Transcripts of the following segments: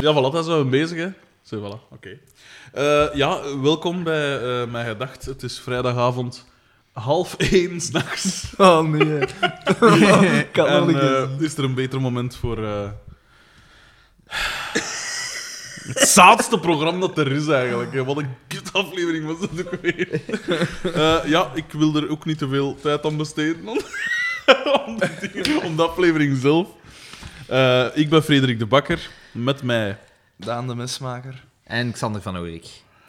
Ja, voilà, dat zijn we bezig, hè. Zo, voilà, oké. Ja, welkom bij Mijn Gedacht. Het is vrijdagavond 12:30 s'nachts. Oh nee. Kan nog niet. Is er een beter moment voor... het zaadste programma dat er is, eigenlijk. Hè. Wat een kutaflevering was dat ook weer. Ja, ik wil er ook niet te veel tijd aan besteden. Om de aflevering zelf. Ik ben Frederik de Bakker. Met mij... Daan de Mesmaker. En Xander van Oorik.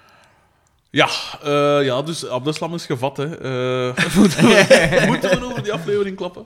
Ja, dus Abdeslam is gevat, hè. Moeten we over die aflevering klappen?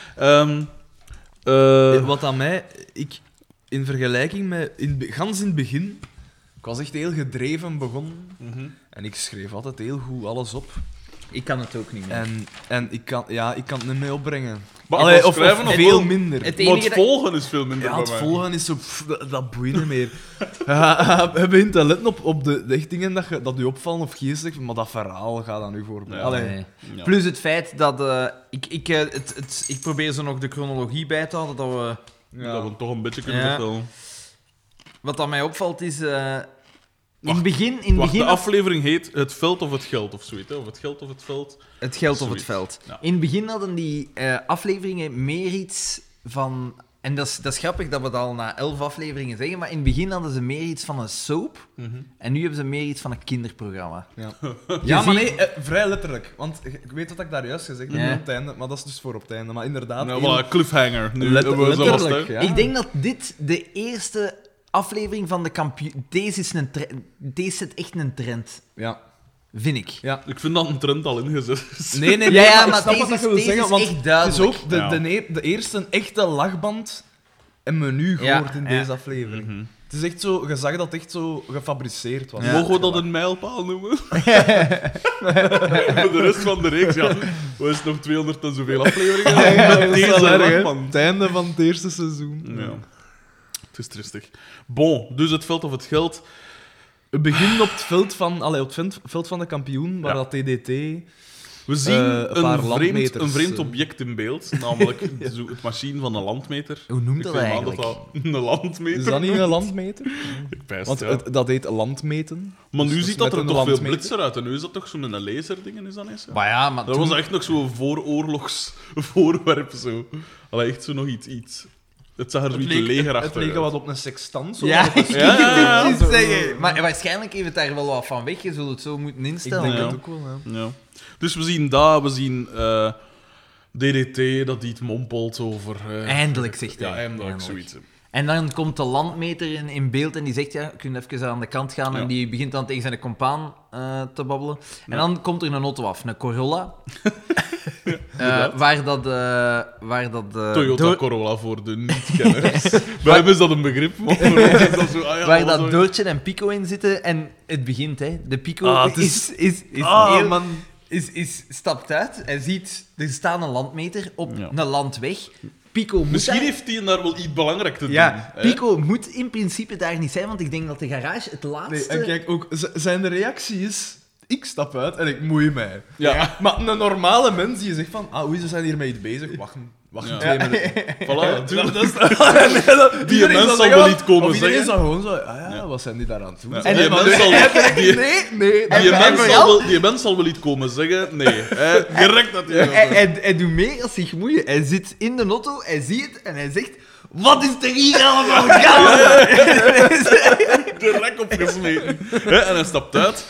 Wat aan mij... In vergelijking met... Gans in het begin... Ik was echt heel gedreven begonnen. En ik schreef altijd heel goed alles op. Ik kan het ook niet meer. En ik kan het niet mee opbrengen. Maar Allee, of schrijven of veel wel? minder. Het Maar enige het volgen is veel minder Ja, bij het mij. volgen is zo... dat boeit niet meer. Je begint te letten op de echt dingen dat je opvallen of geestig, maar dat verhaal gaat aan u voorbij. Ja. Allee. Nee. Ja. Plus het feit dat... ik probeer zo nog de chronologie bij te houden, dat we... Dat we het toch een beetje kunnen Ja. vertellen. Wat aan mij opvalt is... in Wacht, het begin... Wacht, de aflevering heet Het Veld of het Geld, of zoiets. Hè? Of het Geld of het Veld. Het geld of het Zoiets. veld. Ja. In het begin hadden die afleveringen meer iets van... En dat is grappig dat we dat al na 11 afleveringen zeggen, maar in het begin hadden ze meer iets van een soap. En nu hebben ze meer iets van een kinderprogramma. Ja, maar ziet- nee, vrij letterlijk. Want ik weet wat ik daar juist gezegd heb, Ja. op het einde, maar dat is dus voor op het einde. Maar inderdaad... Nou, heel voilà, cliffhanger. Nu hebben we zo vast, letterlijk, hè. ja. Ik denk dat dit de eerste aflevering van de kampioen... Deze zet echt een trend, Ja. vind ik. Ja. Ik vind dat een trend al ingezet is. Nee, Ja, ik maar snap deze wat is- je wil deze zeggen, is want echt het is duidelijk. ook Ja. de eerste echte lachband en menu Ja, gehoord in ja. deze aflevering. Het is echt zo, je zag dat het echt zo gefabriceerd was. Ja. Mogen we dat een mijlpaal noemen? Voor de rest van de reeks, ja. Wat is het nog 200 en zoveel afleveringen? Ja, Met dat is deze wel erg, hè. lachband. Het einde van het eerste seizoen. Ja. Het is tristig. Bon, dus het veld of het geld. Het begint op het veld van, op het veld van de kampioen, waar Ja. dat TDT... We zien een paar een landmeters, vreemd object in beeld, namelijk zo het machine van een landmeter. Hoe noemt Ik dat neem aan eigenlijk? dat een landmeter Is dat niet een landmeter? Ik pijs Want het, ja. dat heet landmeten. Maar nu Dus ziet dat met er een toch veel landmeter. blitzer uit. En nu is dat toch zo'n laserding, is dat niet zo? Maar ja, maar Dat toen- was echt nog zo'n vooroorlogs voorwerp. Zo. Allee, echt zo nog iets. Het zag er zoiets Het legerachtig leek uit. wat op een sextant. Zo Ja, op een ik Ja, ja, ja. wil het Zo- zeggen. Maar waarschijnlijk heeft het daar wel wat van weg. Je zult het zo moeten Ik instellen. denk Ja. het ook wel, ja. Ja. Dus we zien dat, we zien DDT dat iets mompelt over... Eindelijk, zegt hij. Ja, eindelijk, Eindelijk. zoiets. Hè. En dan komt de landmeter in beeld en die zegt, ja, kun je even aan de kant gaan. Ja. En die begint dan tegen zijn compaan te babbelen. En Ja. dan komt er een auto af, een Corolla. inderdaad. waar dat Toyota Corolla voor de niet-kenners. Bij hem is dat een begrip, maar voor ons is dat zo... Ah, ja, waar wat dat zo- Doortje en Pico in zitten. En het begint, hè. De Pico Ah, het is Ah, heel... man. Stapt uit en ziet, er staat een landmeter op Ja. een landweg. Pico moet Misschien daar... heeft hij daar wel iets belangrijk te doen. Ja, hè. Pico moet in principe daar niet zijn, want ik denk dat de garage het Nee, laatste... en kijk, ook zijn reactie is... Ik stap uit en ik moei mij. Ja. Maar een normale mens die zegt van... Ah, oei, ze zijn hiermee iets bezig. Wachten Ja. 2 minuten. Voilà, natuurlijk. Die mens zal wel iets komen iedereen zeggen. zal gewoon zo... Ah ja, wat zijn die daar aan het doen? Ja. En Die maar- mens zal- die- Nee. En Die en mens, vooral- zal wel, die mens zal wel iets komen zeggen. Nee, hè, direct dat hij... Hij doet meer als zich moeien. Hij zit in de auto, hij ziet het en hij zegt... Wat is er hier allemaal gaande? Direct opgesmeten. Hè, en hij stapt uit.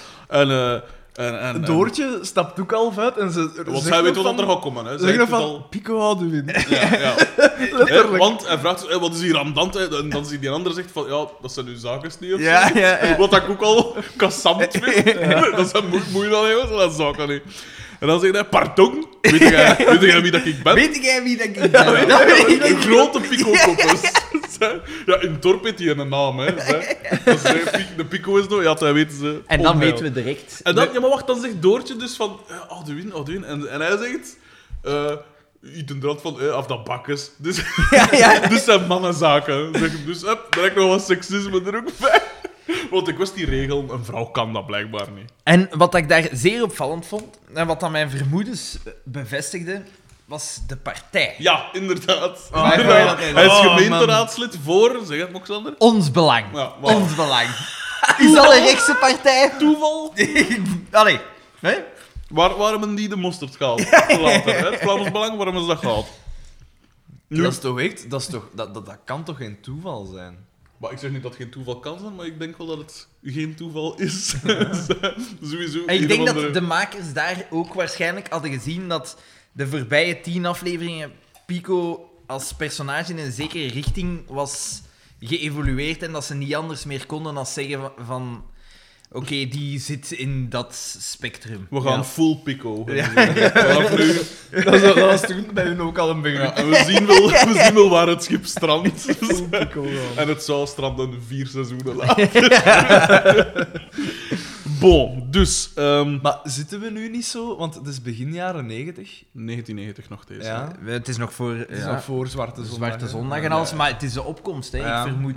En Doortje stapt ook al uit en ze... Want zegt hij weet nog wat er van- gaat komen. Hè. Ze Zij zeggen nog heeft van... het al- Pico houdt u in. Ja, ja. Letterlijk. Want hij vraagt, wat is hier aan de hand? Hè? En dan ziet die andere zegt van, ja, dat zijn uw zaken niet of zo. Ja. Wat ik ook al kassant vind. Dat zijn moeie dan even, dat is zaken niet. En dan zegt hij, pardon, weet jij wie dat ik ben? Weet jij wie dat ik ben? Dat weet ik Een niet. grote pico-koppers. Ja, in het dorp heeft hij een naam, hè. Dat is, de pico is nog, ja, dat weten ze. En dan onheil. weten we direct... En dan, ja, maar wacht, dan zegt Doortje dus van, Alduin. En hij zegt, iets inderdaad van, af dat bakkes. Dus, dus zijn mannenzaken. Zeg, dus, direct nog wat seksisme er ook bij. Want ik wist die regel, een vrouw kan dat blijkbaar niet. En wat ik daar zeer opvallend vond, en wat dan mijn vermoedens bevestigde, was de partij. Ja, inderdaad. Waar Ja. wou je dat in? Hij is Oh, gemeenteraadslid voor... Zeg het, Moxander? Ons belang. Ja, maar- Ons belang. Is dat een rechtse partij? Toeval? Allee. Hè? Waar hebben die de mosterd gehaald? Later, hè? Het Vlaams Belang, waarom is dat gehaald? Nu, Dat is toch echt... Dat kan toch geen toeval zijn? maar ik zeg niet dat het geen toeval kan zijn, maar ik denk wel dat het geen toeval is. Sowieso. En ik een denk of dat andere- de makers daar ook waarschijnlijk hadden gezien dat de voorbije 10 afleveringen Pico als personage in een zekere richting was geëvolueerd en dat ze niet anders meer konden dan zeggen van oké, die zit in dat spectrum. We gaan Ja. full pico. Vanaf nu. Dat was toen bij hun ook al een begin. Ja, en we zien wel waar het schip strandt. En het zou stranden 4 seizoenen later. Bon, dus... Maar zitten we nu niet zo? Want het is begin jaren 90. 1990 nog deze. Ja. Het is nog voor Het is nog voor Zwarte Zondag. Zwarte hè. Zondag en alles, maar het is de opkomst. Hè. Ja. Ik vermoed...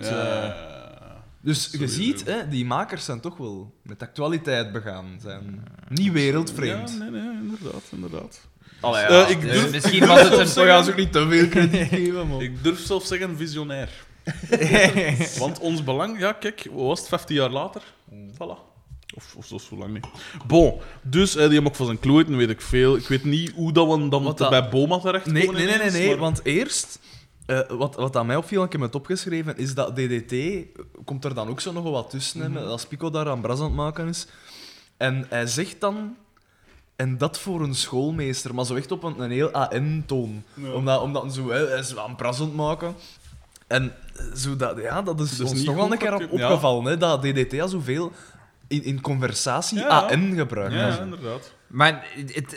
Dus je Sowieso. ziet, hè, die makers zijn toch wel met actualiteit begaan. Zijn niet wereldvreemd. Ja, nee, inderdaad. Allee, Ik dus durf- misschien was het een... We gaan ze ook niet te veel krediet geven, man. Ik durf zelf zeggen visionair. Want ons belang, ja, kijk, wat was het, 15 jaar later? Voilà. Of zo lang niet. Bon, dus die hebben ook van zijn kloten, weet ik veel. Ik weet niet hoe dat we dan Wat dat- bij Boma terecht komen. Nee, maar- want eerst... wat aan mij opviel, ik heb het opgeschreven, is dat DDT... Komt er dan ook zo nog wel wat tussen, hè, als Pico daar aan bras aan het maken is. En hij zegt dan... En dat voor een schoolmeester, maar zo echt op een heel AN-toon. Ja. Omdat zo, hè, hij is aan bras aan het maken. En zo dat, ja, dat is Dus ons niet nog wel goed een keer dat je- opgevallen, hè, dat DDT al zoveel in conversatie Ja. AN gebruikt. Ja, inderdaad. Maar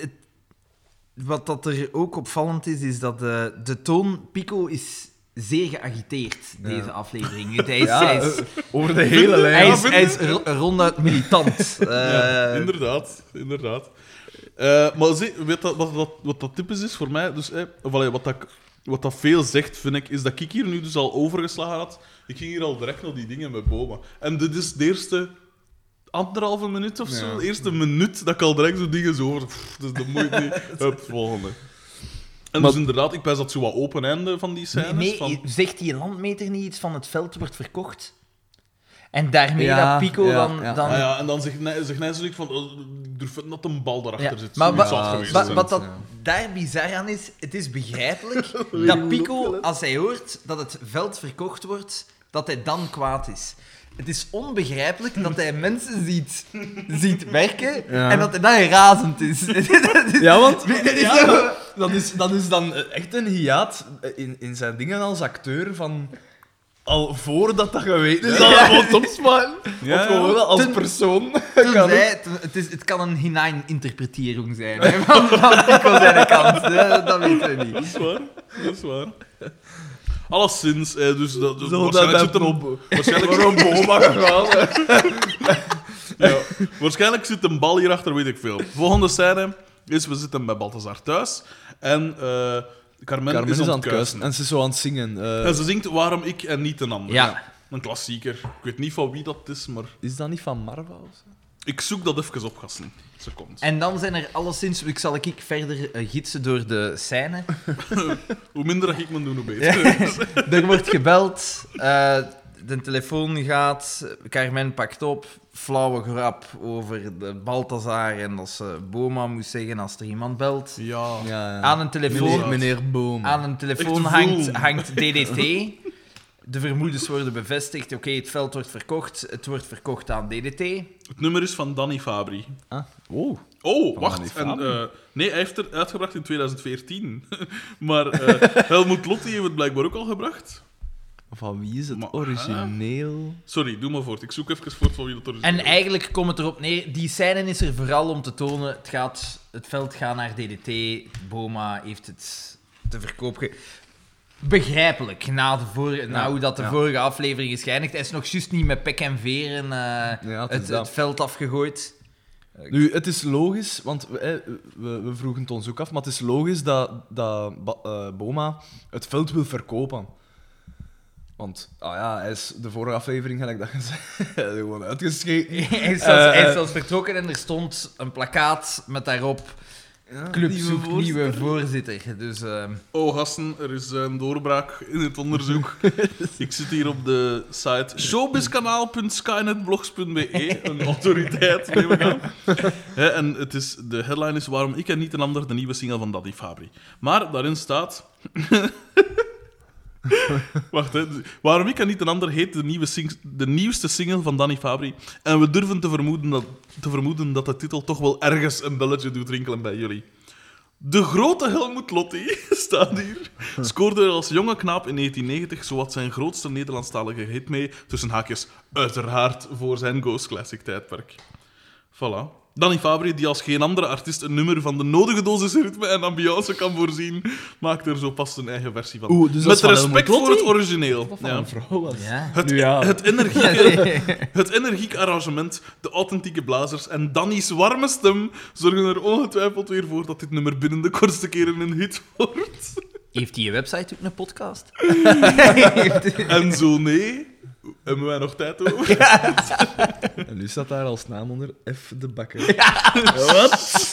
wat dat er ook opvallend is, is dat de toon... Pico is zeer geagiteerd, deze aflevering. Hij is, Ja, hij is, over de hele lijn. hij is, vind hij je? is ronduit militant. Ja, inderdaad. Maar zie, weet dat, wat dat typisch is voor mij? Dus, of, allee, wat dat veel zegt, vind ik, is dat ik hier nu dus al overgeslagen had. Ik ging hier al direct naar die dingen met Boma. En dit is de eerste 1,5 minuut of zo. Ja. De eerste minuut dat ik al direct zo dingen zo over... Dat is de moeite niet. Hup, volgende. En Maar- dus inderdaad, ik pijs dat zo wat open einde van die scènes. Nee, van... zegt die landmeter niet iets van het veld wordt verkocht? En daarmee Ja, dat Pico ja, dan... ja. dan Ah ja, en dan zegt hij zoiets van... ik durf het dat een bal daarachter Ja, zit. maar Zoiets wa- zou het ja, geweest Wat, zijn. wat dat Ja. daar bizar aan is, het is begrijpelijk dat Pico, als hij hoort dat het veld verkocht wordt, dat hij dan kwaad is. Het is onbegrijpelijk dat hij mensen ziet werken Ja. en dat hij dan razend is. Ja, want Dat is zo- dat is dan echt een hiaat in zijn dingen als acteur van... Al voordat dat geweten is, dat hij gewoon topsmaan. Ja, Of gewoon als Ten- persoon. Tenzij, het kan een hinein-interpretering zijn hè, van Pico zijn kant. Dat weten we niet. Dat is waar. Dat is waar. Alleszins, dus dat Zo waarschijnlijk dat zit bij hem... Waarschijnlijk, Waarom Boma gegaan? ja, waarschijnlijk zit een bal hierachter, weet ik veel. Volgende scène is, we zitten bij Balthazar thuis en Carmen is aan het kuisen. En ze is zo aan het zingen. En ze zingt Waarom ik en niet een ander. Ja. Een klassieker. Ik weet niet van wie dat is, maar Is dat niet van Marva of zo? ik zoek dat even op, gasten. Seconde. En dan zijn er alleszins... Ik zal verder gidsen door de scène. Hoe minder dat ik me doen, hoe beter. Er wordt gebeld, de telefoon gaat, Carmen pakt op, flauwe grap over de Balthazar en dat ze Boma moest zeggen als er iemand belt. Ja. Ja. Aan een telefoon, Meneer Boom. aan een telefoon Echt een hangt DDT. De vermoedens worden bevestigd. Oké, het veld wordt verkocht. Het wordt verkocht aan DDT. Het nummer is van Danny Fabri. Ah. Oh. Oh, Van wacht. Danny En, Fabri? nee, hij heeft er uitgebracht in 2014. Maar Helmut Lotti heeft het blijkbaar ook al gebracht. Van wie is het Maar, origineel? Sorry, doe maar voort. Ik zoek even voort van wie dat origineel En eigenlijk komt het erop neer, die scène is er vooral om te tonen, het veld gaat naar DDT, Boma heeft het te verkoop Begrijpelijk, na hoe dat de vorige aflevering is geëindigd. Hij is nog juist niet met pek en veren het veld afgegooid. Nu, het is logisch, want we vroegen het ons ook af, maar het is logisch dat Boma het veld wil verkopen. Want, hij is de vorige aflevering, gelijk dat je zei, gewoon uitgescheten. Hij is zelfs vertrokken en er stond een plakkaat met daarop Club zoekt nieuwe voorzitter. Dus, Oh, gasten, er is een doorbraak in het onderzoek. Ik zit hier op de site showbizkanaal.skynetblogs.be, een autoriteit, neem ik aan. En de headline is waarom ik en niet een ander de nieuwe single van Daddy Fabri. Maar daarin staat... Wacht, hè. Waarom ik en niet een ander heet de nieuwste single van Danny Fabri. En we durven te vermoeden dat de titel toch wel ergens een belletje doet rinkelen bij jullie. De grote Helmut Lotti, staat hier, scoorde als jonge knaap in 1990 zowat zijn grootste Nederlandstalige hit mee, tussen haakjes, uiteraard voor zijn Ghost Classic tijdperk. Voilà. Danny Fabri, die als geen andere artiest een nummer van de nodige dosis ritme en ambiance kan voorzien, maakt er zo pas zijn eigen versie van. Dus met respect voor het origineel. Of dat van een vrouw was. ja. Het energieke arrangement, de authentieke blazers en Danny's warme stem zorgen er ongetwijfeld weer voor dat dit nummer binnen de kortste keren een hit wordt. Heeft die website ook een podcast? En zo nee, hebben wij nog tijd over? En nu staat daar als naam onder F. de Bakker. Wat?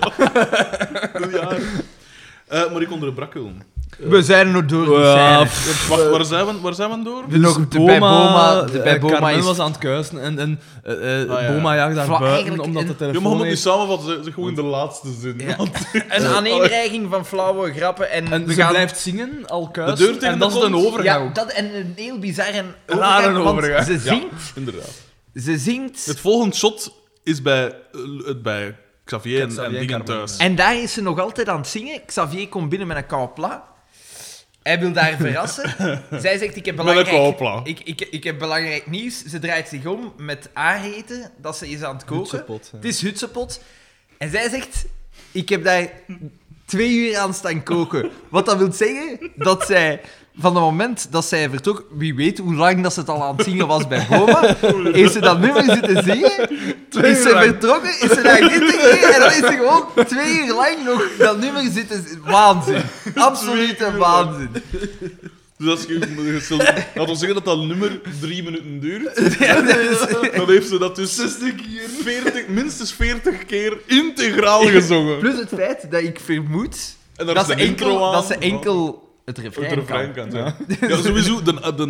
Ja. Maar ik onderbrak u. We zijn nog door de scène. Wacht, waar zijn we door? Bij Boma Carmen is... was aan het kuisen en ja. Boma jaagt daar buiten Eigenlijk omdat de Ja, telefoon maar moet niet heeft... samenvatten, zeg gewoon de laatste zin. Ja. Want- Een aaneenreiging van flauwe grappen en En ze blijft zingen, al De deur kuisen, tegen en dat de is een kont. overgang. Ja, dat en een heel bizarre Rare overgang, want overgang. ze Ja, zingt... inderdaad. Ze zingt... Het volgende shot is bij Xavier en Xavier dingen Carmen, thuis. En daar is ze nog altijd aan het zingen. Xavier komt binnen met een koude pla. Hij wil daar verrassen. Zij zegt, ik heb Met een belangrijk... koude pla. Ik heb belangrijk nieuws. Ze draait zich om met aareten dat ze is aan het koken. Hutsepot, ja. Het is hutsepot. En zij zegt, ik heb daar 2 uur aan staan koken. Wat dat wil zeggen dat zij... Van het moment dat zij vertrok, wie weet hoe lang dat ze het al aan het zingen was bij Boma, heeft ze dat nummer zitten zingen, is ze vertrokken, is ze daar zitten gegaan, en dan is ze gewoon 2 uur lang nog dat nummer zitten... Waanzin. Absolute waanzin. Dus als je laten we zeggen dat dat nummer 3 minuten duurt, Ja, dat is- dan heeft ze dat dus 60 keer, minstens 40 keer integraal gezongen. Plus het feit dat ik vermoed En daar dat is ze een intro aan. enkel het Het refrein refrein kan. kan zijn. Ja, sowieso,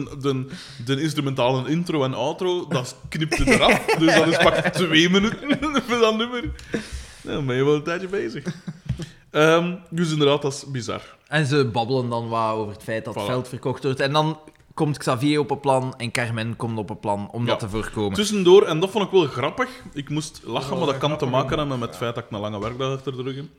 de instrumentale intro en outro, dat knipt het eraf. Dus dat is pak 2 minuten voor dat nummer. Ja, dan ben je wel een tijdje bezig. Dus inderdaad, dat is bizar. En ze babbelen dan wat over het feit dat het Voilà. veld verkocht wordt. En dan komt Xavier op een plan en Carmen komt op een plan om Ja. dat te voorkomen. Tussendoor, en dat vond ik wel grappig. Ik moest lachen, maar dat kan te maken hebben met het feit dat ik een lange werkdag achter de rug heb.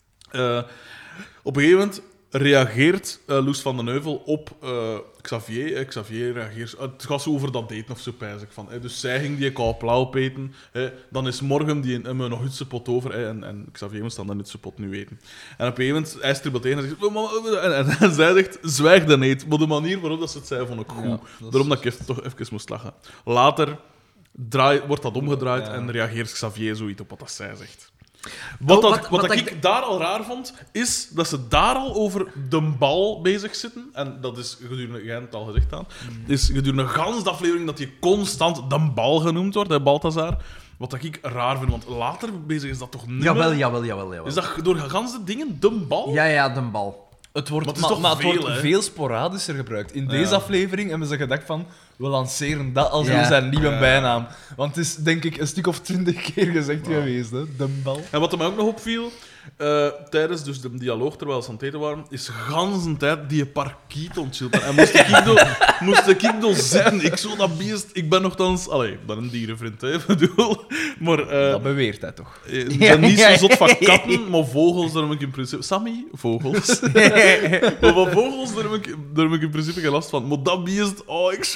Op een gegeven moment reageert Loes van den Heuvel op Xavier. Xavier reageert... het gaat zo over dat daten of zo, pijs ik van. Dus zij ging die koude pla opeten. Dan is morgen die hebben we nog hutsepot over. En Xavier moest dan de hutsepot nu eten. En op een gegeven moment, hij stribbelt tegen en zegt... En zij zegt, zwijg dan niet. Maar de manier waarop dat ze het zei, vond ik goed. Ja, dat is- Daarom dat ik toch even moest lachen. Later wordt dat omgedraaid Ja. en reageert Xavier zoiets op wat dat zij zegt. wat Wat ik- ik daar al raar vond, is dat ze daar al over de bal bezig zitten. En dat is gedurende, jij hebt het al gezegd aan, is gedurende gans de aflevering dat je constant de bal genoemd wordt, hè, Balthazar. Wat dat ik raar vind, want later bezig is dat toch niet Jawel. Is dat door gans de dingen de bal? Ja, de bal. Het wordt, Maar het is toch het veel, wordt hè? veel sporadischer gebruikt. In deze Ja. aflevering hebben ze gedacht van, we lanceren dat als Ja. zijn nieuwe Ja. bijnaam. Want het is, denk ik, een stuk of 20 keer gezegd geweest, hè. De bal. En wat er mij ook nog opviel, tijdens dus de dialoog terwijl ze aan het eten waren, is gans een tijd die parkiet ontchilpen. En moest ik door zitten. Ik zo dat beest... Ik ben nogthans... Allee, ik ben een dierenvriend, hè, bedoel. Maar... Dat beweert hij toch. ik ben niet zo zot van katten, maar vogels, daar heb ik in principe... Sammy? Vogels. Maar van vogels, daar heb ik in principe geen last van. Maar dat beest... Oh, ik zo...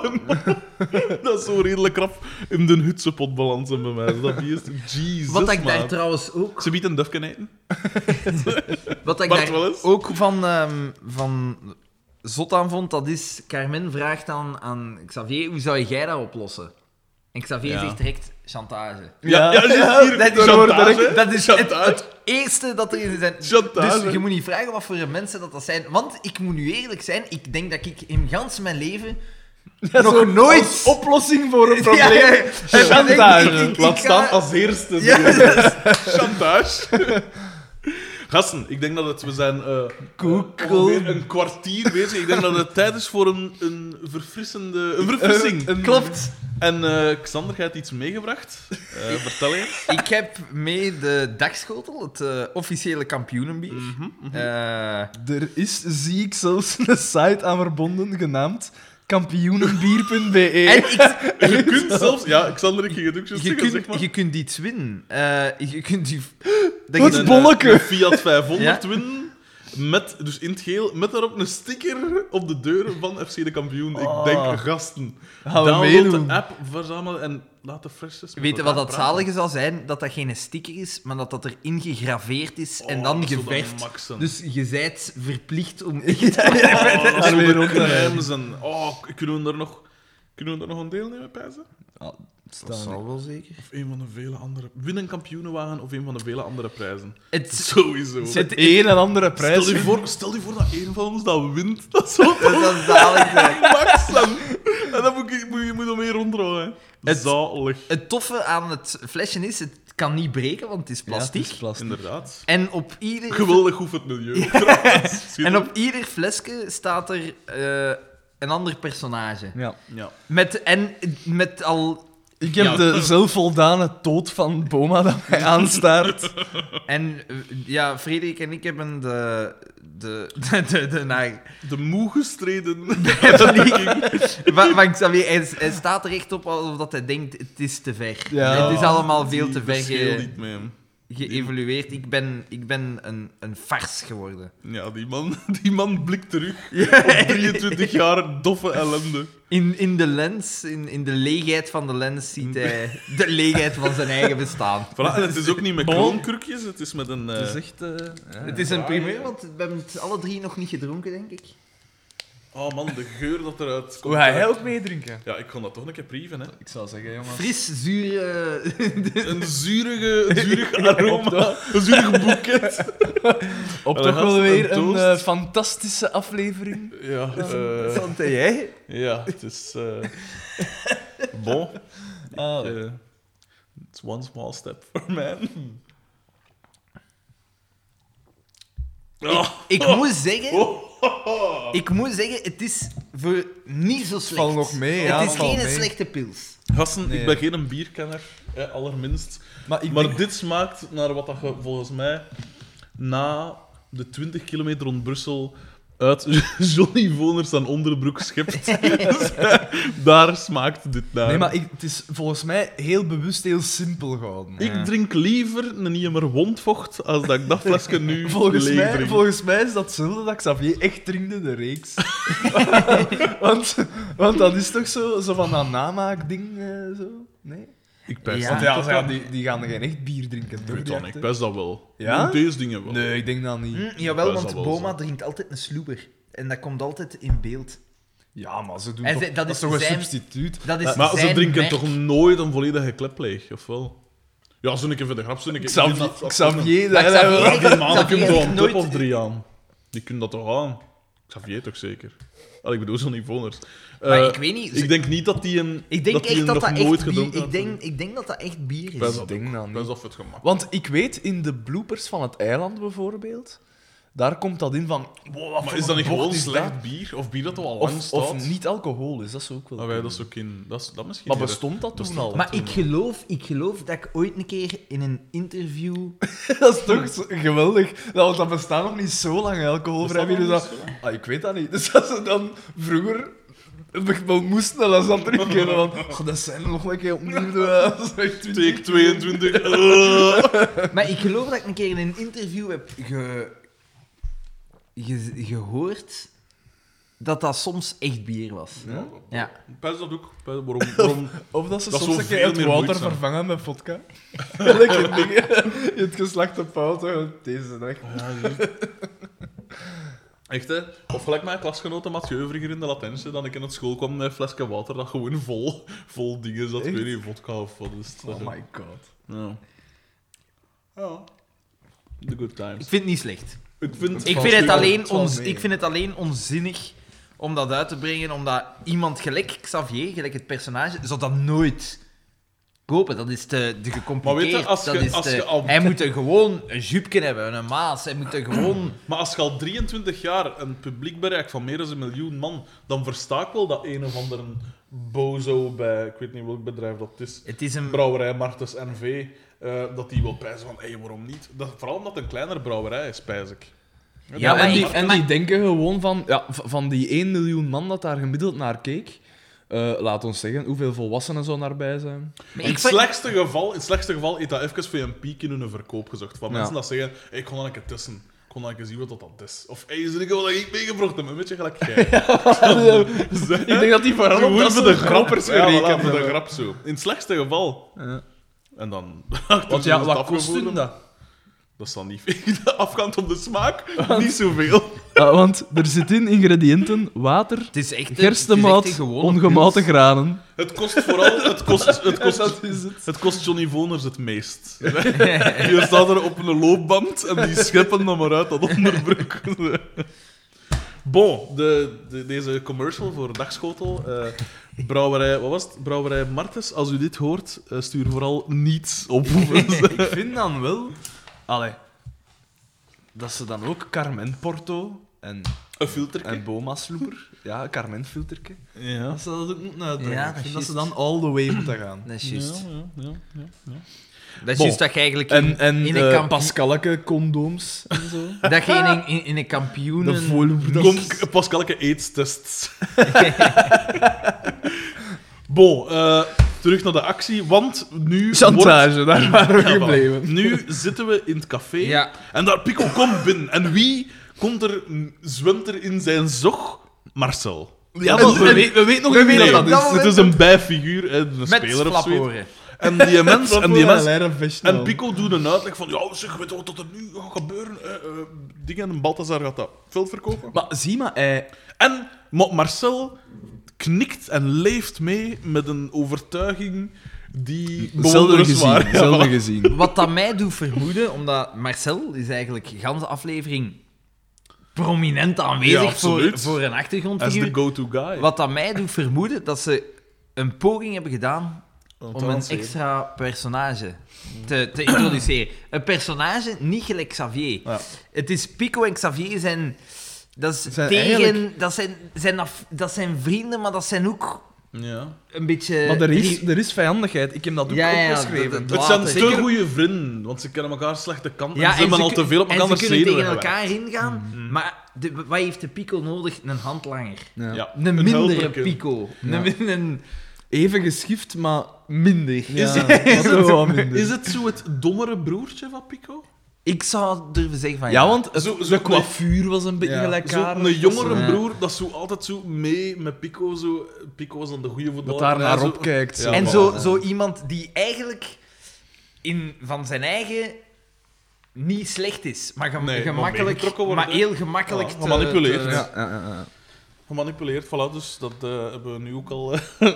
dat is zo redelijk krap in de hutsepot balansen bij mij. Dat beest... Jesus, Wat ik daar man. trouwens ook... Ze biedt een dufken eten. Wat ik Bart daar wel eens. ook van zot aan vond, dat is... Carmen vraagt aan Xavier, hoe zou jij dat oplossen? En Xavier Ja. zegt direct, chantage. Ja, dat is chantage. Dat is Chantage. het eerste dat er in zijn... Chantage. Dus je moet niet vragen wat voor mensen dat zijn. Want ik moet nu eerlijk zijn, ik denk dat ik in gans mijn leven nog nooit... Als oplossing voor een Ja, probleem. ja, ja. Chantage. Ik Laat ga- staan als eerste. Ja, Chantage. Gasten, ik denk dat we zijn Google. ongeveer een kwartier bezig. Ik denk dat het tijd is voor een verfrissing. Klopt. En Xander, jij hebt iets meegebracht. Vertel eens. Ik heb mee de Dagschotel, het officiële kampioenenbier. Er is, zie ik, zelfs een site aan verbonden genaamd kampioenenbier.be. En Je kunt zelfs... Ja, Xander, ik ging het ook zo zeggen, zeg maar. je kunt iets winnen. Je kunt die... Wat Een, bolleke! een Fiat 500 Ja. winnen. Met, dus in het geel, met daarop een sticker op de deur van FC de Kampioen. Oh. Ik denk, gasten, Gaan we download meedoen. de app, verzamel en laat de flesjes... met Weet je wat elkaar dat praten. zalige zal zijn? Dat dat geen sticker is, maar dat dat erin gegraveerd is en Oh, dan dat zou geverfd. maxen. Dus je zijt verplicht om echt... Oh, dat Daarmee zou de rond te rijden. crèmes en... Oh, kunnen we er nog aan deelnemen, Pijzen? Dat zal wel zeker. Of een van de vele andere... Win een kampioenenwagen of een van de vele andere prijzen. Het, Sowieso. Het een en andere prijs. Stel je voor dat een van ons dat wint. Dat zou dat zal zalig zijn. max zijn. En dan moet je mee ronddraaien. Het- Zalig. Het toffe aan het flesje is, het kan niet breken, want het is plastic. Inderdaad. En op ieder... Geweldig goed voor het milieu. En op ieder flesje staat er een ander personage. Ja. Ja. Met al... Ik heb Ja. de zelfvoldane toot van Boma dat mij aanstaart. En ja, Frederik en ik hebben de De moe gestreden. van Xavier, hij staat er echt op alsof dat hij denkt, het is te ver. Ja. Het is allemaal veel te ver Verschil niet mee. geëvolueerd. Ik ben een farce geworden. Ja, die man blikt terug op 23 jaar doffe ellende. In de lens, in de leegheid van de lens, ziet hij de leegheid van zijn eigen bestaan. Voilà, en het is ook niet met Bon. kroonkurkjes, het is met een... Het is echt... Het is een primeur, want we hebben het alle drie nog niet gedronken, denk ik. Oh man, de geur dat eruit komt. Hoe ga jij ook meedrinken? Ja, ik kon dat toch een keer prieven, hè. Ik zou zeggen, jongens... Fris, zuur... Een zurig aroma, een zurig boeket. Op En toch dan wel gast, weer een een toast. fantastische aflevering. Ja, Wat zei jij? ja, het is... bon. Ah, It's one small step for man. Oh. Ik moet zeggen, het is voor niet zo slecht. Valt nog mee, ja, Het is valt geen mee. slechte pils. Gasten, Nee. ik ben geen bierkenner, allerminst. Maar ik Maar denk- dit smaakt naar wat dat je volgens mij na de 20 kilometer rond Brussel uit Johnny Voners aan onderbroek schept. Daar smaakt dit naar. Nee, maar het is volgens mij heel bewust heel simpel gehouden. Ik drink liever een niet meer wondvocht als dat ik dat flesje nu leeg drink. Volgens mij is dat hetzelfde dat Xavier echt drinkte, de reeks. want dat is toch zo van dat namaakding, zo? Nee? Ik pijs Ja. dat Want niet. ja, die gaan geen echt bier drinken, Ik toch? weet die dat niet. Ik achter? pijs dat wel. Ja? Deze dingen wel. Nee, ik denk dat niet. Jawel, Dat want zal wel Boma zijn. drinkt altijd een sloeber. En dat komt altijd in beeld. Ja, maar ze doen En toch... ze- Dat is toch een zijn- substituut? Dat is Maar ze zijn drinken merk. toch nooit een volledige klep leeg, of wel? Ja, zo'n keer voor de grap, zo'n keer. Xavier, Maar dat- Xavier- Ja, die mannen Xavier kunnen toch heeft een klep nooit- of 3 aan. Die kunnen dat toch aan? Xavier toch zeker? Ik bedoel, zo'n niet voners. Maar ik weet niet. Ik denk niet dat die een. Ik denk die echt een dat nog dat nooit echt bier... gedronken Ik denk dat dat echt bier is. Pijs Ik dat denk ook. dat niet. Pijs of het gemak. Want ik weet, in de bloopers van het eiland bijvoorbeeld, daar komt dat in van... Wow, wat Maar voor is dat niet bocht gewoon is slecht dat? bier? Of bier dat al lang Of staat? niet alcoholisch, dat is ook wel... Ah, wij, dat is ook in. Dat misschien. Maar niet, bestond dat toen Bestond al? Maar ik geloof dat ik ooit een keer in een interview... Dat is toch zo geweldig. Dat bestaat nog niet zo lang, alcoholvrij bier. Dus Bestaat dat... nog niet Ah, ik weet dat niet. Dus dat ze dan vroeger... wel moesten dat als dat terugkennen. Want oh, dat zijn nog een keer opnieuw doen. Dat is echt Take 22. Maar ik geloof dat ik een keer in een interview heb gehoord dat dat soms echt bier was. Ja? Ja. Pijs dat ook. Waarom? Of dat ze Dat soms zou een keer veel het meer water moeite zijn. vervangen met vodka. Lekker dingen. Je hebt geslachte fouten. Deze dag. Echt, hè? Of gelijk mijn klasgenoten Mathieu vroeger in de Latijnse, dat ik in het school kwam met een flesje water dat gewoon vol dingen zat. Ik Echt? weet niet, vodka of wat is het. Oh my god. Ja. Ja. The good Ik times. vind het niet slecht. Ik vind, Ik valt vind, het mee, alleen het valt mee. ik vind het alleen onzinnig om dat uit te brengen, omdat iemand gelijk Xavier, gelijk het personage, zou dat nooit kopen. Dat is te gecompliceerd. Maar weet je, als je al- Hij moet er gewoon een jupje hebben, een maas. Hij moet er gewoon... Maar als je al 23 jaar een publiek bereikt van meer dan 1 miljoen man, dan versta ik wel dat een of andere bozo bij, ik weet niet welk bedrijf dat is, Het is een... Brouwerij Martens NV, dat die wil pijzen van, waarom niet? Vooral omdat het een kleinere brouwerij is, pijs ik. Ja, maar die denken gewoon van... Ja, van die 1 miljoen man dat daar gemiddeld naar keek... laat ons zeggen, hoeveel volwassenen zou daarbij zijn? Maar In ik het vind- slechtste geval heeft dat even voor een piek in hun verkoop gezorgd. Van Ja. mensen dat zeggen, ik kon dan een keer tussen. Ik kon dan een keer zien wat dat is. Of, is er wat ik meegebracht heb, een beetje gelijk jij. Ik denk dat die vooral op Gewoon dat voor soort de grap grappers ja, voilà, gerekend voor de hebben. grap zo. In het slechtste geval. Ja. En dan... Want ja, wat kost hun dat? Dat is dan niet veel. Afgaand op de smaak, niet zoveel. Want er zitten ingrediënten, water, Het is echt... gerstemout, een gewone ongemouten granen. Het kost vooral... Dat is het. Het kost Johnny Voners het meest. Die staat er op een loopband en die scheppen dan maar uit dat onderbroek. Bon, deze commercial voor Dagschotel. Brouwerij, wat was het? Brouwerij Martens. Als u dit hoort, stuur vooral niets op. Ik vind dan wel... Allee. Dat ze dan ook Carmen Porto en Een filterke. Boma Sloeper... Ja, Carmen filterke. Ja. Dat ze dat ook moeten uitbrengen. Ja, Ik dat vind is dat ze dan all the way moeten gaan. Dat is juist. Ja. Dat is Bon. juist dat je eigenlijk En in een kampioen... Pascalke condooms en zo. Dat je in een kampioenen... De volume. Kom, Pascalke AIDS-tests. Bon, terug naar de actie, want nu... Chantage, daar waren we Ja, voilà. gebleven. Nu zitten we in het café Ja. en daar Pico komt binnen. En wie komt er, zwemt er in zijn zog? Marcel. Ja, maar we weten nog niet wie Nee, dat is. dat het is een bijfiguur, hè, een Met speler of zo. flaporen. En die mens... En En Pico doet een uitleg van, ja, zeg, weet je wat er nu gaat gebeuren? Dingen, en Balthazar gaat dat veld verkopen. Maar zie maar, hij... En Marcel knikt en leeft mee met een overtuiging die bewonderenswaardig is. Zelden gezien. Wat dat mij doet vermoeden, omdat Marcel is eigenlijk de ganse aflevering prominent Ja, aanwezig absoluut. voor een As achtergrondfiguur. the go-to guy. Wat dat mij doet vermoeden, dat ze een poging hebben gedaan om een extra personage te introduceren. Een personage niet gelijk Xavier. Ja. Het is Pico en Xavier zijn... Dat, is Zijn tegen, eigenlijk- dat zijn vrienden, maar dat zijn ook Ja. een beetje... Maar er is vijandigheid. Ik heb dat ook opgeschreven. dat- Het zijn Later. te goede vrienden, want ze kennen elkaar slechte kanten. Ja, en ze hebben ze al te veel op en elkaar ze kunnen tegen zenuwen elkaar gewerkt. ingaan, maar wat heeft de Pico nodig? Een handlanger. Ja. Ja, Een mindere helderke. Pico. Ja. Een Even geschift, maar minder. Is, Is het, wel minder. is het zo het dommere broertje van Pico? Ik zou durven zeggen van Ja, want Zo- de zo- coiffuur was een beetje Zo gelijkaardig. een jongere Ja. broer, dat zo altijd zo mee met Pico. Zo. Pico was dan de goede voetballer. Dat daar Ja, naar zo- opkijkt. Ja, En voilà. zo iemand die eigenlijk van zijn eigen niet slecht is, maar Nee, maar gemakkelijk, meegetrokken wordt, maar hè. heel gemakkelijk Ja, gemanipuleerd. Ja. Gemanipuleerd, voilà. Dus dat hebben we nu ook al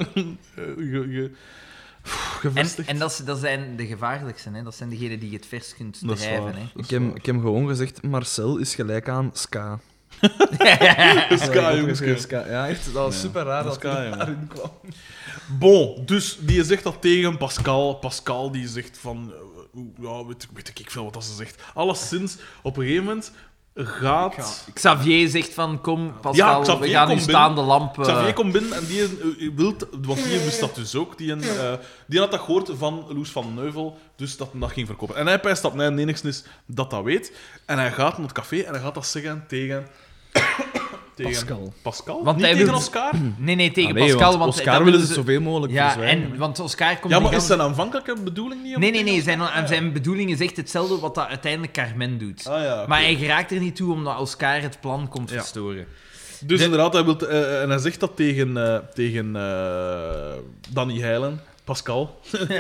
En, gevestigd. en dat zijn de gevaarlijkste, hè? Dat zijn degenen die je het verst kunt Dat is drijven. waar. Hè? Ik heb gewoon gezegd, Marcel is gelijk aan Ska. Ska, jongens. Ska. Ja, echt, dat was Ja, super raar dat dat is Ska, hij jongen. daarin kwam. Bon, dus die zegt dat tegen Pascal. Pascal die zegt van... ja, weet ik veel wat dat ze zegt. Alleszins, op een gegeven moment gaat... Xavier zegt van, kom Pascal, Xavier we gaan nu komt staande lamp... Xavier komt binnen en die wil... Want die wist dat dus ook. Die had dat gehoord van Loes van Neuvel, dus dat hij dat ging verkopen. En hij pijst dat hij de enigste is dat dat weet. En hij gaat naar het café en hij gaat dat zeggen tegen... tegen Pascal. Want Niet hij tegen wil- Oscar? Nee, tegen Ah, nee, Pascal, want Oscar dan willen willen ze zoveel mogelijk Ja, verzwijgen. want Oscar komt... Ja, maar die is ganse- zijn aanvankelijke bedoeling niet? om Nee, tegen zijn bedoeling is echt hetzelfde wat dat uiteindelijk Carmen doet. Ah, ja, oké. Maar hij geraakt er niet toe omdat Oscar het plan komt Ja. verstoren. Dus inderdaad, hij wil, en hij zegt dat tegen Danny Heilen, Pascal.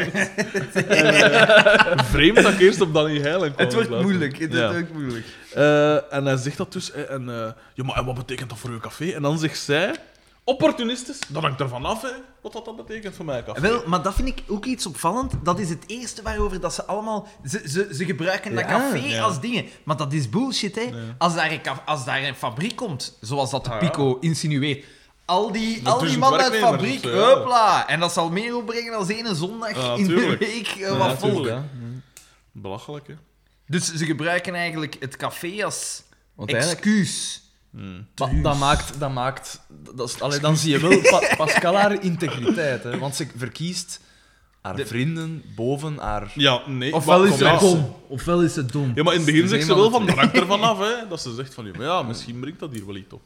Vreemd dat ik eerst op Danny Heilen kwam. Het wordt in plaats van- moeilijk. Ja. moeilijk. En hij zegt dat dus. Ja, maar en wat betekent dat voor uw café? En dan zegt zij, opportunistisch, dat hangt ervan af, hè, wat dat betekent voor mijn café. Wel, maar dat vind ik ook iets opvallend. Dat is het eerste waarover dat ze allemaal... Ze gebruiken dat Ja, café ja. als dingen. Maar dat is bullshit, hè. Ja. Als daar een fabriek komt, zoals dat Ah, ja. Pico insinueert, Al die duizend mannen uit werknemers fabriek, of zo, ja. hupla. En dat zal meer opbrengen dan één zondag Ja, in de tuurlijk. week wat vol. tuurlijk. Ja. Belachelijk, hè? Dus ze gebruiken eigenlijk het café als Want eigenlijk... excuus. Maar dat maakt... Dan zie je wel Pascal haar integriteit, hè. Want ze verkiest haar vrienden boven haar... Ja, nee. Ofwel maar is kom, het ja. dom. Ofwel is het dom. Ja, maar in het begin Dus zegt ze een wel van van de de hangt ervan af, hè. Dat ze zegt van, ja, misschien brengt dat hier wel iets op.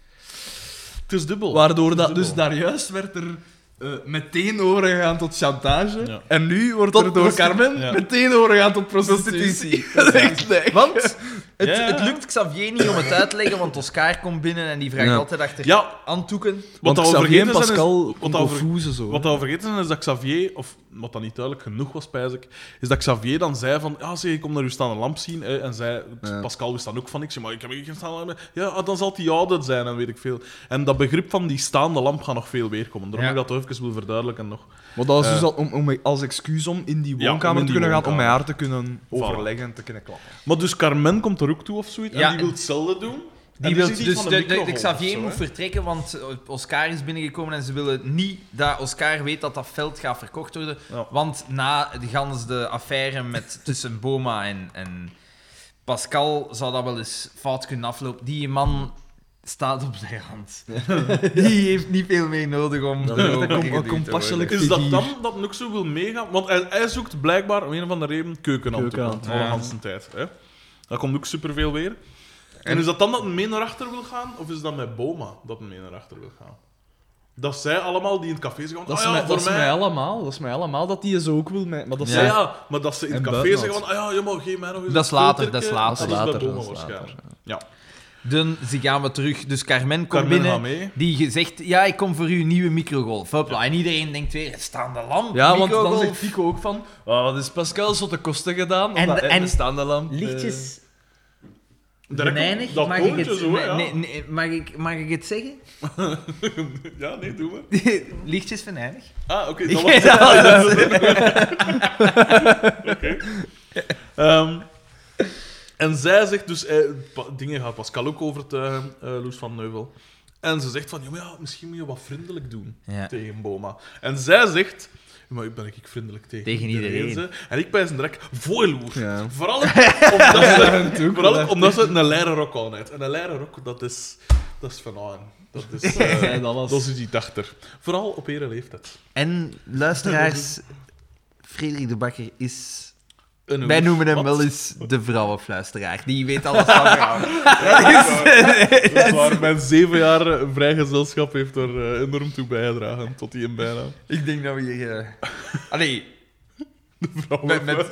Het is dubbel. Waardoor Het is dat... Dus dubbel. daar juist werd er meteen overgegaan tot chantage. Ja. En nu wordt er door Carmen ja. meteen overgegaan tot prostitutie. Dat is echt slecht. Want Ja. het lukt Xavier niet om het uit te leggen, want Oscar komt binnen en die vraagt Ja. altijd achter Ja, handdoeken. Want dat we Xavier en vergeten zijn Pascal is- wat dat we- confusen zo. Wat we vergeten zijn is dat Xavier, of wat dan niet duidelijk genoeg was, pijs ik, is dat Xavier dan zei van, ja, zeg, ik kom naar uw staande lamp zien. Hè, en zij, Ja. Pascal wist dan ook van niks. Maar ik heb geen staande lamp. Ja, dan zal die ouder zijn en weet ik veel. En dat begrip van die staande lamp gaat nog veel weer komen. Daarom Ja. heb ik dat toch even wil verduidelijken nog. Maar dat is dus om als excuus om in die Ja, woonkamer om in te die kunnen gaan, om met woonkamer. haar te kunnen overleggen en te kunnen klappen. Maar dus Carmen komt er ook toe of zoiets. Ja, En die wil hetzelfde doen. Die En wil, is iets dus van de microgolf Xavier of zo, moet hè. vertrekken, want Oscar is binnengekomen en ze willen niet dat Oscar weet dat dat veld gaat verkocht worden. Ja. Want na de affaire tussen Boma en Pascal zou dat wel eens fout kunnen aflopen. Die man staat op zijn hand. Die heeft niet veel meer nodig om... Dat is echt een geduwd te compasselijk worden. Is dat figuur. dan dat ook zo wil meegaan? Want hij zoekt blijkbaar om een of andere reden keukenhanddoeken. Keukenhanddoeken. Alle Ja. ganse tijd. Hè? Dat komt ook superveel weer. En is dat dan dat hij mee naar achter wil gaan? Of is dat met Boma dat hij mee naar achter wil gaan? Dat zij allemaal die in het café zeggen van, Dat is, ah ja, mij, voor dat is mij allemaal. Dat is mij allemaal dat die zo ook wil. Maar dat Ja. zij... ja, maar dat ze in het En café buiten zeggen van, ah ja, maar geef mij nog eens Dat is een later, filtertje. dat is later. Dat is bij Boma dat is waarschijnlijk. later. Ja. Dan gaan we terug. Dus Carmen komt Carmen binnen. gaat mee. Die zegt, ja, ik kom voor u een nieuwe microgolf. Hopla. En iedereen denkt weer, staande lamp, Ja, want dan microgolf. zegt Pico ook van... Oh, wat is Pascal zo de kosten gedaan? En- Omdat hij en de staande lamp... Lichtjes Direct venijnig. dat Mag toontje ik het, zo, hè, ja. nee, mag ik het zeggen? Ja, nee, doe maar. Lichtjes venijnig. Ah, oké, dat was Oké. En zij zegt dus... dingen gaat Pascal ook overtuigen, Loes van Neuvel. En ze zegt van, ja, maar ja, misschien moet je wat vriendelijk doen Ja. tegen Boma. En zij zegt... Maar ben ik vriendelijk tegen iedereen. Ze. En ik ben direct voiloer. Ja. Vooral ook omdat ze een leren rok aan heeft. En een leren rok, dat is van aan. Dat is... dat is iets achter. Vooral op hele leeftijd. En luisteraars, Frederik de Bakker is... Een Wij hoer. noemen hem Wat? wel eens de vrouwenfluisteraar. Die weet alles van vrouwen. Dat is waar. Mijn 7 jaar vrijgezelschap heeft er enorm toe bijgedragen, tot die een bijnaam. Ik denk dat we hier... Allee, Vrouw.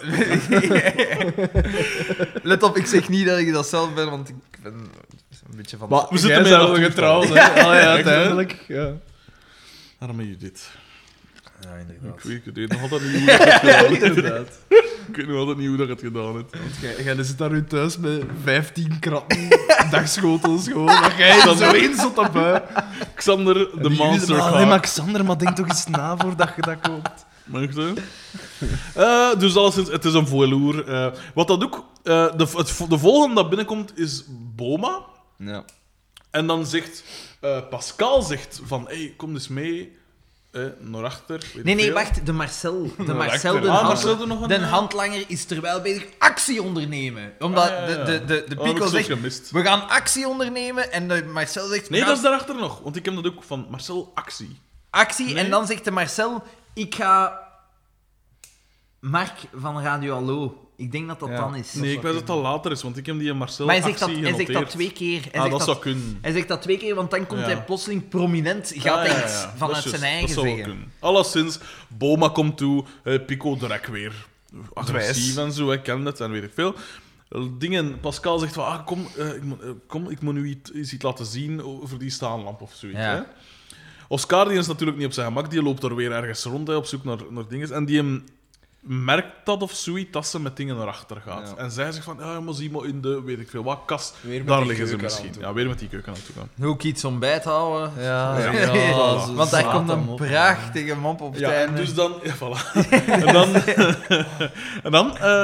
let op, ik zeg niet dat ik dat zelf ben, want ik ben een beetje van... Maar We zitten jij met bent dat wel toestel. getrouwd, hè? Ah, ja, Echt, hè? uiteindelijk. Ja. Arme Judith. Ja, inderdaad. Ik weet nog altijd niet hoe dat het gedaan hebt. Inderdaad. Ik weet nog altijd niet hoe dat het gedaan hebt. Jij zit daar nu thuis met 15 kratten dagschotels gewoon. Dat jij er zo in zot op bui. Xander, de monster Nee, gaat. maar Xander, maar denk toch eens na voordat je dat koopt. Mag ik zeggen? Dus alleszins, het is een voiloer. Wat dat ook... de volgende dat binnenkomt is Boma. Ja. En dan zegt... Pascal zegt van... Hey, kom eens mee. Naar achter. weet Nee, ik nee, veel. wacht. De Marcel, de Ah, Marcel doet nog een... de handlanger is terwijl bezig actie ondernemen. Omdat Ah, ja, ja. de Oh, heb ik Pico zelfs zegt, gemist. we gaan actie ondernemen. En de Marcel zegt, we Nee, gaan dat is daarachter nog. Want ik heb dat ook van Marcel Actie. actie. Nee. En dan zegt de Marcel, ik ga... Mark van Radio Hallo. Ik denk dat dat Ja. dan is. Nee, ik weet dat dat later is, want ik heb die Marcel Maar Actie hij zegt genoteerd. dat 2 keer. Hij Ah, zegt dat zou kunnen. Hij zegt dat 2 keer, want dan komt Ja. hij plotseling prominent. Gaat hij iets Dat vanuit is zijn juist. eigen dat zou wel zeggen. kunnen. Alleszins, Boma komt toe, Pico direct weer agressief en zo, ik ken het en weet ik veel. Dingen, Pascal zegt van, ik moet nu iets laten zien over die staanlamp of zoiets. Ja. Hè? Oscar die is natuurlijk niet op zijn gemak, die loopt er weer ergens rond hè, op zoek naar dingen. En die hem merkt dat of zoiets, dat ze met dingen naar achter gaat. Ja. En zij zegt van, ja, maar zie maar in de, weet ik veel wat, kast, Weer met daar die liggen ze keuken misschien. aan toe. Ja, weer met die keuken aan toe gaan. Ook iets ontbijt houden. Ja, Ja. Want daar zaad komt hem een op. prachtige mop op het Ja, en einde. dus dan... Ja, voilà. en dan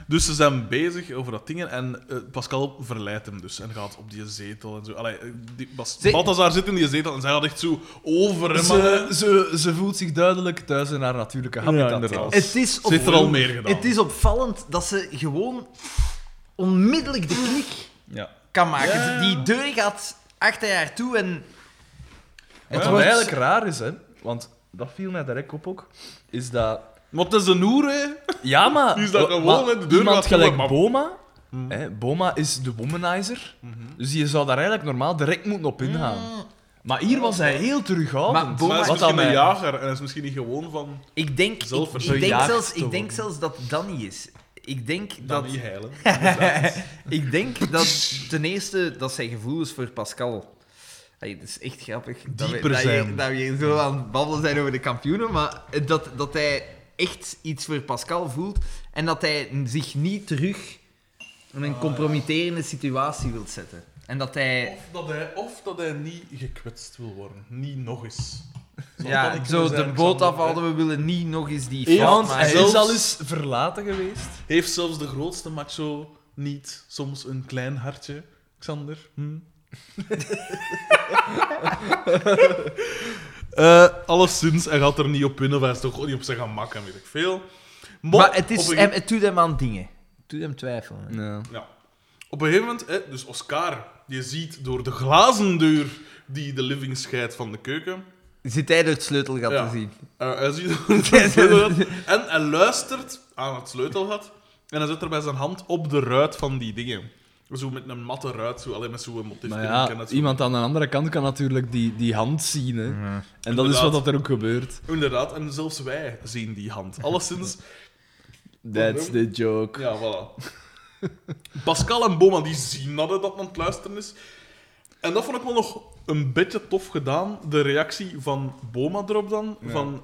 Dus ze zijn bezig over dat ding en Pascal verleidt hem dus en gaat op die zetel en zo. Allee, Balthazar zit in die zetel en zij gaat echt zo over hem. Ze voelt zich duidelijk thuis in haar natuurlijke habitat. inderdaad. Het is Ze heeft er al meer gedaan. Het is opvallend dat ze gewoon onmiddellijk de klik Ja. kan maken. Ja. Die deur gaat achter haar toe en... Wat wordt- eigenlijk raar is, hè, want dat viel mij direct op ook, is dat... Wat is een oer, hè? Ja, maar... Die is dat gewoon, maar hè, de deur iemand gaat gelijk gewoon, Boma... Hè, Boma is de womanizer, dus die zou daar eigenlijk normaal direct moeten op ingaan. Maar hier was hij heel terughoudend. Maar Boma- Maar hij is Wat misschien dat een mij... jager en hij is misschien niet gewoon van... Ik denk, Zelfverzekerd ik denk zelfs dat dat niet is. Ik denk Dat dat... niet heilen. Ik denk dat ten eerste dat zijn gevoelens voor Pascal... Hey, dat is echt grappig. Dieper zijn. Dat we hier zo aan het babbelen zijn over de kampioenen, maar dat hij echt iets voor Pascal voelt en dat hij zich niet terug in een compromitterende situatie wil zetten. En dat hij... Of dat hij niet gekwetst wil worden. Niet nog eens. Ja, zo de boot afhouden, we willen niet nog eens die Ja, fout want maken. Hij zelfs- is al eens verlaten geweest. Heeft zelfs de grootste macho niet soms een klein hartje, Xander? Alleszins, hij gaat er niet op in, of hij is toch niet op zijn gemak en weet ik veel. Maar het, is, op een het doet hem aan dingen. Het doet hem twijfelen. Ja. Ja. Op een gegeven moment, dus Oscar, je ziet door de glazen deur die de living scheidt van de keuken. Zit hij door het sleutelgat Ja. te zien? Hij ziet door het sleutelgat en hij luistert aan het sleutelgat en hij zet er bij zijn hand op de ruit van die dingen. Zo met een matte ruit, zo, alleen met zo'n motief. Maar ik ja, ken het zo. iemand aan de andere kant kan natuurlijk die hand zien. Hè. En dat is Inderdaad. wat er ook gebeurt. Inderdaad, en zelfs wij zien die hand. Alleszins, That's the joke. ja, voilà. Pascal en Boma die zien dat het aan het luisteren is. En dat vond ik wel nog een beetje tof gedaan, de reactie van Boma erop dan. Ja. Van,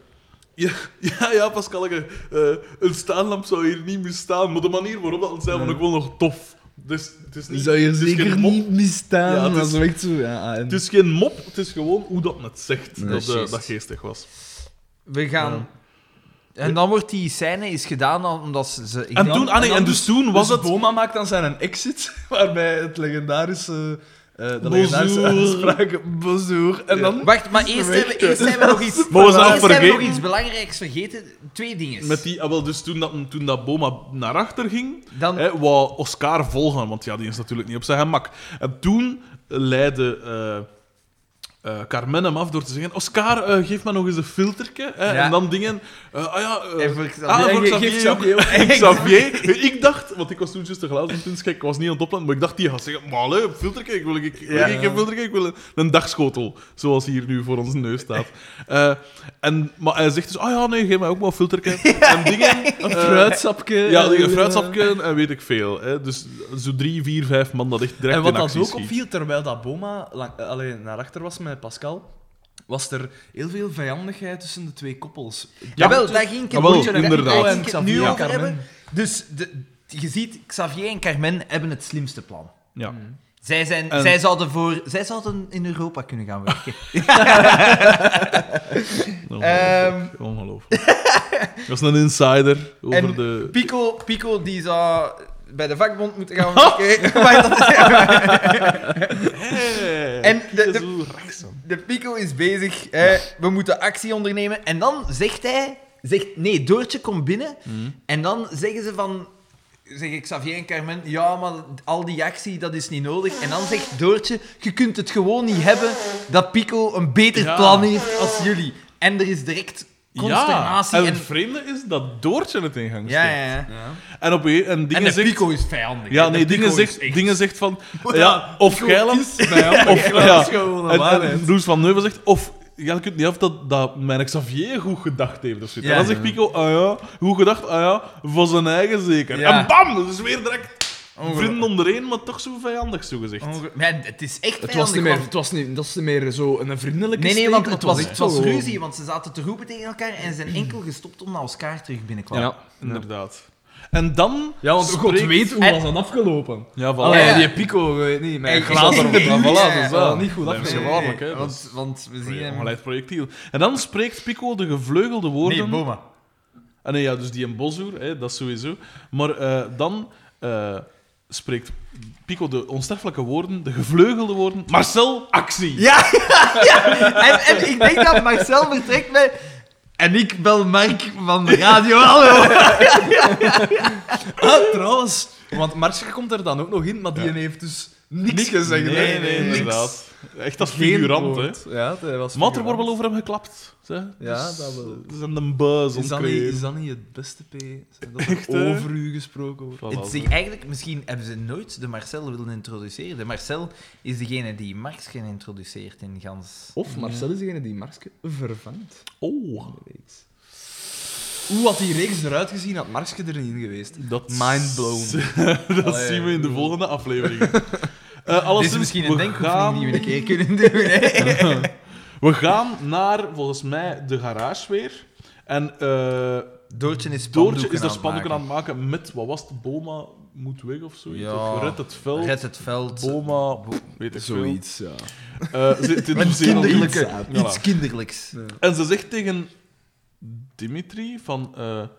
ja, Pascalke, een staanlamp zou hier niet misstaan. Maar de manier waarop dat zei, vond ik wel nog tof. Dus, het is niet, Zou je het is zeker geen mop. niet misstaan. Ja, het is- dat is echt zo. Ja, en... Het is geen mop, het is gewoon hoe dat het zegt Nee, dat, juist. dat geestig was. We gaan... En dan wordt die scène is gedaan omdat ze... ik En denk- toen, en dus toen was het... Boma maakt dan zijn exit, waarbij het legendarische... de Bonjour. legendarische uitspraak... Bonjour. En Ja. dan... Wacht, maar eerst hebben we nog iets... Maar we zijn nog eerst hebben we nog vergeten. iets belangrijks vergeten. 2 dingen. Met die, dus toen dat Boma naar achter ging, Dan... wou Oscar volgen, want ja, die is natuurlijk niet op zijn gemak. En toen leidde Carmen hem af door te zeggen: Oscar, geef me nog eens een filtertje. Ja. En dan dingen. En voor voor Xavier Xavier ook. Xavier. Ik dacht, want ik was toen juist te glazen toen ik was niet aan het opletten, maar ik dacht die gaat zeggen: maar allee, een filtertje, ik wil geen filtertje, ik wil een dagschotel, zoals hier nu voor onze neus staat. Maar hij zegt dus: oh ja, nee, geef mij ook maar een filtertje. En dingen. Een fruitsapje. Ja, en, een fruitsapje en weet ik veel. Hè. Dus zo 3, 4, 5 man dat echt direct En wat in dat actie ook schiet. opviel, terwijl dat Boma naar achter was met Pascal, was er heel veel vijandigheid tussen de twee koppels. Jawel, daar ging ik het, Jawel, daar ging inderdaad. ik het nu En over Carmen. hebben. Dus je ziet, Xavier en Carmen hebben het slimste plan. Ja. En- Zij zouden in Europa kunnen gaan werken. Ongelooflijk. Dat is een insider over En de... Pico die zou bij de vakbond moeten gaan werken. Maar dat is- En de Pico is bezig. We moeten actie ondernemen. En dan zegt hij... Nee, Doortje komt binnen. En dan zeggen ze van... Zeggen Xavier en Carmen... Ja, maar al die actie, dat is niet nodig. En dan zegt Doortje... Je kunt het gewoon niet hebben dat Pico een beter plan heeft als jullie. En er is direct consternatie. en het vreemde is dat Doortje het in gang Ja, steekt. ja, ja. En op een en En dingen de zegt... Pico is vijandig. Ja, hè. nee, De Pico dingen is zegt van... Ja, Ja, of Geilen... Of, Dat ja, is gewoon en waarheid. Roes van Neuvel zegt... Of... Ja, je kunt niet af dat mijn Xavier goed gedacht heeft of zoiets. Ja. En dan zegt Pico... Ah ja, goed gedacht, ah ja, voor zijn eigen zeker. Ja. En bam! Dat is weer direct... Ongelooflijk. Vrienden ondereen, maar toch zo vijandig, zo gezegd. Maar het is echt Het was vijandig, niet meer, want- het was niet, dat is niet meer zo een vriendelijke Nee, steek, want maar het was echt zo ruzie, want ze zaten te roepen tegen elkaar en ze zijn enkel gestopt omdat Oscar terug binnenkwam. Ja. Inderdaad. En dan... Ja, want God spreekt- weet hoe En- was dat afgelopen. Ja, voilà. Allee, Ja. die Pico, weet niet, met En- een glazen en- erop. en- Voilà, en- dus dat niet goed Nee, af. nee, gevaarlijk, hè. Want we zien hem... Ongeleid projectiel. En dan spreekt Pico de gevleugelde woorden... Nee, Boma. Ah, nee, ja, dus die een boshoer, hè, dat sowieso. Maar dan spreekt Pico de onsterfelijke woorden, de gevleugelde woorden. Marcel, actie! Ja, en ik denk dat Marcel vertrekt met... En ik bel Mark van de radio, hallo. Trouwens, want Marcel komt er dan ook nog in, maar die heeft dus niks gezegd. Nee, Niks. inderdaad. Echt als Geen figurant, hè. woord. Ja, hij was Maar er wordt figurant. wel over hem geklapt. Zeg. Ja, Dus, dat wel. Het is een buzz Is dat niet het beste, P? Dat er Echt, hè? over u gesproken wordt? Het is eigenlijk, misschien hebben ze nooit de Marcel willen introduceren. De Marcel is degene die Marx geïntroduceerd in gans... Of Marcel is degene die Marske vervangt. Oh, in de reeks. Hoe had die reeks eruit gezien, had Marske erin geweest? dat... Mindblown. dat Allee, zien we in de volgende aflevering. Dit is misschien een denkoefening die we een keer kunnen doen. Hè? We gaan naar, volgens mij, de garage weer. En Doortje is Doortje is daar spandoeken aan het maken met, wat was het, Boma moet weg of zoiets? Ja. Of Red het veld, Red het veld. Boma, weet ik Zoiets, ja. veel. Dit doen ze nog Kinderlijke, iets. iets kinderlijks. En ze zegt tegen Dimitri van...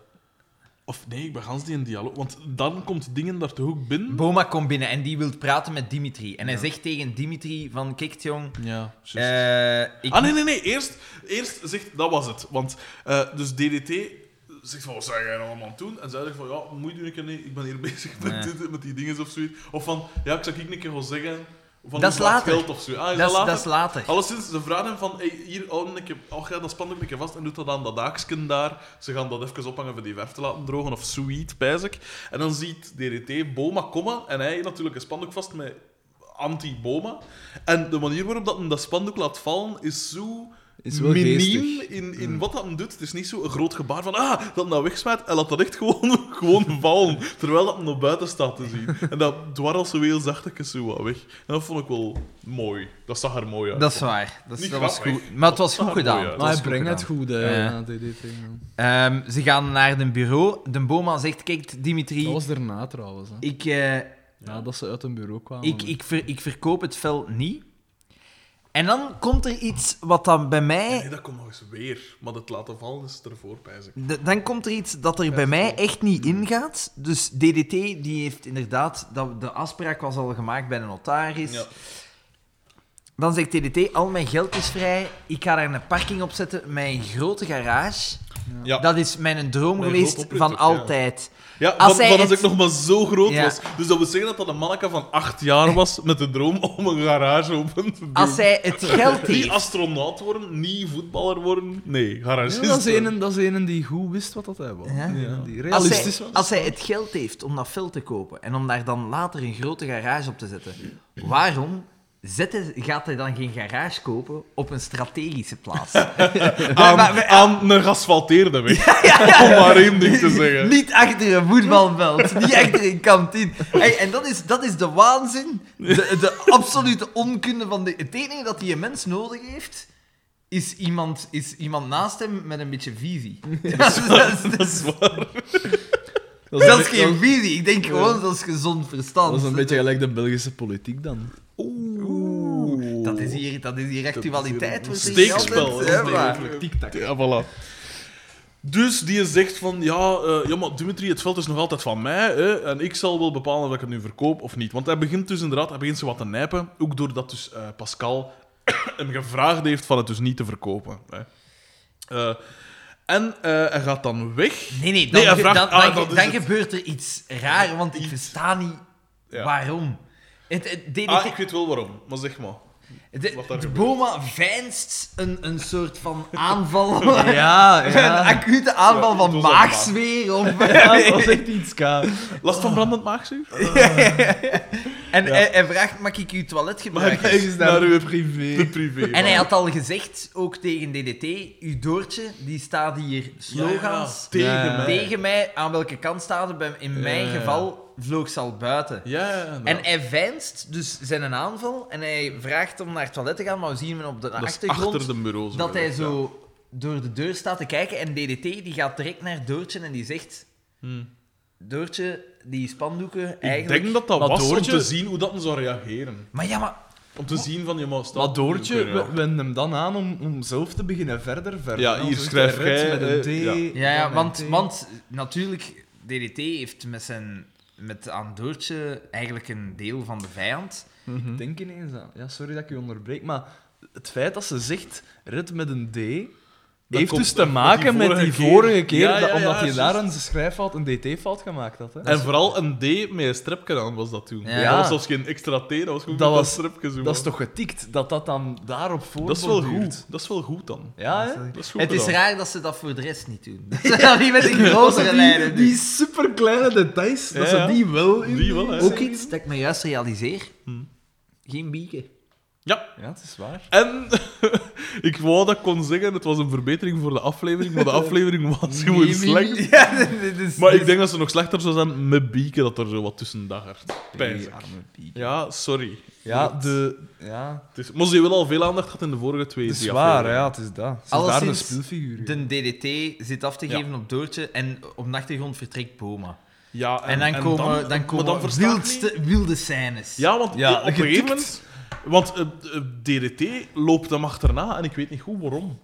of nee, ik ben gans die een dialoog. Want dan komt dingen daar toch ook binnen. Boma komt binnen en die wil praten met Dimitri. En hij zegt tegen Dimitri van, kijk jong... Ja, juist. ik Nee. Eerst zegt, dat was het. Want dus DDT zegt van, wat zou jij nou allemaal doen? En zij zegt van, ja, moet je doen, ik ben hier bezig met, dit, met die dingen of zoiets. Of van, ja, ik zou een keer gaan zeggen... Van Dat is later. Geld of zo. Ah, dat is later. Alleszins, ze vragen hem van, hey, hier, ga dat spandoek een keer vast en doet dat aan dat daaksken daar. Ze gaan dat even ophangen voor die verf te laten drogen, of zoiets, pijs ik. En dan ziet DDT Boma komen en hij natuurlijk een spandoek vast met anti-Boma. En de manier waarop dat hij dat spandoek laat vallen is zo... Is wel miniem geestig. in wat dat hem doet. Het is niet zo een groot gebaar van dat hij dat wegsmijt. Hij laat dat echt gewoon vallen. Terwijl dat hem naar buiten staat te zien. En dat dwarrelt zo heel zachtjes zo wat weg. En dat vond ik wel mooi. Dat zag er mooi uit. Dat is waar. Niet Dat was grappig. goed. Maar het was goed mooi gedaan. uit. Het Maar was hij goed brengt het gedaan. goed, hè, Ja. na DDT. Ja. Ze gaan naar een bureau. De Boma zegt, kijk Dimitri, Dat was daarna trouwens. Hè. ik, Dat ze uit een bureau kwamen. ik verkoop het vel niet. En dan komt er iets wat dan bij mij... Nee, dat komt nog eens weer. Maar het laten vallen is ervoor, pijs ik. Dan komt er iets dat er bij mij echt niet ingaat. Dus DDT die heeft inderdaad... De afspraak was al gemaakt bij de notaris. Ja. Dan zegt DDT, al mijn geld is vrij. Ik ga daar een parking op zetten met een grote garage. Ja. Dat is mijn droom Mijn geweest grote oprit van ook, altijd. Ja, Als hij van het- als ik nog maar zo groot Ja. was. Dus dat wil zeggen dat dat een manneke van 8 jaar was met de droom om een garage open te doen. Als hij het geld Niet heeft... astronaut worden, niet voetballer worden. Nee, Ja, garagist. dat is een die goed wist wat dat hij was. Ja. Ja, die Als realistisch hij, was. als hij het geld heeft om dat veld te kopen en om daar dan later een grote garage op te zetten, waarom gaat hij dan geen garage kopen op een strategische plaats? Aan een geasfalteerde weg. Om maar één ding te zeggen. Niet achter een voetbalveld, niet achter een kantine. Hey, en dat is de waanzin, de absolute onkunde van het enige dat die een mens nodig heeft, is iemand naast hem met een beetje visie. dat Dat is waar. is geen visie, ik denk gewoon dat is gezond verstand. Dat is een beetje gelijk de Belgische politiek dan. Oeh. Dat is hier actualiteit. wordt hier steekspel, altijd, hè, hè, maar- Tik-tak. Ja, voilà. Dus die zegt van, ja, maar Dimitri, het veld is nog altijd van mij, hè, en ik zal wel bepalen of ik het nu verkoop of niet. Want hij begint dus inderdaad, zo wat te nijpen, ook doordat dus Pascal hem gevraagd heeft van het dus niet te verkopen. Hè. En hij gaat dan weg. Nee, Nee, hij vraagt- dat is dan het. gebeurt er iets raar, want ik versta niet Ja. waarom. Het DDT, Ik weet wel waarom, maar zeg maar. wat daar de gebeurt. Boma veinst een soort van aanval. Ja, Een acute aanval Ja, van het was een maagzweer. Of... dat was echt iets kaal. Last van brandend maagzuur? En hij vraagt, mag ik uw toilet gebruiken? Ergens Naar naar uw uw privé. De privé. En hij had al gezegd, ook tegen DDT, uw Doortje, die staat hier slogans tegen Ja. mij. tegen mij. Aan welke kant staat het? In mijn Ja. geval vloog ze al buiten. Ja, En hij veinst dus zijn aanval en hij vraagt om naar het toilet te gaan, maar we zien hem op de dat is achtergrond achter de bureau. zo dat hij gezegd, zo door de deur staat te kijken en DDT die gaat direct naar Doortje en die zegt... ja. Doortje, die spandoeken Ik eigenlijk... denk dat dat Maar was Doortje- om te zien hoe dat men zou reageren. Maar ja, maar Om te zien van je mag staan. Maar Doortje Ja. wend hem dan aan om zelf te beginnen verder. Ja, Dan hier zegt schrijf hij jij, met een T. Ja, dan met een T. want natuurlijk, DDT heeft met aan Doortje eigenlijk een deel van de vijand. Ik denk ineens aan... Ja, sorry dat ik je onderbreek, maar het feit dat ze zegt red met een D... heeft komt dus te met maken die met die vorige vorige keer, keer. Ja, omdat hij juist. daar een schrijffout, een DT-fout gemaakt had. Hè. En vooral een D met een strepje aan was dat toen. Ja. Dat was zelfs geen extra T, dat was gewoon Dat dat was- strepje zo. Dat is toch getikt, dat dan daarop voor Dat is wel goed. Dat is wel goed dan. Ja, hè? Dat is goed Het is gedaan. raar dat ze dat voor de rest niet doen. Dat ze dat niet met de grotere lijnen doen. Die superkleine details, dat Ja, ze die wel in... Die wel, hè. Ook iets dat ik me juist realiseer. Geen bieken. Ja, Ja, het is waar. en ik wou dat ik kon zeggen, het was een verbetering voor de aflevering, maar de aflevering was gewoon slecht. Ja, dit is... Maar ik denk dat ze nog slechter zou zijn met Bieke, dat er zo wat tussen daggert. Pijs ik. arme piek. Ja, sorry. Ja, ja, Het is, maar ze hebben wel al veel aandacht gehad in de vorige twee. het is die waar, afleveringen. ja, het is dat. Ze is Alleszins, daar een speelfiguur. De DDT zit af te geven op Doortje en op de achtergrond vertrekt Boma. Ja, En dan komen maar dan versta ik niet- wilde scènes. Ja, want Ja, op een getikt. gegeven moment... Want DDT loopt hem achterna en ik weet niet goed waarom.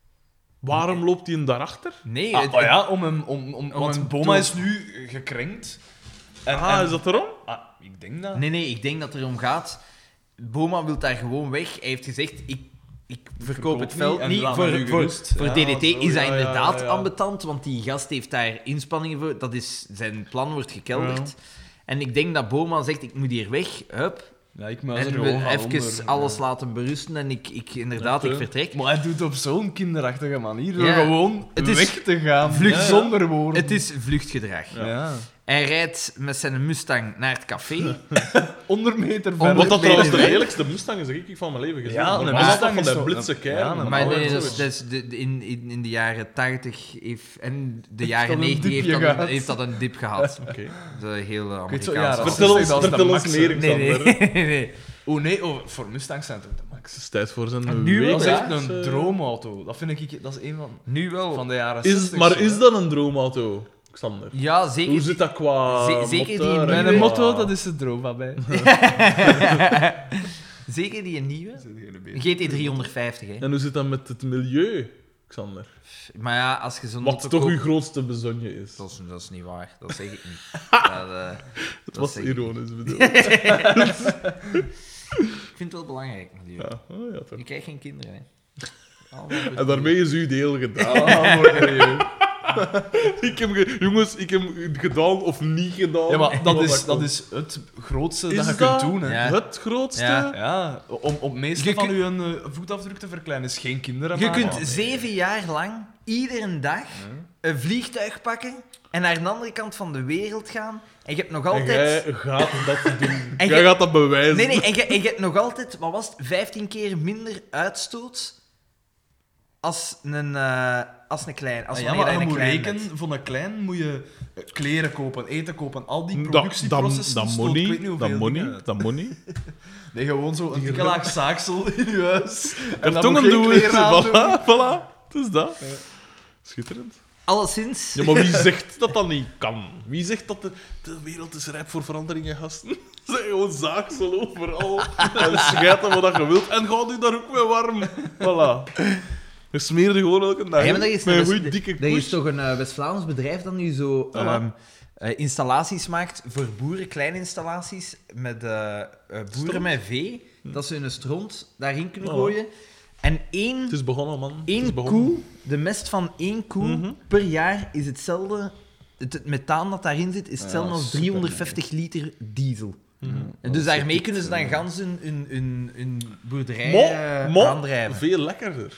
Waarom loopt hij hem daarachter? Nee, Ah, ja, om hem... want hem Boma door- is nu gekrenkt. En, Is dat erom? Ah, ik denk dat. nee, ik denk dat het erom gaat. Boma wil daar gewoon weg. Hij heeft gezegd, ik verkoop het niet veld en niet. laat Voor, me nu voor, gerust. voor Ja, DDT zo, is dat ja, inderdaad ja. ambetant, want die gast heeft daar inspanningen voor. Dat is, zijn plan wordt gekelderd. En ik denk dat Boma zegt, ik moet hier weg. Hup. Ja, ik muis er En gewoon van even onder. alles Ja. laten berusten en inderdaad, Ja, ik vertrek. Maar hij doet het op zo'n kinderachtige manier. Door Ja, gewoon het is weg te gaan. vlucht- Zonder woorden. Het is vluchtgedrag. Ja. Hij rijdt met zijn Mustang naar het café. 100 meter Wat verder. Wat dat trouwens de beter. lelijkste Mustang is dat ik van mijn leven gezien. Ja, een Normaal Mustang van is die zo- blitse ja, keilen. een Maar oude nee, zoiets. dat is in de jaren 80 en de jaren dat een 90 dipje gehad. heeft dat een dip gehad. Oké. Dat is een heel Ik weet zo, Amerikaans. ja, Vertel ons, dat is de vertel ons max, meer, hè. Xander. nee. Oh nee, voor Mustangs zijn het ook de max. Het is tijd voor zijn nu wel, Dat is week. echt een droomauto. Dat vind ik... Dat is een van... Nu wel. Van de jaren Is, 60. maar zo, is hè. dat een droomauto, Xander? Ja, zeker. Hoe zit dat qua Zeker die motor en nieuwe- Mijn qua- motto, dat is de droom van mij. Zeker die nieuwe. GT 350, hè. En hoe zit dat met het milieu, Xander? Maar ja, als je zo'n Wat auto toch koopt- uw grootste bezonje is. Dat is niet waar. Dat zeg ik niet. Dat, Het dat was zeg ik ironisch bedoeld. Ik vind het wel belangrijk, natuurlijk. Ja, oh, ja toch. Je krijgt geen kinderen, hè. Allemaal voor En daarmee is uw deel gedaan. Jongens, ik heb het gedaan of niet gedaan. Ja, maar dat is, Wat dat is het grootste Is dat je dat kunt doen. Hè. Ja. het grootste? Ja. Ja, om het meeste Je van kunt- uw voetafdruk te verkleinen is geen kinderen Je maken. kunt 7 jaar lang, iedere dag, een vliegtuig pakken en naar de andere kant van de wereld gaan. En je hebt nog En altijd... jij gaat dat doen. En Jij jij- gaat dat bewijzen. Nee, en je hebt nog altijd, wat was het, 15 keer minder uitstoot als een klein. Als Ah, ja, wanneer maar je je een moet klein rekenen, bent. van een klein moet je kleren kopen, eten kopen, al die Dat productieprocessen dat stoot, moet ik weet niet. niet Dat hoeveel moet dingen niet. uit. Dat moet niet. Nee, gewoon zo een dikke laag zaagsel in je huis. En dan Kartongen moet je doen. kleren aan doen. Voilà, voilà. Het is dat. Schitterend. Alleszins, Ja, maar wie zegt dat dat niet kan? Wie zegt dat de wereld is rijp voor veranderingen, gasten? Zeg gewoon zaagsel overal. En schijten wat je wilt. En ga u daar ook mee warm. Voilà. Je smeert je gewoon elke dag. Ja, maar dat is, met een dat is- goeie dikke er is koers. toch een West-Vlaams bedrijf dat nu zo installaties maakt voor boeren, kleininstallaties, met boeren met vee, dat ze hun stront daarin kunnen Oh. gooien. En Het één is begonnen, man. Het is begonnen. koe, de mest van één koe Mhm. per jaar is hetzelfde. Het methaan dat daarin zit, is hetzelfde Ja, als 350 liter diesel. En dus daarmee kunnen ze dan gans hun boerderij aandrijven. Veel lekkerder.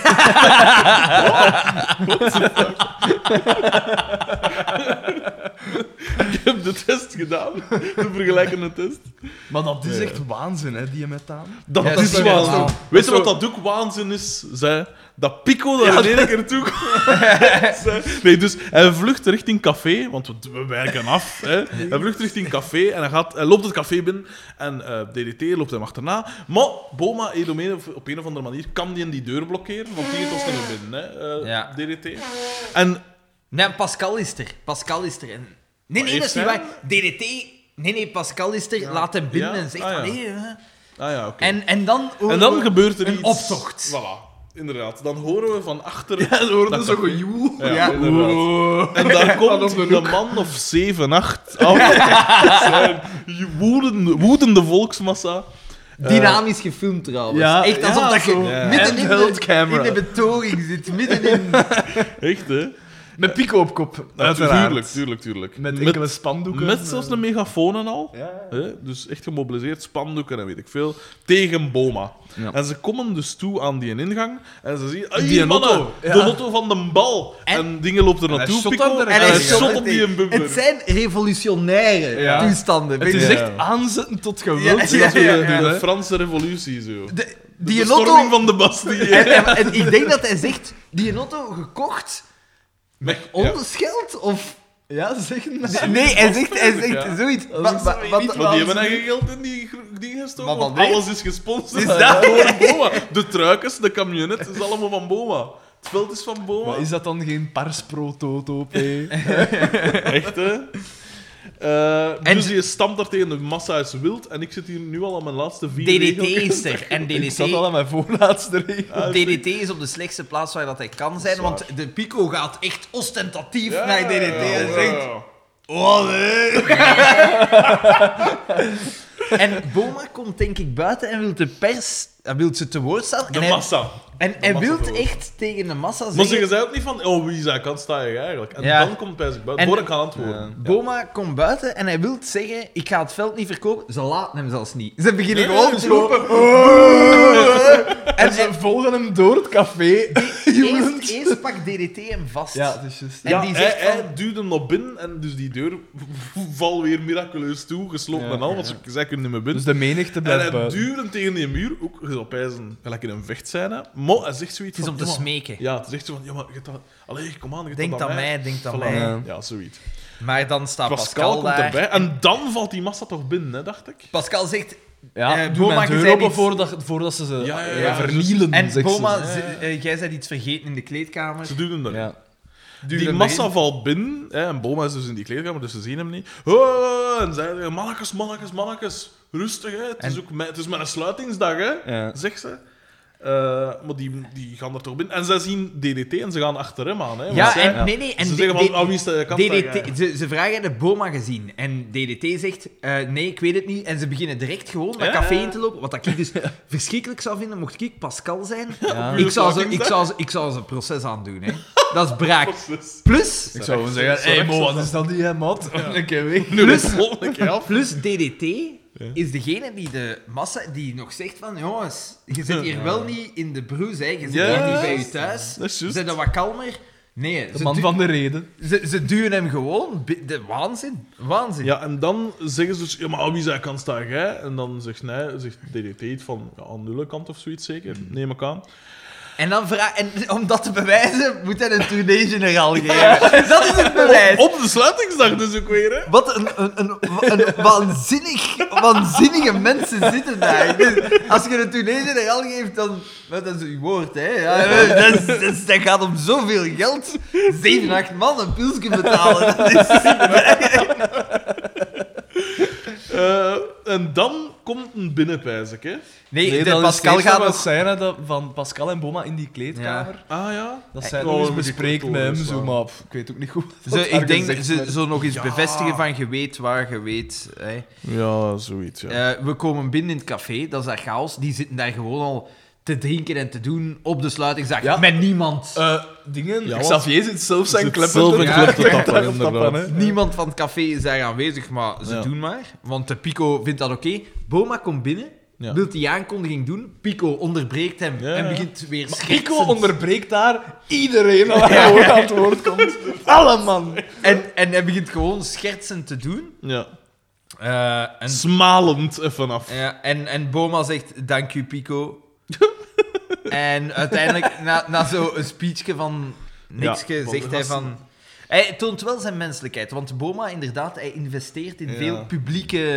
Ik heb de test gedaan, de vergelijkende test. Maar dat is Ja. echt waanzin, hè, die methaan. Dat Ja, is dat is waanzin. wel- Weet je dat wat is dat ook waanzin is? Zij, dat Pico daar in één keer toe komt. Nee, dus hij vlucht richting café, want we werken af. Hè. Hij vlucht richting café en hij loopt het café binnen en DDT loopt hem achterna. Maar Boma, op een of andere manier, kan die deur blokkeren, want die was niet meer binnen, hè, Ja. DDT. En Nee, Pascal is er. Pascal is er. En... Nee, Wat dat is heeft niet hij? waar. DDT... Nee, Pascal is er, laat hem binnen Ja? en zegt Ah, van... ja. Nee, Ah ja, oké. En dan En dan gebeurt er een iets... optocht. Voilà, inderdaad. Dan horen we van achter... Ja, dan hoorde dat zo'n café. gejoel. Ja, inderdaad. En daar komt op de een man of 7, 8 af. Dat zijn woedende volksmassa. Dynamisch gefilmd trouwens. Ja, Echt alsof ja, dat je zo. midden in Handheld camera. de betoging zit. Midden in... Echt, hè? Met pico op kop. Uiteraard. Tuurlijk. Met enkele spandoeken. Met zelfs een megafoon en al. Ja. Hè? Dus echt gemobiliseerd, spandoeken en weet ik veel. Tegen Boma. Ja. En ze komen dus toe aan die ingang. En ze zien... Die Die mannen, auto, ja. de auto van de bal. En dingen loopt er hij naartoe, shot Pico. hem er En en hij hij shot shot op die een bumper. Het zijn revolutionaire Ja. toestanden. Het weet is je. echt aanzetten tot geweld. Ja, De Franse revolutie, zo. De De auto... storming van de Bastille. En ik denk dat hij zegt, die auto gekocht Met onderscheld of... Ja, zeggen dat. Nee, hij zegt Ja. zoiets. Dat is Wat- zoiets wat- Maar die hebben eigen geld in die gestoken. Maar Want wat alles is gesponsord Is dat- door Boma. De truikens, de camionet, is allemaal van Boma. Het veld is van Boma. Maar is dat dan geen pars-pro-toto, P? Echt, hè? Dus je stamt daar tegen de massa is wild. En ik zit hier nu al aan mijn laatste 4 DDT regeltjes. is er. En Ik zat al aan mijn voorlaatste regel. DDT is op de slechtste plaats waar dat hij kan zijn, waar. want de Pico gaat echt ostentatief Ja, naar DDT en zegt... ja. Oh nee! En Boma komt denk ik buiten en wil de pers... Hij wil ze te woord staan. De en massa. En hij massa wil te woord. echt tegen de massa Maar zeggen... zeggen zij ook niet van, oh, wie zij kan, sta je eigenlijk. En Ja. dan komt Pijs buiten, En- voor ik ga antwoorden. Boma komt buiten en hij wil zeggen, ik ga het veld niet verkopen. Ze laten hem zelfs niet. Ze beginnen Nee, gewoon ze te roepen. En ze volgen hem door het café. Eerst pakt DDT hem vast. Ja, het is juist. En Ja, die zegt hij van- duwt hem naar binnen en dus die deur valt weer miraculeus toe, gesloten Ja, en al, ja, want ja. zij kunnen niet meer binnen. Dus de menigte En blijft hij buiten. duwt hem tegen die muur, ook op ijzen, gelijk in een vechtscène. Maar hij zegt zoiets Het is van... om te ja, maar- smeken. Ja, het is echt zo van, ja, maar... Allee, kom aan, Denk aan mij, denk aan Voilà. mij. Ja. Ja, zoiets. Maar dan staat Pascal Pascal komt daar. erbij en dan valt die massa toch binnen, hè, dacht ik. Pascal zegt... Ja, doe Boma, mijn je deur zei open iets- voordat ze ze Ja, vernielen, En zegt Boma, ze. jij zei iets vergeten in de kleedkamer. Ze duwt hem erin. Ja. Duw Die hem massa erin. valt binnen, hè, en Boma is dus in die kleedkamer, dus ze zien hem niet. Oh, en zij zeggen, mannetjes, rustig, hè. Het is maar een sluitingsdag, hè, Ja. zegt ze. Maar die gaan er toch binnen. En zij zien DDT en ze gaan achter hem aan. Hè, want Ja, zij- en nee. En ze zeggen van, wie is de kant DDT, ze vragen, de Boma gezien? En DDT zegt, nee, ik weet het niet. En ze beginnen direct gewoon dat Ja, café ja. in te lopen. Wat dat ik dus verschrikkelijk zou vinden, mocht ik Pascal zijn. Ja. Ik zou ze proces aandoen, hè. Dat is braak. Precies. Plus, Ik zou gewoon zeggen, hé, Mo, wat is dat die, hè, mat? Een keer weg. Nu de volgende keer af. plus DDT is degene die de massa, die nog zegt van, jongens, je zit hier wel niet in de broes, hè. Je zit Ja, hier niet bij je thuis. dat is juist. Zijn wat kalmer? Nee, De man van de reden. Ze duwen hem gewoon. Waanzin. Ja, en dan zeggen ze dus, ja, maar wie zij kan sta jij? En dan zegt DDT iets van, ja, aan de kant of zoiets zeker, neem ik aan. En om dat te bewijzen, moet hij een tournee-generaal geven. Dat is het bewijs. Op de sluitingsdag dus ook weer, hè. Wat een waanzinnige mensen zitten daar. Dus als je een tournee-generaal geeft, dan... Dat is uw woord, hè. Ja, dat gaat om zoveel geld. 7, 8 man een pilsje betalen. Dat is... En dan komt een binnenpijzik, hè. Nee, dan Pascal is gaat nog... nog... scène van Pascal en Boma in die kleedkamer. Ah, ja. Dat zij Oh, nog eens moet ik bespreekt kort met hem, overslaan. zo, maar ik weet ook niet goed. wat Ik daar denk, gezegd ze werd. zo nog eens Ja. bevestigen van je weet waar, je weet... Hè. Ja, zoiets, ja. We komen binnen in het café, dat is daar chaos. Die zitten daar gewoon al te drinken en te doen op de sluitingsdag. Ja. Met niemand. Dingen, Ja, Xavier zit zelf zijn Zit kleppen zelf te een klep te tappen, tappen, inderdaad. hè. Niemand van het café is daar aanwezig, maar ze Ja. doen maar. Want de Pico vindt dat oké. Boma komt binnen, Ja. wil die aankondiging doen. Pico onderbreekt hem Ja, en ja. begint weer Maar schertsend. Pico onderbreekt daar iedereen al aan het woord komt. Alle man. En hij begint gewoon schertsend te doen. Ja. En, Smalend even af. en Boma zegt, dank u Pico. En uiteindelijk, na zo'n speechje van niksje, Ja, zegt hij van... Hij toont wel zijn menselijkheid, want Boma, inderdaad, hij investeert in Ja. veel publieke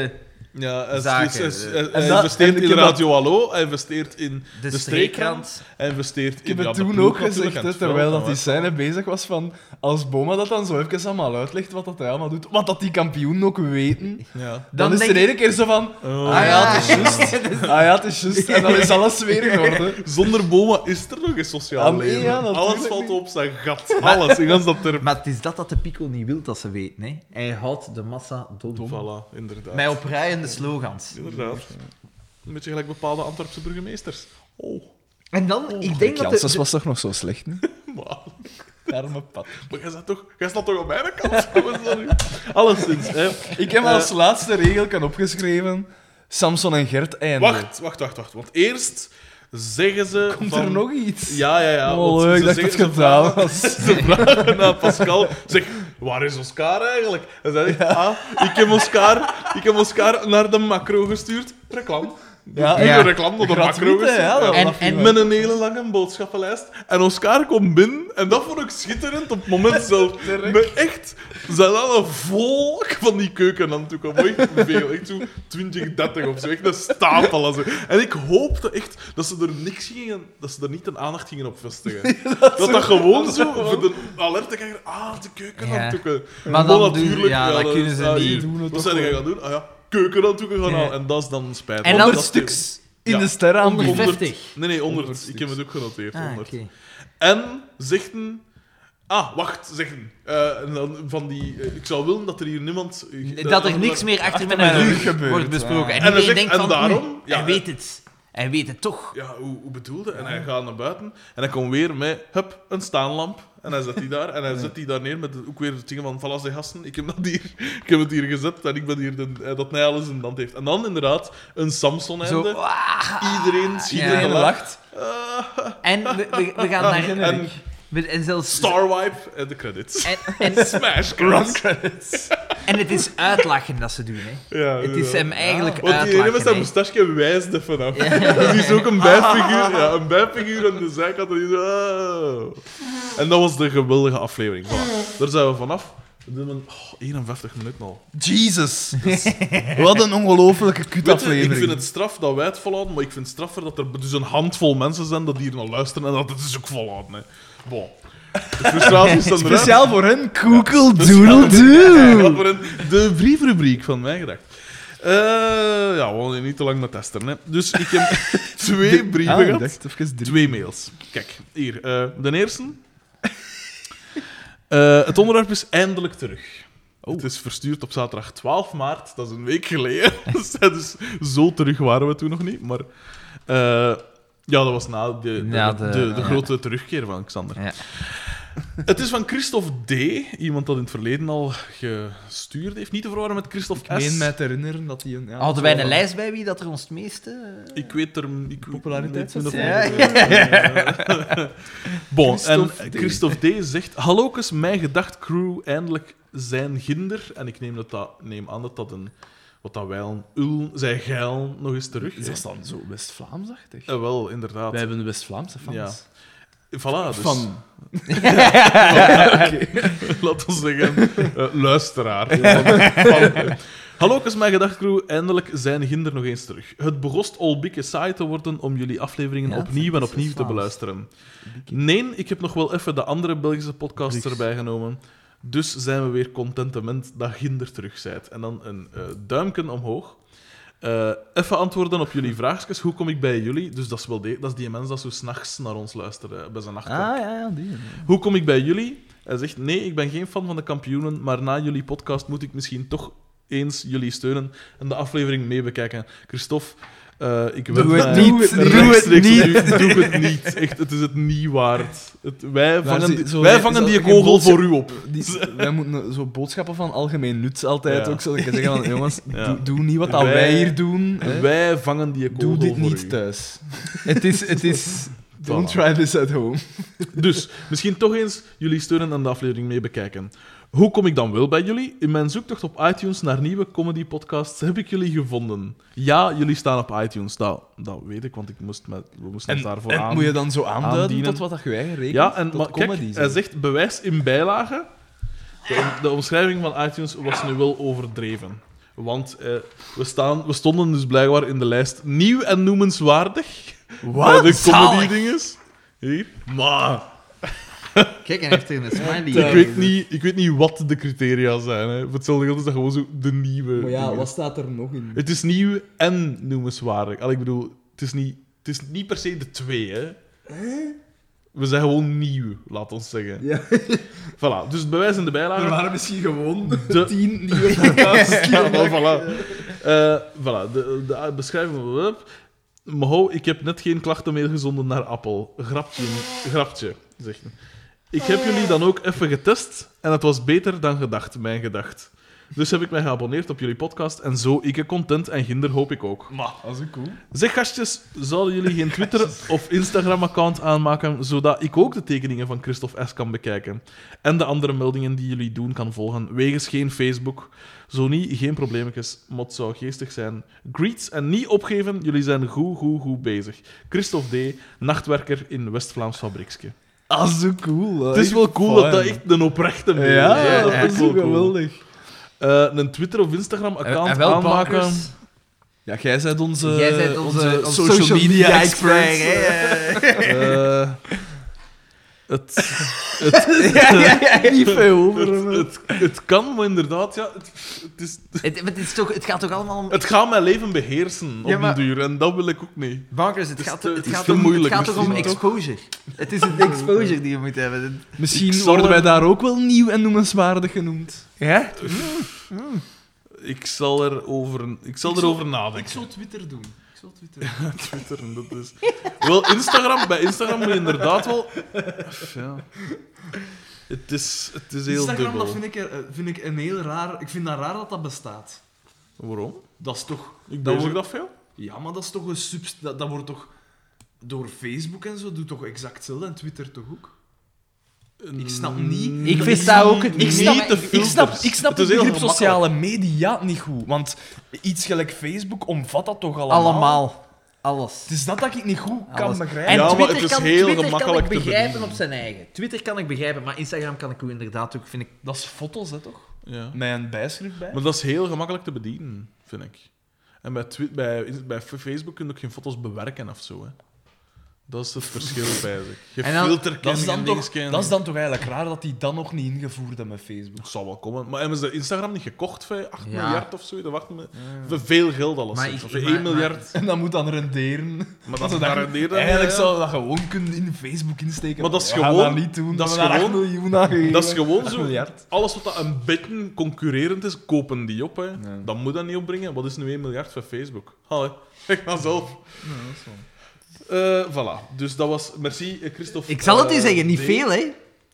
Ja, hij zaken. investeert en in ik heb Radio Hallo, hij investeert in De de Streekrand, hij investeert Ik heb in het de toen ploeg ook natuurlijk, gezegd, en hè, het terwijl veld, dat die scène bezig was van... Als Boma dat dan zo even allemaal uitlegt wat dat hij allemaal doet, wat dat die kampioenen ook weten, Ja. dan Dan is denk er ik- ene keer zo van... Oh. Ah ja, het is juist. Ah ja, het is juist. En dan is alles weer in orde. Zonder Boma is er nog een sociaal Ah, nee, leven. ja, natuurlijk Alles valt niet. op zijn gat. Alles, in gans dat term. Maar het is dat de Pico niet wil dat ze weten. Hè. Hij houdt de massa dom. Voilà, inderdaad. Met oprijende slogans. Inderdaad. Een beetje gelijk bepaalde Antwerpse burgemeesters. Oh, En dan, ik denk dat... Janssens was toch nog zo slecht, niet? maar... Arme pad. Maar jij staat toch op mijn kant? Wat is dat nu? Alleszins, hè. Ik heb als laatste regel opgeschreven... Samson en Gert eindigen. Wacht. Want eerst zeggen ze Komt van... er nog iets? Ja. Oh, want leuk ze dat zeggen- ik het ze gedaan vragen- was. Ze vragen aan Pascal... Zeg, waar is Oscar eigenlijk? En zei hij, ik heb Oscar naar de macro gestuurd. Reclame. Ja, Niet ja. de reclame, naar de macro Gratuite, gestuurd. ja, dat- En- dat viel en- wel. Met een hele lange boodschappenlijst. En Oscar komt binnen. En dat vond ik schitterend op het moment zelf. Met echt... Ze zijn al een volk van die keuken aan toe komen. Echt veel. Echt zo 20, 30 of zo. Echt een stapel. En zo. En ik hoopte echt dat ze er niks gingen... Dat ze er niet een aandacht gingen op vestigen. dat gewoon zo... Voor de alerte kijker... de keuken Ja. aan toe komen. Maar dan doen- natuurlijk... ja, dat kunnen ze niet hier, doen. Wat zijn die gaan doen? Keuken aan toe gaan Ja. halen. En dat is dan spijtig. En dan- 100 stuks in Ja. de sterren aan 150. Nee, 100. 100 Ik heb het ook genoteerd. Ah, 100. oké. En zegden... wacht, zeggen. En dan van die... ik zou willen dat er hier niemand... Dat er niks meer achter mijn mijn rug rug gebeurt. wordt besproken. En En hij iedereen zegt, denkt en van... daarom... Hij weet het. Hij weet het toch. Ja, hoe bedoelde? En hij gaat naar buiten en hij komt weer met hup, een staanlamp. En hij zet die daar en hij zet die daar neer met ook weer het dingen van voilà, gasten, ik heb het hier gezet en ik ben hier dat hij alles in de hand heeft. En dan inderdaad een Samson-einde. Zo... Iedereen schiet Ja. in de Iedereen lach. lacht. En we gaan naar... En En zelfs... Starwipe en de credits. En Smash Run credits. credits. En het is uitlachen dat ze doen, hè. Ja, Het is hem eigenlijk want die ene met uitlachen, zijn hè. moustache wijst er vanaf. Dus die is ook een bijfiguur. Ja, een bijfiguur aan de zijkant. En, die zo, en dat was de geweldige aflevering. Voilà. Daar zijn we vanaf. We doen 51 minuten al. Jesus. Wat een ongelofelijke Weet je, ik kutaflevering. vind het straf dat wij het volhouden, maar ik vind het straffer dat er dus een handvol mensen zijn dat hier naar luisteren en dat het dus ook volhouden. Hè. Bon. De frustratie is dan eruit. Speciaal voor hen, Google Speciaal Doodle voor hen, de briefrubriek van mij gedacht. Ja, we gaan niet te lang naar testen. Hè. Dus ik heb 2 brieven Ah, ik gehad. dacht even 3. 2 mails. Kijk, hier. De eerste. Het onderwerp is eindelijk terug. Het is verstuurd op zaterdag 12 maart. Dat is een week geleden. Dus zo terug waren we toen nog niet. Maar ja, dat was na de grote terugkeer van Xander. Ja. Het is van Christophe D. Iemand dat in het verleden al gestuurd heeft. Niet te verwarren met Christophe Ik S. meen mij te herinneren dat hij een... Ja, Hadden wij zo een van- lijst bij wie dat er ons het meeste... Ik weet er... Populariteit weet zit. Ja. Bon, en Christophe D. Christophe D. zegt... Hallokes, mijn gedacht-crew, eindelijk zijn ginder. En ik neem aan dat dat een... Wat dat wij een ul... Zij geil nog eens terug. Is dat dan zo West-Vlaamsachtig? Wel, inderdaad. Wij hebben West-Vlaamse fans. Ja. Voilà, dus... Van... Laten we zeggen, luisteraar. Hallokes, mijn gedachtcrew, eindelijk zijn ginder nog eens terug. Het begost al bikke saai te worden om jullie afleveringen Ja, opnieuw en dat is opnieuw te Vlaams. beluisteren. Nee, ik heb nog wel even de andere Belgische podcasts erbij genomen. Dus zijn we weer contentement dat ginder terug zijt. En dan een duimpje omhoog. Even antwoorden op jullie vraagjes. Hoe kom ik bij jullie? Dus dat is wel dat is die mens dat zo 's nachts naar ons luistert, bij zijn nachtwerk. ja, die. Hoe kom ik bij jullie? Hij zegt, nee, ik ben geen fan van de kampioenen, maar na jullie podcast moet ik misschien toch eens jullie steunen en de aflevering mee bekijken. Christophe, ik wil Doe het mij niet. Doe het rechtstreeks niet. op u- Doe het niet. Echt, het is het niet waard. Wij vangen, zo- wij zo- vangen zo- die geen kogel boodschap- voor u op. Wij moeten zo boodschappen van algemeen nut altijd Ja. ook zo zeggen van jongens, Ja. doe niet wat dat wij hier doen. Hè. Wij vangen die kogel Doe dit voor niet u. thuis. Het is... Don't Voilà. try this at home. Dus, misschien toch eens jullie steunen en de aflevering mee bekijken. Hoe kom ik dan wel bij jullie? In mijn zoektocht op iTunes naar nieuwe comedy-podcasts heb ik jullie gevonden. Ja, jullie staan op iTunes. Dat weet ik, want we moesten ons daarvoor aan. moet je dan zo aanduiden aandienen. tot wat dat je eigen rekent? Ja, en tot maar, kijk, comedy, zo. hij zegt bewijs in bijlage. De omschrijving van iTunes was nu wel overdreven. Want we stonden dus blijkbaar in de lijst nieuw en noemenswaardig. Wat? Bij de Zalig. comedy-dinges. Hier. Maar Kijk, en heeft er een smiley. ik weet niet wat de criteria zijn. Hè. Voor hetzelfde geld is dat gewoon zo de nieuwe. Maar ja, dingen. wat staat er nog in? Het is nieuw en noemenswaardig. Ik bedoel, het is niet per se de twee, hè. We zijn gewoon nieuw, laat ons zeggen. Ja. Voilà, dus het bewijs in de bijlage. Er waren misschien gewoon De- 10 nieuwe podcasts. Ja, maar voilà. Voilà, de beschrijving van de web. Maho, ik heb net geen klachten meer gezonden naar Apple. Grapje, zegt hij. Ik heb jullie dan ook even getest en het was beter dan gedacht, mijn gedacht. Dus heb ik mij geabonneerd op jullie podcast en zo ik content en ginder hoop ik ook. Maar, dat is ook cool. Zeg gastjes, zouden jullie geen Twitter- of Instagram-account aanmaken, zodat ik ook de tekeningen van Christophe S. kan bekijken en de andere meldingen die jullie doen kan volgen, wegens geen Facebook. Zo niet, geen probleempjes, mot zou geestig zijn. Greets en niet opgeven, jullie zijn goed bezig. Christophe D., nachtwerker in West-Vlaams Fabriekske. Ah, zo cool. Het is wel cool dat dat echt een oprechte mail is. Ja, dat vind is ik wel zo cool. geweldig. Een Twitter- of Instagram-account En wel, aanmaken... Bankers, Ja, jij bent onze, jij bent onze social media expert. Eh, het, Niet veel over. het kan, maar inderdaad, ja, Het gaat toch allemaal om... het gaat mijn leven beheersen op Ja, maar- den duur en dat wil ik ook niet. Bankers, het gaat te moeilijk toch om misschien, toch? exposure. Het is een exposure die je moet hebben. Misschien Ik zal worden wij er- daar ook wel nieuw en noemenswaardig genoemd. Ja? Ik zal erover nadenken. Ik zal Twitter doen. Twitter, en dat is... Wel, Instagram, bij Instagram moet je inderdaad wel... Ja. Het is heel Instagram, dubbel. dat vind ik een heel raar... Ik vind dat raar dat dat bestaat. Waarom? Dat is toch... Ik dat bezig wordt- dat veel? Ja, maar dat is toch een dat wordt toch... Door Facebook en zo doet toch exact hetzelfde en Twitter toch ook? Ik snap niet... Ik versta ook het Ik niet. snap, Niet de ik snap, filters. ik snap Het het is heel begrip gemakkelijk. sociale media niet goed. Want iets gelijk Facebook omvat dat toch allemaal? Allemaal. Alles. Het is dat ik niet goed kan Alles. begrijpen. En Ja, maar Twitter het is kan, heel Twitter gemakkelijk kan ik te begrijpen bedienen. op zijn eigen. Twitter kan ik begrijpen, maar Instagram kan ik ook inderdaad ook, vind ik... Dat is foto's, hè, toch? Ja. Met een bijschrift bij. Maar dat is heel gemakkelijk te bedienen, vind ik. En bij Facebook kun je ook geen foto's bewerken of zo. Hè. Dat is het verschil bij zich. Je En dan- filter Dat is, dan toch, kennen. dat is dan toch eigenlijk raar dat die dan nog niet ingevoerd hebben met Facebook. Dat zal wel komen. Maar hebben ze Instagram niet gekocht voor 8 Ja. miljard of zo? Dat wacht me... Voor veel geld alles. Maar Of ik- voor maar- 1 miljard. En dat moet dan renderen. Maar Dat dat ze daar dat- rendeert dan, Eigenlijk ja. zou je dat gewoon kunnen in Facebook insteken. Maar dat is We gaan gewoon- dat niet doen. dat is we hebben daar gewoon- 8 miljoen aan gegeven. Dat is gewoon 8 zo. miljard. Alles wat dat een beetje concurrerend is, kopen die op. Hè. Ja. Dan moet dat niet opbrengen. Wat is nu 1 miljard voor Facebook? Allee, ik ga zelf. Ja, dat is wel. Voilà. Dus dat was... Merci, Christophe. Ik zal het u zeggen, niet D. veel, hè.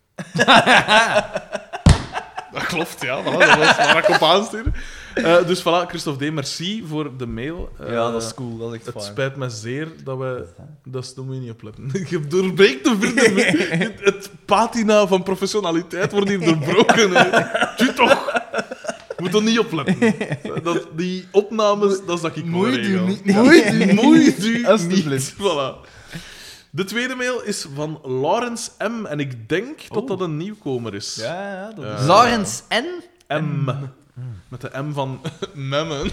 Dat klopt, ja. Voilà, dat was waar ik op aanstuurde. Dus voilà, Christophe D., merci voor de mail. Ja, dat is cool. Dat is echt Het fijn. spijt me zeer dat we... Dat moet je niet opletten. Je doorbreekt de vrienden. Het patina van professionaliteit wordt hier doorbroken. Hè. Doe toch! Je moet er niet opletten. Die opnames, dat is dat ik wel Moeit u regel. niet. Moeit u Alsjeblieft. niet. Voilà. De tweede mail is van Laurens M. En ik denk dat dat een nieuwkomer is. Ja, dat is... Ja. Laurens en... M. Met de M van Memmen.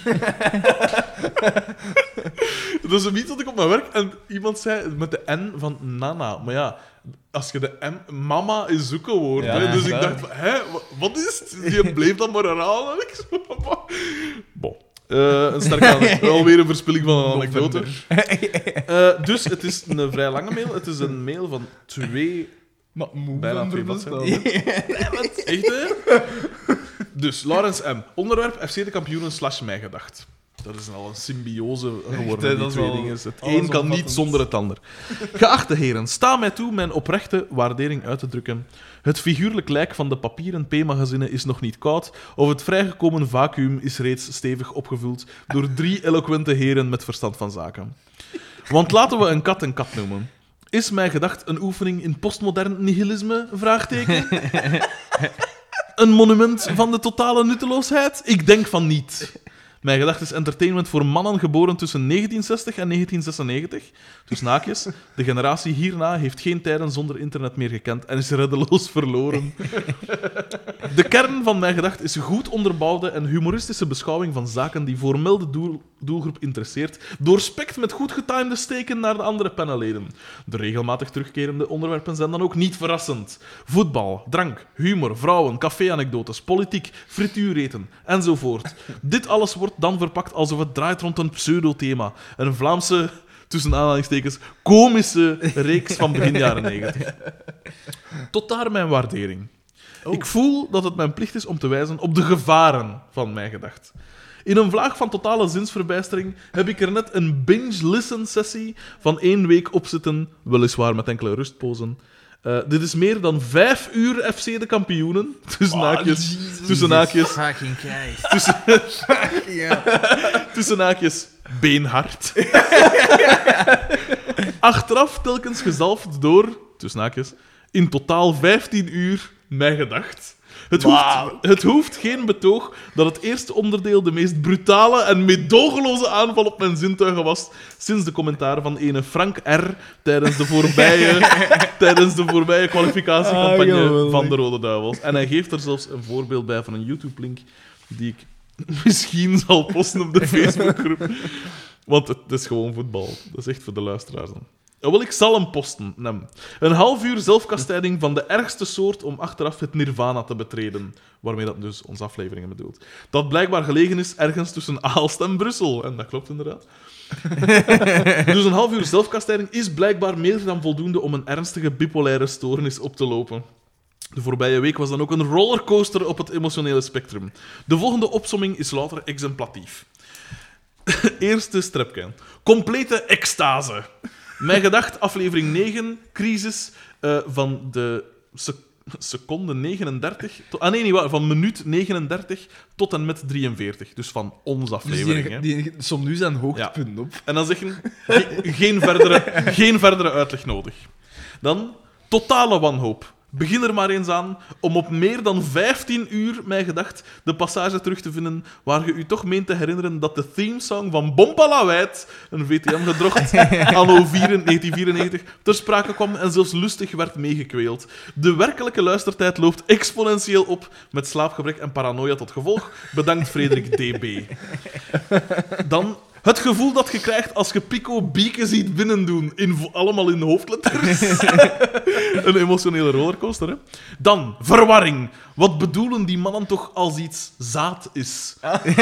Dat is een iets dat ik op mijn werk... En iemand zei met de N van Nana. Maar ja, als je de M... Mama is zoekenwoord. Ja, hè. Dus ik ja. dacht, van, hè, wat is het? Die bleef dan maar herhalen. En ik zo, mama. Bon. Een sterk aan. Alweer een verspilling van een anekdote. Dus het is een vrij lange mail. Het is een mail van 2... Maar moe Bijna van 2 bestaan. bladzijden. Echt, hè? Dus, Laurens M. Onderwerp FC de kampioenen / mij gedacht. Dat is al een symbiose geworden, hè, die dat is twee wel dingen. Het een kan allesomvattend. niet zonder het ander. Geachte heren, sta mij toe mijn oprechte waardering uit te drukken. Het figuurlijk lijk van de papieren P-magazine is nog niet koud, of het vrijgekomen vacuüm is reeds stevig opgevuld door 3 eloquente heren met verstand van zaken. Want laten we een kat noemen. Is mij gedacht een oefening in postmodern nihilisme? Vraagteken. Een monument van de totale nutteloosheid? Ik denk van niet. Mijn gedachte is entertainment voor mannen geboren tussen 1960 en 1996. Dus naakjes. De generatie hierna heeft geen tijden zonder internet meer gekend en is reddeloos verloren. De kern van mijn gedachte is goed onderbouwde en humoristische beschouwing van zaken die voormelde doelgroep interesseert, doorspekt met goed getimede steken naar de andere panelleden. De regelmatig terugkerende onderwerpen zijn dan ook niet verrassend. Voetbal, drank, humor, vrouwen, café-anekdotes, politiek, frituureten enzovoort. Dit alles wordt dan verpakt alsof het draait rond een pseudothema. Een Vlaamse, tussen aanhalingstekens, komische reeks van begin jaren 90. Tot daar mijn waardering. Ik voel dat het mijn plicht is om te wijzen op de gevaren van mijn gedacht. In een vlaag van totale zinsverbijstering heb ik er net een binge-listen-sessie van 1 week op zitten, weliswaar met enkele rustpozen. Dit is meer dan 5 uur FC de kampioenen. Tussen haakjes. Fucking Christ. Tussen haakjes beenhard. Achteraf telkens gezalfd door, tussen haakjes, in totaal 15 uur mijn gedacht. Het hoeft geen betoog dat het eerste onderdeel de meest brutale en meedogenloze aanval op mijn zintuigen was sinds de commentaren van ene Frank R. tijdens de voorbije kwalificatiecampagne van de Rode Duivels. En hij geeft er zelfs een voorbeeld bij van een YouTube-link die ik misschien zal posten op de Facebookgroep. Want het is gewoon voetbal. Dat is echt voor de luisteraars dan. Wel, ik zal hem posten. Nee. Een half uur zelfkastijding van de ergste soort om achteraf het nirvana te betreden. Waarmee dat dus onze afleveringen bedoelt. Dat blijkbaar gelegen is ergens tussen Aalst en Brussel. En dat klopt inderdaad. Dus een half uur zelfkastijding is blijkbaar meer dan voldoende om een ernstige bipolaire stoornis op te lopen. De voorbije week was dan ook een rollercoaster op het emotionele spectrum. De volgende opsomming is louter exemplatief. Eerste strepkern. Complete extase. Mijn gedacht, aflevering 9, crisis van de seconde 39... van minuut 39 tot en met 43. Dus van onze aflevering. Dus die somt nu zijn hoogtepunt op. En dan zeggen geen verdere uitleg nodig. Dan totale wanhoop. Begin er maar eens aan om op meer dan 15 uur, mijn gedacht, de passage terug te vinden waar je u toch meent te herinneren dat de themesong van Bompalawijt, een VTM-gedrocht, anno 1994, ter sprake kwam en zelfs lustig werd meegekweeld. De werkelijke luistertijd loopt exponentieel op, met slaapgebrek en paranoia tot gevolg. Bedankt, Frederik DB. Dan... het gevoel dat je krijgt als je Pico Bieke ziet binnendoen, allemaal in hoofdletters. Een emotionele rollercoaster, hè? Dan, verwarring. Wat bedoelen die mannen toch als iets zaad is?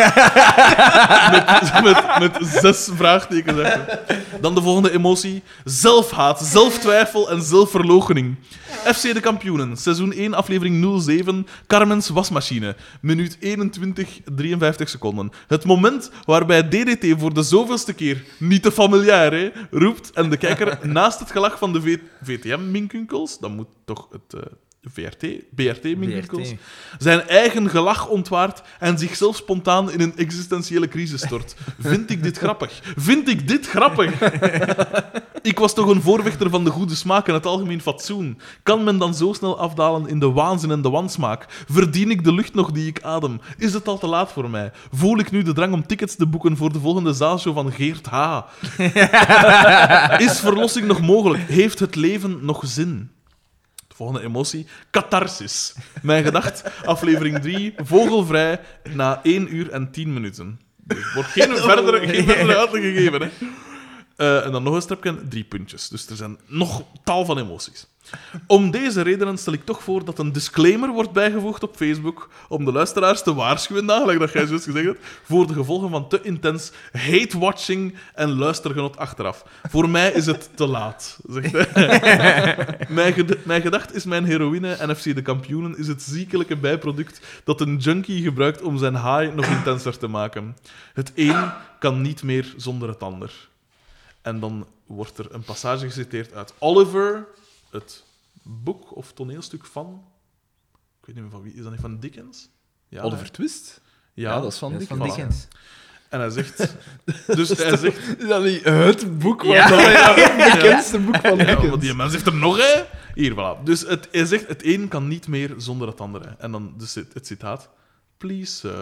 Met 6 vraagtekens. Dan de volgende emotie. Zelfhaat, zelftwijfel en zelfverloochening. FC de kampioenen, seizoen 1, aflevering 07, Carmen's wasmachine. Minuut 21, 53 seconden. Het moment waarbij DDT voor de zoveelste keer, niet te familiair, hè, roept en de kijker naast het gelach van de VTM-minkunkels, dan moet toch het BRT-minkunkels, zijn eigen gelach ontwaart en zichzelf spontaan in een existentiële crisis stort. Vind ik dit grappig? Vind ik dit grappig? Ik was toch een voorvechter van de goede smaak en het algemeen fatsoen. Kan men dan zo snel afdalen in de waanzin en de wansmaak? Verdien ik de lucht nog die ik adem? Is het al te laat voor mij? Voel ik nu de drang om tickets te boeken voor de volgende zaalshow van Geert H? Is verlossing nog mogelijk? Heeft het leven nog zin? Volgende emotie. Catharsis. Mijn gedacht, aflevering 3, vogelvrij, na 1 uur en 10 minuten. Er wordt geen verdere uitleg gegeven, hè. En dan nog een stripje, 3 puntjes. Dus er zijn nog tal van emoties. Om deze redenen stel ik toch voor dat een disclaimer wordt bijgevoegd op Facebook om de luisteraars te waarschuwen, gelijk dat jij juist gezegd hebt, voor de gevolgen van te intens hate-watching en luistergenot achteraf. Voor mij is het te laat, zegt hij. Mijn gedacht is mijn heroïne en FC de kampioenen is het ziekelijke bijproduct dat een junkie gebruikt om zijn high nog intenser te maken. Het een kan niet meer zonder het ander. En dan wordt er een passage geciteerd uit Oliver, het boek of toneelstuk van... Ik weet niet meer van wie. Is dat niet van Dickens? Ja, Oliver Twist? Ja, dat is van Dickens. Van Dickens. En hij zegt... Dus hij zegt... Is dat niet het boek? Ja. Het bekendste boek van Ja, Dickens. maar die mens heeft er nog, hè? Hier, voilà. Dus hij zegt, het een kan niet meer zonder het andere. En dan dus het citaat. Please, sir,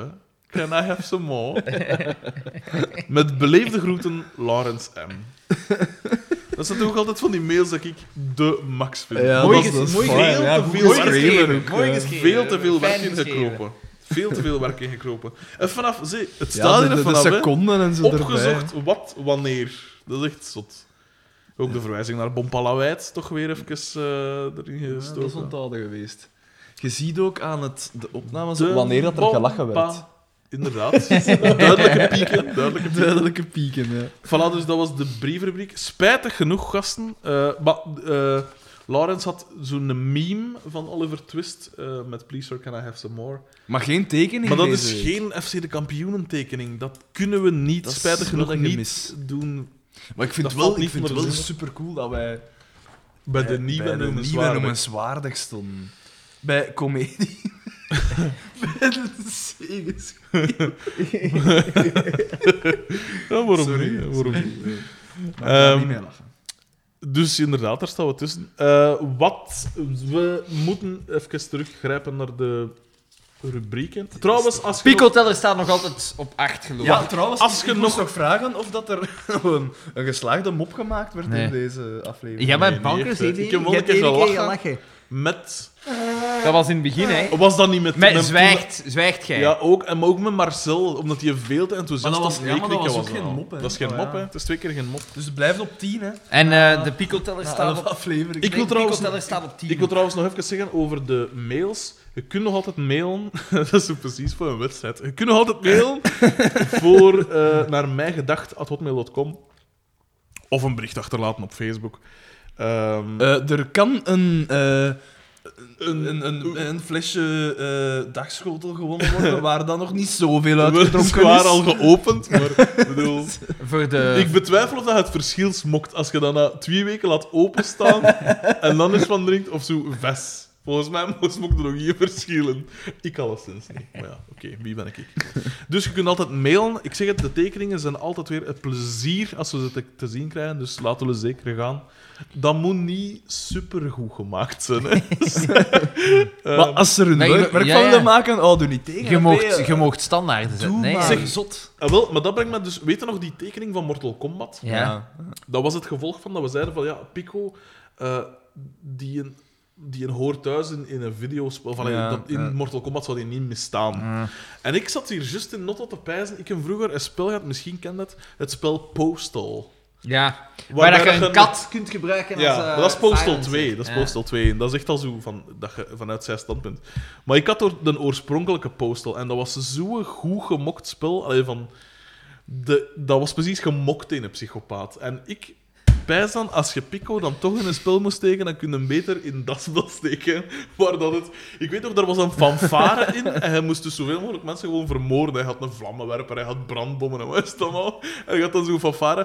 Can I have some more? Met beleefde groeten, Laurens M. Dat zijn toch ook altijd van die mails dat ik de max vind. Ja, Mooi dat is mooi fijn. veel Ja, te goed veel geschreven geschreven. ook, Mooi ja. geschreven. Veel te veel werk Fijn geschreven. ingekropen. Veel te veel werk ingekropen. En vanaf, het Ja, staat er de vanaf, hè. seconden en zo Opgezocht erbij. wat, wanneer. Dat is echt zot. Ook de verwijzing naar Bompalawijt toch weer even erin Ja, dat is gestoken. onthouden geweest. Je ziet ook aan de opnames De wanneer dat er gelachen werd. Bompa. Inderdaad. Duidelijke pieken. Duidelijke pieken, ja. Voilà, dus dat was de brievenrubriek. Spijtig genoeg, gasten. Laurens had zo'n meme van Oliver Twist met Please Sir, Can I Have Some More? Maar geen tekening Maar dat deze is week. geen FC de kampioenentekening. Dat kunnen we niet, Dat is spijtig wel genoeg, een niet gemis. doen Maar ik vind Dat het wel, valt niet onder de zin. super cool dat wij bij de nieuwe noemenswaardig. noemenswaardig stonden. Bij comedie. Bij de zegens. Ja, waarom Sorry, niet? Waarom sorry. niet? Maar ik ga Ehm, niet meer lachen. Dus inderdaad, daar staan we tussen. We moeten even teruggrijpen naar de rubrieken. Trouwens, als je nog- Pico-teller staat nog altijd op 8, geloof ik. Ja, trouwens, als ik je moest nog- nog vragen of dat er een geslaagde mop gemaakt werd Nee. in deze aflevering. Ja, maar Nee, Bankers niet echt, heeft hè. één Ik heb wel een je hebt keer één keer gelachen. gelachen. met... Dat was in het begin, hè. Was dat niet met... Met zwijgt jij. Ja, ook. En maar ook met Marcel, omdat hij veel te enthousiast Maar dat was- was. ja, maar dat was ook er geen al. mop, hè. Dat is geen Oh, mop, ja. hè. Het is 2 keer geen mop. Dus het blijft op 10, hè. En de Pico-teller Na staat 11 op... afleveringen. Ik wil trouwens- Pico-teller staat op 10. Ik wil trouwens nog even zeggen over de mails. Je kunt nog altijd mailen. Dat is zo precies voor een wedstrijd. Je kunt nog altijd mailen voor naar mijgedacht@hotmail.com of een bericht achterlaten op Facebook. Er kan een flesje dagschotel gewonnen worden waar dan nog niet zoveel We uitgedronken waren is. al geopend, maar ik bedoel, Voor de... ik betwijfel of dat het verschil smokt als je dat na 2 weken laat openstaan en dan eens van drinkt of zo ves. Volgens mij smokt er nog geen verschillen. Ik alleszins niet. Maar ja, oké, wie ben ik? Dus je kunt altijd mailen. Ik zeg het, de tekeningen zijn altijd weer een plezier als we ze te zien krijgen, dus laten we zeker gaan. Dat moet niet supergoed gemaakt zijn. Hè. Maar als ze er een Nee, werk ja, van ja. willen maken, doe niet tegen. Je mocht standaarden zetten. Doe Nee, maar. zeg. Zot. Wel, maar dat brengt me dus... Weet je nog die tekening van Mortal Kombat? Ja. Dat was het gevolg van dat we zeiden van ja, Pico, die een hoort thuis in een videospel. Van, Ja, in ja. Mortal Kombat zou die niet misstaan. En ik zat hier juist in Notto te pijzen. Ik heb vroeger een spel gehad, misschien ken dat, het spel Postal. Ja. Waarbij Waar dat je een je- kat kunt gebruiken Ja, als... maar dat is Postal silencer. 2. Dat is Ja. Postal 2. Dat is echt al zo van, dat je, vanuit zijn standpunt. Maar ik had door de oorspronkelijke Postal en dat was zo'n goed gemokt spel. Allee, dat was precies gemokt in een psychopaat. En ik pijs dan, als je Pico dan toch in een spel moest steken, dan kun je hem beter in dat spel steken. Waar dat het... Ik weet nog, daar was een fanfare in en hij moest dus zoveel mogelijk mensen gewoon vermoorden. Hij had een vlammenwerper, hij had brandbommen en wat is het allemaal. En hij had dan zo'n fanfare...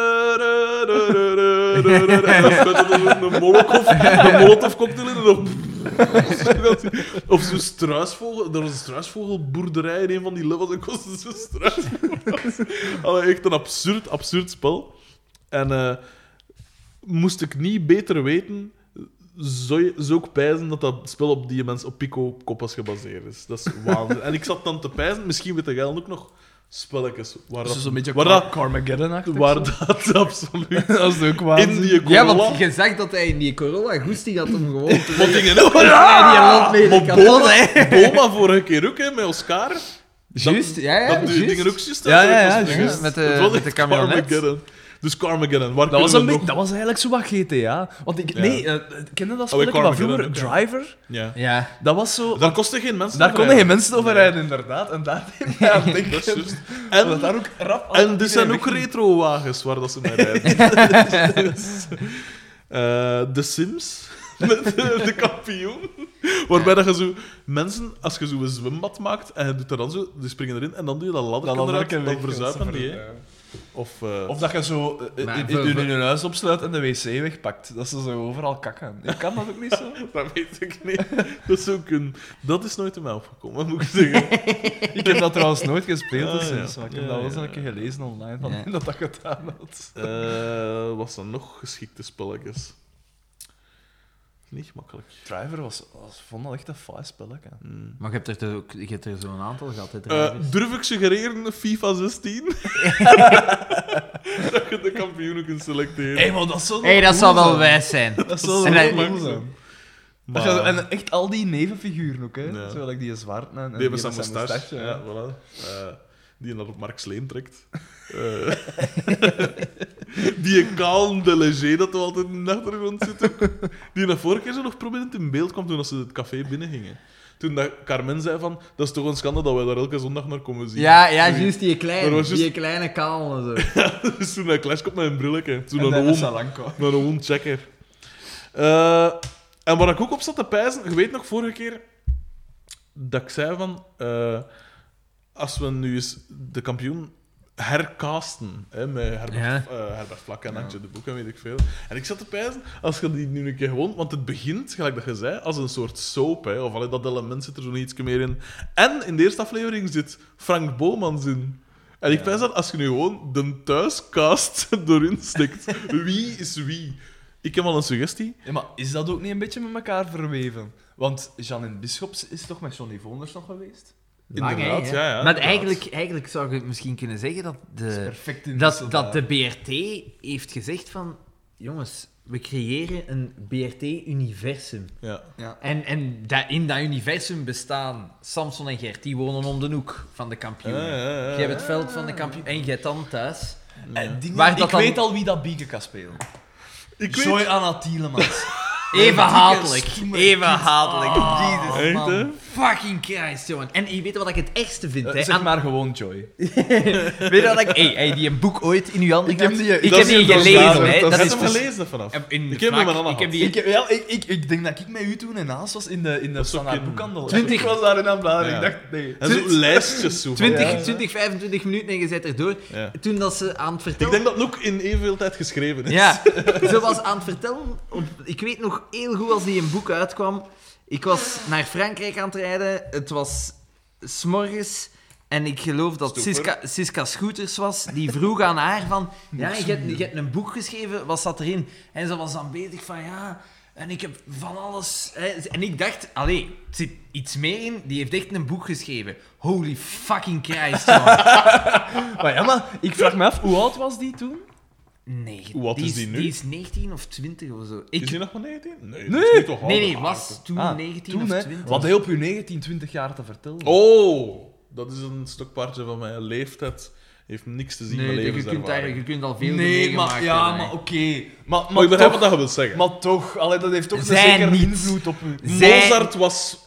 En dan speelde er een Molotov-cocktail in en dan... Of zo'n struisvogel. Er was een struisvogelboerderij in een van die levels en kostte zo'n struisvogel. Allee, echt een absurd spel. En moest ik niet beter weten, zou ik pijzen dat dat spel op die mens op Pico Koppas gebaseerd is. Dat is waanzin. En ik zat dan te pijzen, misschien weet jij ook nog spelletjes waar Dat is dat, zo'n beetje waar dat, Carmageddon-achtig. waar dat absoluut Dat is ook in waanzin. die Ja, Corolla... want je zegt dat hij in die Corolla goesting had om gewoon te... Wat dingen Ja, die loopt mee Maar kapot, hè. Boma vorige keer ook, hè, met Oscar. Juist, ja, Dat die juist. dingen ook juist. Ja, ja, ja, Dat was juist. Met Het was de echt camionet. Carmageddon. Dus Carmageddon, waar Dat was, kunnen we een nog... dat was eigenlijk zo wat GTA. Want ik... Ja. Nee, ken je dat Oh, spelletje van Carmageddon vroeger? ook, ja. Driver? Ja. Ja. Dat was zo... Daar kosten geen mensen Daar over konden geen rijden. mensen over rijden, inderdaad. En daar deed mij aan denken. Dat is juist. Dat En, daar ook rap en er zijn ook retrowagens waar dat ze mee rijden. The Sims, met de kampioen. Waarbij dat je zo... Mensen, als je zo een zwembad maakt en je doet er dan zo... Die springen erin en dan doe je dat ladderken eruit, dan verzuipen die, hè. Of dat je zo Maar in hun huis opsluit en de wc wegpakt. Dat ze zo overal kakken. Ik kan dat ook niet zo. Dat weet ik niet. Dat is ook een... Dat is nooit in mij opgekomen, moet ik zeggen. Ik heb dat trouwens nooit gespeeld, dus Ah, ja. sinds, maar ik heb Ja, dat wel eens ja, een keer gelezen online, van Ja. dat dat gedaan had. Wat zijn nog geschikte spelletjes? niet gemakkelijk. Driver vond dat echt een fijn spelletje. Maar je hebt er zo'n aantal gehad, hè, drivers. Durf ik suggereren FIFA 16? Dat je de kampioenen kunt selecteren. Hé, maar dat zou Hey, dat zou wel wijs zijn. Dat zou En wel hij- cool zijn. Maar- En echt al die nevenfiguren ook, hè. Ja. Zo like die zwart en Die hebben zijn met moustache. ja. Ja, voilà. Die dat op Mark Sleen trekt. Die kaal de Léger dat er altijd in de achtergrond zit. Ook. Die de vorige keer zo nog prominent in beeld kwam toen ze het café binnengingen. Toen dat Carmen zei van, dat is toch een schande dat wij daar elke zondag naar komen zien. Ja, juist die Dat was juist- kleine kaal en zo. Dus toen hij clash komt met een brilletje. Toen En een dan oom. Salanko. Met een wondchecker. En waar ik ook op zat te pijzen, je weet nog vorige keer dat ik zei van als we nu eens de kampioen hercasten, hè, met Herbert Vlak en Antje de Boek en weet ik veel. En ik zat te pijzen, als je die nu een keer gewoon... Want het begint, gelijk dat je zei, als een soort soap, hè, of allee, dat element zit er zo iets meer in. En in de eerste aflevering zit Frank Bomans in. En ik pijs dat als je nu gewoon de thuiscast erin stikt, wie is wie? Ik heb al een suggestie. Ja, maar is dat ook niet een beetje met elkaar verweven? Want Jeanine Bisschops is toch met Johnny Voners nog geweest? Lang, hè, Inderdaad, hè? ja. Maar inderdaad. eigenlijk zou je misschien kunnen zeggen dat Perfect in dat de BRT heeft gezegd van... Jongens, we creëren een BRT-universum. Ja. Ja. En in dat universum bestaan Samson en Gert, die wonen om de hoek van de kampioen. Ja. Je hebt het veld van de kampioen en je hebt dan thuis. Waar dat ik dan- weet al wie dat Bieke kan spelen. Ik weet... Joy Anna Tielemans. Even hatelijk. stoeme Even kind. hatelijk. Ah, Jesus, Echt, man. hè? Fucking Christ, jongen. En je weet wat ik het ergste vind, hè? Zeg maar gewoon Joy. Weet je wat ik... Hey, die een boek ooit in uw handen Ik heb gehad? die- Ik dat heb is die hier gelezen, dat hè. is- Dat Dat heb is je hem gelezen vanaf. in Ik heb hem met Anna ik heb gehad. die... Ik denk dat ik met u toen naast was in de is ook standaard in- boekhandel. 20 Ik was daar in aan bladeren. Ja. Ik dacht, nee. En zo lijstjes zo. 20, 25 minuten en je zet erdoor. Ja. Toen dat ze aan het Ik vertellen... denk dat het ook in evenveel tijd geschreven is. Ja, ze was aan het vertellen. Ik weet nog heel goed als die een boek uitkwam. Ik was naar Frankrijk aan het rijden. Het was 's morgens. En ik geloof dat Stoeper. Siska Scooters was. Die vroeg aan haar van... Ja, je hebt een boek geschreven. Wat zat erin? En ze was dan bezig van... Ja, en ik heb van alles... Hè. En ik dacht... Allee, er zit iets meer in. Die heeft echt een boek geschreven. Holy fucking Christ, jongen. Maar ja, maar ik vraag me af, hoe oud was die toen? Nee, Hoe oud is die nu? Die is 19 of 20 of zo. Is hij nog maar 19? Nee. Nee. dat is niet toch Nee, ouder, was toen Ah, 19 toen, of hè. 20. Wat hij op je 19, 20 jaar te vertellen. Oh, dat is een stokpaardje van mijn leeftijd. Heeft niks te zien met Nee, je kunt, levenservaring. je kunt al veel nee, meegemaakt maar, ja, hebben, maar hè. oké. Maar Maar ik begrijp toch, wat je wilt zeggen. maar toch, allee, dat heeft toch een Zij zekere niet. invloed op u. Zij- Mozart was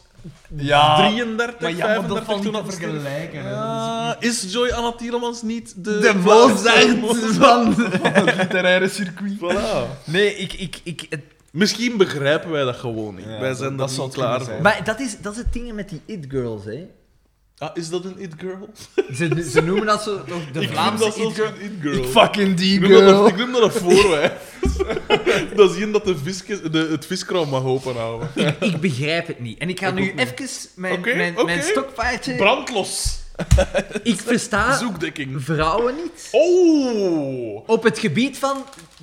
Ja, 33, maar ja, maar dat 35 valt toen niet te dat gestorven. vergelijken. Hè. Ah, is Joy Anna Tielemans niet de... De Mozart van... Het literaire circuit. Voilà. Nee, Misschien begrijpen wij dat gewoon niet. Ja, wij zijn dat daar zou niet het klaar kunnen voor. zijn. Maar dat is het ding met die it-girls, hè. Ah, is dat een it-girl? Ze noemen dat zo toch de Ik vind Vlaamse dat zelfs it-girl. geen it-girl. Fucking die Ik noem dat girl. een- ik noem dat een voorwijf. Dat is hier dat het viskraam mag openhouden. Ik begrijp het niet. En ik ga Ik nu ook niet. even Oké, mijn oké. stokpaardje... Brandlos. Ik versta Zoekdekking. vrouwen niet. Oh! Op het gebied van...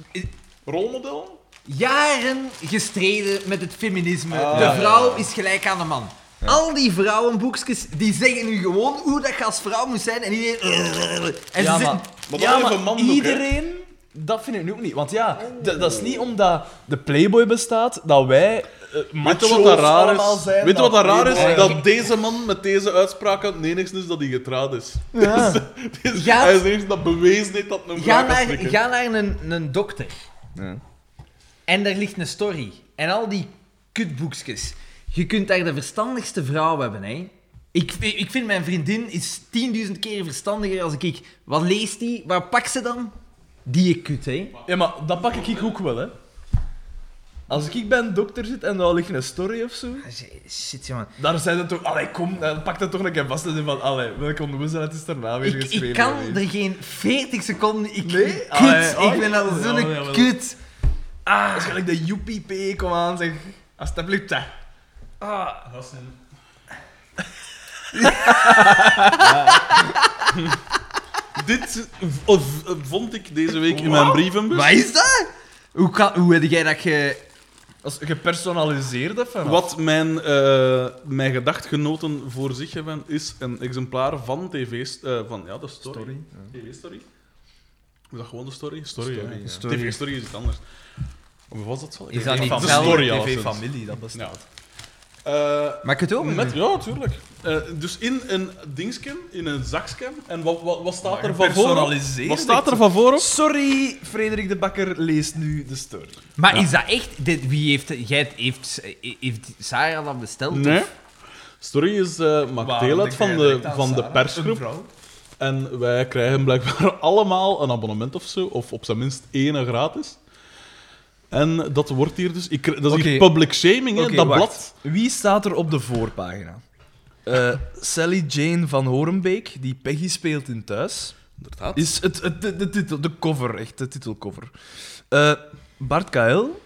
Rolmodel? Jaren gestreden met het feminisme. Ah, de ja, vrouw ja. is gelijk aan de man. Al die vrouwenboekjes, die zeggen nu gewoon hoe dat je als vrouw moet zijn. En iedereen... En Ja, ze maar, Maar ja, dat maar even man ook, hè? iedereen... Dat vind ik nu ook niet. Want ja, dat is niet omdat de Playboy bestaat, dat wij Weet je macho's wat dat raar allemaal is? zijn. Weet je wat dat raar is? Playboy- Dat deze man met deze uitspraken het enigste is dat hij getrouwd is. Ja. Ga- Hij is de enige dat bewezen heeft dat een Ga vrouw kan strikken. naar een dokter. En daar ligt een story. En al die kutboekjes. Je kunt daar de verstandigste vrouw hebben, hè. Ik vind mijn vriendin is 10.000 keer verstandiger als ik. Wat leest die? Waar pakt ze dan? Die kut, hè. Ja, maar dat pak ik ook wel, hè. Als ik bij een dokter zit en daar ligt een story of zo, Shit, jongen. daar zijn het toch... Allee, kom, dan pak dat toch een keer vast en zeg van... Allee, welke onnoezelheid is daarna weer geschreven Ik kan geweest? er geen 40 seconden... Nee? Kut, Allee, ik ben al oh, zo'n jawel. kut. Als je like de Joepie P kom aan, zeg... Alsjeblieft, hè. Dit vond ik deze week in mijn brievenbus. Wat is dat? Hoe heb jij dat Als gepersonaliseerde fan. Wat mijn gedachtgenoten voor zich hebben, is een exemplaar van van de story. TV-story. Is dat gewoon de story? Story. TV-story is iets anders. Of was dat zo? Is dat niet de hetzelfde? story alleszins. TV-familie, dat bestaat. Ja. Mag ik het ook? Ja, tuurlijk. Dus in een dingsken, in een zakje. En wat staat er van voor? Gepersonaliseerd. Wat staat er van voor? Sorry, Frederik de Bakker leest nu de story. Maar is dat echt... Wie heeft Sarah dat besteld? Nee. Of? Story maakt deel uit van de persgroep. En wij krijgen blijkbaar allemaal een abonnement of zo, of op zijn minst 1 gratis. En dat wordt hier dus... dat is hier public shaming, hè, Oké, dat wacht. blad. Wie staat er op de voorpagina? Sally Jane van Horenbeek, die Peggy speelt in Thuis. Inderdaad. Is de titel, de cover, echt, de titelcover. Bart Kael,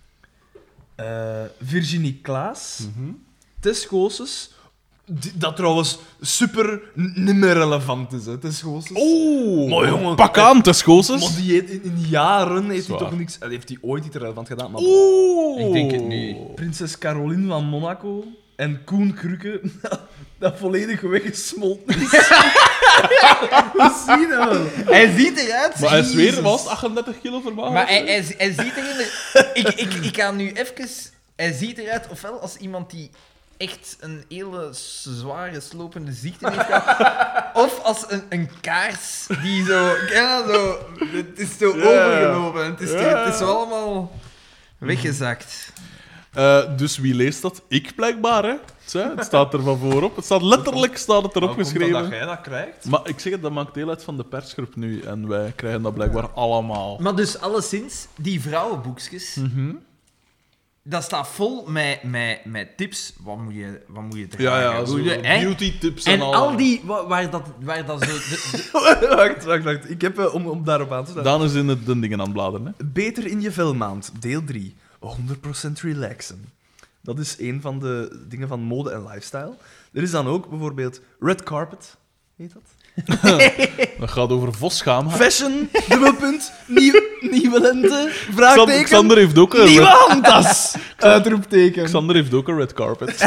Virginie Klaas, Tess Goossens, dat trouwens super niet meer relevant is, hè, Tess Goossens. Oeh, Maar jongen, pak aan, Tess Goossens. Maar die in jaren heeft hij Zwaar. toch niks... Heeft hij ooit iets relevant gedaan? Maar Oeh. Ik denk het niet. Prinses Caroline van Monaco en Koen Krukke, dat volledig weggesmolten is. We zien dat wel. Hij ziet eruit. Maar hij is weer, Jezus. was het 38 kilo vermaagd? Maar hij ziet erin... Ik ga nu even... Hij ziet eruit ofwel als iemand die echt een hele zware, slopende ziekte heeft gehad, of als een kaars die zo... Ja, zo... Het is zo overgelopen. Het is zo allemaal weggezakt. Dus wie leest dat? Ik blijkbaar, hè. Het staat er van voorop. Het staat letterlijk erop geschreven. Dat jij dat krijgt? Maar ik zeg het, dat maakt deel uit van de persgroep nu. En wij krijgen dat blijkbaar allemaal. Maar dus alleszins, die vrouwenboekjes... Dat staat vol met tips. Wat moet je dragen? Ja, zo Hoe je- hè? beauty tips en En al. al die... Waar dat zo... Wacht. Ik heb, om daarop aan te sluiten... Daan is in de dingen aan het bladeren, hè. Beter in je velmaand, deel 3. 100% relaxen. Dat is een van de dingen van mode en lifestyle. Er is dan ook bijvoorbeeld Red Carpet, heet dat? Dat gaat over vosschaamhaar. Fashion, dubbelpunt, nieuwe lente, vraagteken, Xander heeft ook een nieuwe red, handtas, uitroepteken. Xander heeft ook een red carpet.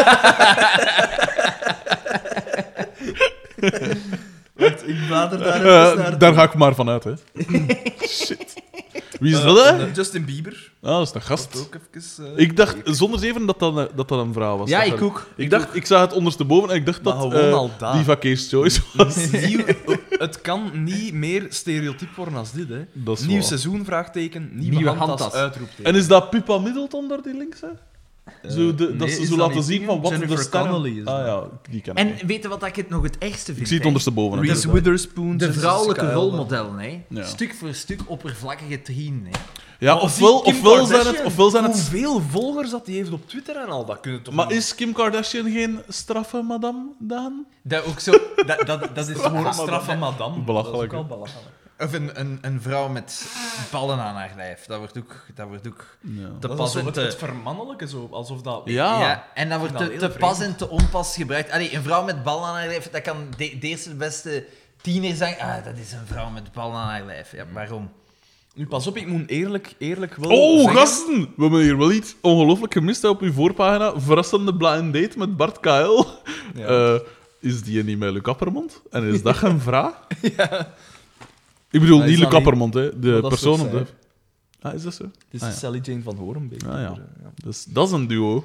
Wacht, ik blader daar even naar. Daar ga ik maar vanuit, hè. Shit. Wie is dat, hè? Justin Bieber. Ah, dat is een gast. Dat ook even, Ik dacht zonder zeven dat dat een vrouw was. Ja, Dat ik ook. Ik zag het ondersteboven en ik dacht Maar dat gewoon al daar. Diva Case Choice was. Het kan niet meer stereotyp worden als dit, hè. Dat is Nieuw waar. seizoen, vraagteken, Nieuwe nieuwe handtas, handtas. uitroepteken. En is dat Pippa Middleton daar die links, hè? Zo dat nee, ze is zo dat laten niet zien die? van wat Jennifer de sterren... Connelly is Ah dat. ja, die ken ik. En weet je wat ik nog het ergste vind? Ik zie het hè? ondersteboven. hè. Reese Witherspoon, De Jessica vrouwelijke Alba. rolmodellen, hè. Ja. Stuk voor stuk oppervlakkige trien. Hè. Ja, Maar ofwel Kim zijn Kardashian, het... Ofwel zijn het Hoeveel volgers dat die heeft op Twitter en al, dat kunnen toch maar niet- is Kim Kardashian geen straffe madame, Daan? Dat ook zo... Dat is Gewoon gewoon straffe madame. Belachelijk, Dat is ook al belachelijk. Of een vrouw met ballen aan haar lijf. Dat wordt ook Ja. te Dat is pas zo en het te... vermannelijke, zo, alsof dat... Ja. Ja, en dat wordt Ik vind dat te heel pas vreemd. en te onpas gebruikt. Allee, een vrouw met ballen aan haar lijf, dat kan de eerste beste tiener zeggen. Ah, dat is een vrouw met ballen aan haar lijf. Ja, waarom? Nu, pas op, ik moet eerlijk wel Oh, zeggen... gasten! We hebben hier wel iets ongelooflijk gemist hè, op uw voorpagina. Verrassende blind date met Bart KL. Ja. Is die niet met Luc Appermond? En is dat geen vraag? Ik bedoel, Maar is niet Luc dat niet- Appermond, hè. De dat is persoon toch op de... zij? Ah, is dat zo? Het is Ah, ja. Sally Jane van Horenbeek. Ah, ja. Dus, dat is een duo.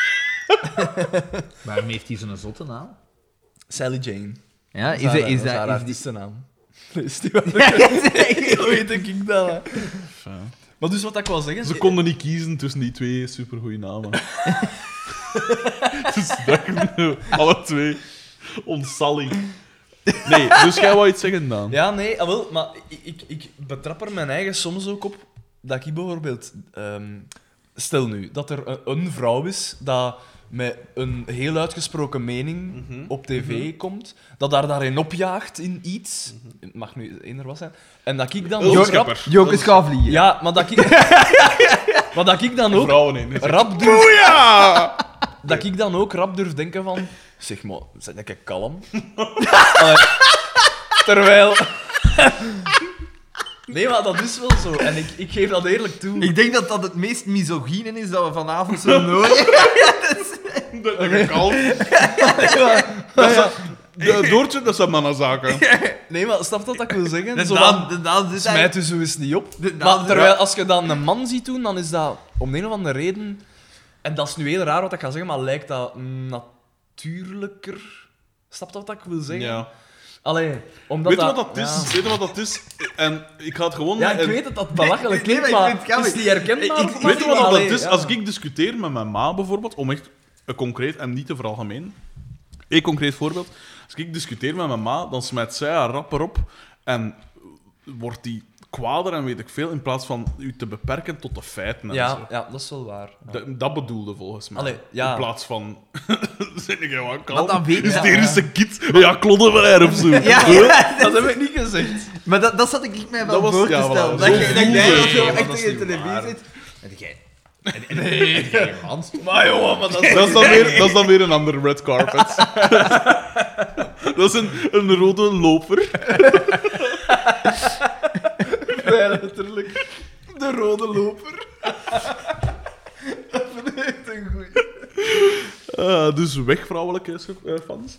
Waarom heeft hij zo'n zotte naam? Sally Jane. Ja, Dat haar is die... artiestennaam. Is die wat? Dat weet ik dat, hè. Fijn. Maar dus wat ik wil zeggen... Ze konden niet kiezen tussen die twee supergoeie namen. Dus dachten alle twee ons Sally. Nee, dus jij wou iets zeggen, Daan? Ja, nee, wel, maar ik betrap er mijn eigen soms ook op dat ik bijvoorbeeld... stel nu, dat er een vrouw is dat met een heel uitgesproken mening op tv komt, dat daarin opjaagt in iets. Het mag nu eender wat zijn. En dat ik dan... Schapper. Joke Schafvliegen. Ja, maar dat ik... maar dat ik dan ook Vrouwen in. rap durf... Ja! Dat ik dan ook rap durf denken van... Zeg maar, zet een keer kalm. Allee, terwijl... Nee, maar dat is wel zo. En ik geef dat eerlijk toe. Ik denk dat dat het meest misogyne is dat we vanavond zo nooit... Dat gekald. Doortje, dat zijn mannenzaken. Nee, maar snap dat wat ik wil zeggen? De Zo Daan, van, de Daan zit smijt u zo eens niet op. De Daan Maar zit terwijl, als je dan een man ziet doen, dan is dat om de een of andere reden... En dat is nu heel raar wat ik ga zeggen, maar lijkt dat natuurlijker. Snap dat wat ik wil zeggen? Ja. Allee, omdat Weet je wat dat ja. is? Weet je wat dat is? En ik ga het gewoon... Ja, ik en- weet dat dat belachelijk Nee, klinkt, maar ik maar vind het grappig. is die herkenbaar? Ik- of Weet je wat dat Allee, is? ja. Als ik discuteer met mijn ma bijvoorbeeld, om echt concreet en niet te veralgemeen. Eén concreet voorbeeld. Als ik discuteer met mijn ma, dan smijt zij haar rap erop en wordt die kwader en weet ik veel, in plaats van u te beperken tot de feiten en zo. Ja, dat is wel waar. Ja. Dat bedoelde volgens mij. Allee, ja. In plaats van... Zeg ik wat kalm? Want dan weet je- Hysterische kid. Ja, kloddenverheer of zo. Ja, Dat heb ik niet gezegd. maar dat zat ik mij wel Dat was- voor te ja, stellen. voilà. Dat Zo jij voelde dat het. zo Ja, echt dat is tegen de niet televisie waar. zit. En jij... Nee, Hans. Maar joh, maar dat is... Dat is dan weer een andere red carpet. Dat is een rode loper. Ja, letterlijk. De rode loper. Dat vind ik echt een goeie. Dus weg, vrouwelijke fans.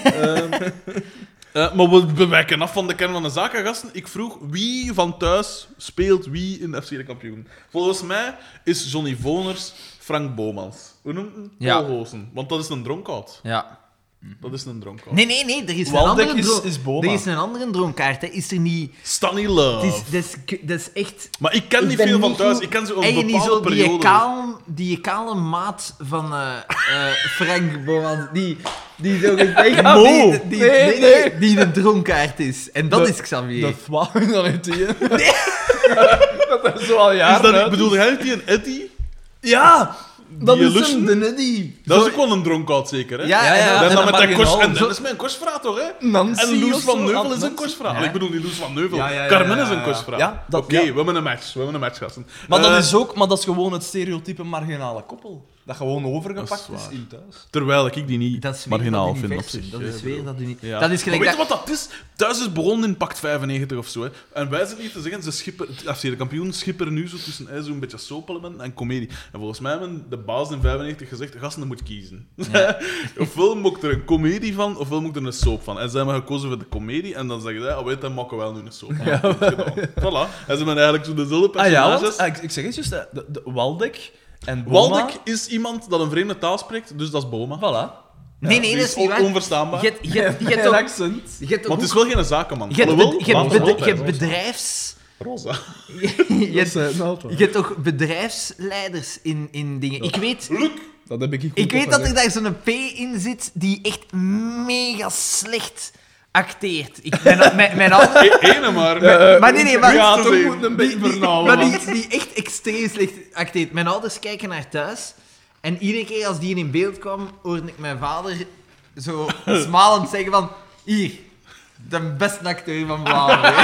Maar we wijken af van de kern van de zaken, gasten. Ik vroeg wie van thuis speelt wie in de FC de Kampioen. Volgens mij is Johnny Voners Frank Bomans. Hoe noemt hij? Ja. Paul Goossen. Want dat is een dronkout. Ja. Dat is een dronkout. Nee, er is Waldeck een andere is Boma. Er is een andere droomkaart, hè. Is er niet... Stanny Love. Dat is echt... Maar ik ken Ik niet ben veel van niet thuis. goed- Ik ken zo een En je niet bepaalde zo periode. die kale maat van Frank Bomans, die zo gezegd... Mo. Die een dronkaart is. En dat is Xavier. Dat wou dan niet in. Nee. Dat is zo al Is jaren dat, uit. bedoelde jij niet die een Eddie? Ja! Dat Die is Lussen? hem, de Neddy. Dat is ook wel een dronkout, zeker, hè? Ja, Ja, Dat is en dan met een dat kos... marginaal. En dat is mijn kostvrouw, toch, hè? Nancy En Loes of van zo. Neuvel Ah, is een Nancy. kostvrouw. Ja. Ik bedoel die Loes van Neuvel. Ja. Carmen is een kostvrouw. Ja, dat- Oké, ja. we hebben een match. We hebben een match, gasten. Maar dat Eh, is ook, maar dat is gewoon het stereotype marginale koppel. Dat gewoon Dat overgepakt is is, waar. in thuis. Terwijl ik die niet Dat is weer marginaal dat vind op universum. zich. Dat hè, is weer bedoel. dat niet. Ja. Dat is gelijk Maar weet dat... je wat dat is? Thuis is begonnen in pakt 95 of zo. Hè. En wij zitten hier te zeggen, ze schippen, FC de Kampioen schipperen nu zo tussen zo'n beetje soap-element en comedie. En volgens mij hebben de baas in 95 gezegd, gasten, je moet kiezen. Ofwel moet er een comedie van, ofwel moet er een soap van. En ze hebben gekozen voor de comedie, en dan zeggen zij, oh weet, dan maken we wel nu een soap. Ja. Goed gedaan. Voilà. En ze hebben eigenlijk zo dezelfde Ah ja, personages. want ik zeg het juist, de Waldeck en Boma... Waldeck is iemand dat een vreemde taal spreekt, dus dat is Boma. Voilà. Nee, Die dat is niet waar. onverstaanbaar. Je hebt Een toch... accent. Je hebt Want toch het is wel geen zakenman. Je hebt Alhoewel, je Vlaams hebt wel bed- je bij. hebt bedrijfs... Rosa. Je hebt toch bedrijfsleiders in dingen. Ik weet Dat heb ik dat er daar zo'n P in zit die echt mega slecht acteert. Mijn ouders... Ene maar. Maar nee, maar... Ja, te toch zien. moet een beetje Die- vernauwen. maar want- die echt extreem slecht acteert. Mijn ouders kijken naar thuis en iedere keer als die in beeld kwam, hoorde ik mijn vader zo smalend zeggen van... Hier, de beste acteur van Vlaanderen.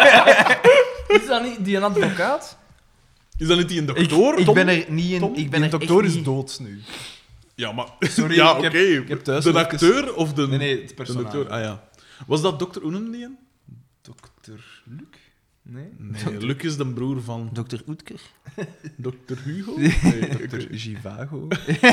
Is dat niet die een advocaat? Is dat niet die een dokter? Ik Tom? ben er niet in... Tom? Ik ben die er dokter echt is niet- dood nu. Ja, maar... Sorry, ja, ik oké. heb- ik heb thuis De even- acteur of de... Nee, het de personage. dokter? Ah ja. Was dat dokter Oenendien? Dokter Luc? Nee. Nee, Luc is de broer van Dr. Oetker. dokter Hugo? Nee, Dokter Givago.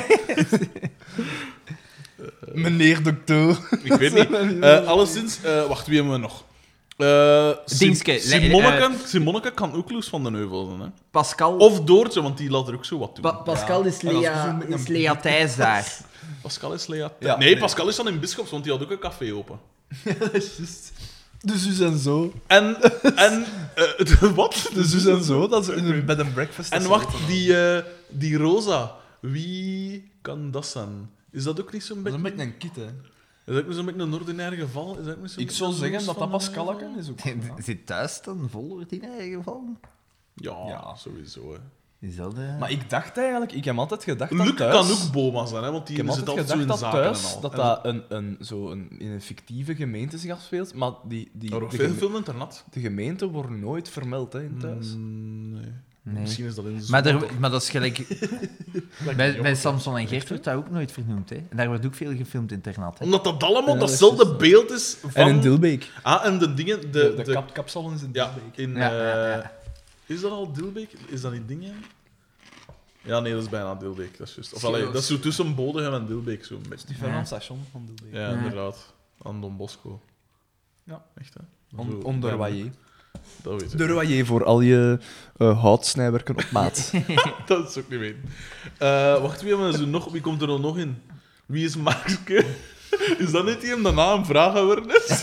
Meneer dokter. ik weet niet. Alleszins, wacht, wie hebben we nog? Dingske, Simonneke kan ook Loes van den Heuvel zijn, hè? Pascal... Of Doortje, want die laat er ook zo wat doen. Pascal is En als we zo met Lea, een- is Lea Thijs daar. Pascal is Lea. Ja, nee, nee. Pascal is dan in Bischops, want die had ook een café open. Dat is juist. De zus en zo. En wat? De zus en zo, dat is in een bed and breakfast. En wacht, die Rosa, wie kan dat zijn? Is dat ook niet zo'n Dat is beetje... een beetje een kit, hè. Is dat ook niet zo'n beetje een ordinair geval? Is dat ook niet zo'n Ik zou beetje zeggen een dat dat Loes van Pascalaken is ook. Zit thuis dan vol ordinaire gevallen? Ja, Ja. sowieso. Hè. Is dat... Maar ik dacht eigenlijk, ik heb altijd gedacht dat Luc thuis... kan ook Boma zijn, hè, want Ik die heb zit altijd altijd zo in gedacht dat zaken thuis en al. dat En dat in een fictieve gemeente zich afspeelt, maar er wordt veel internat. de gemeenten worden nooit vermeld hè, in thuis. Nee. Nee. Misschien is dat in Maar dat is gelijk... bij Samson en Gert wordt dat ook nooit vernoemd. Hè? En daar wordt ook veel gefilmd internaat. Hè? Omdat dat allemaal Ja, dat datzelfde is- beeld is van... En in Dilbeek. En de dingen... De kapsalon is in Ja, Dilbeek. in... Ja. Is dat al Dilbeek? Is dat niet dingen? Ja, nee, dat is bijna Dilbeek. Dat is juist. Of allee, Serieus? dat is zo tussen Bodegem en Dilbeek. Zo. Die ver aan het station van Dilbeek. Ja, inderdaad. Aan Don Bosco. Ja. Echt, hè? Zo, Onder bijna. Royer. Dat weet ik. De Royer voor al je houtsnijwerken op maat. Dat is ook niet weten. Wacht, wie, hebben we zo nog, wie komt er nog in? Wie is Markske? Is dat niet die hem daarna een vraag geworden is?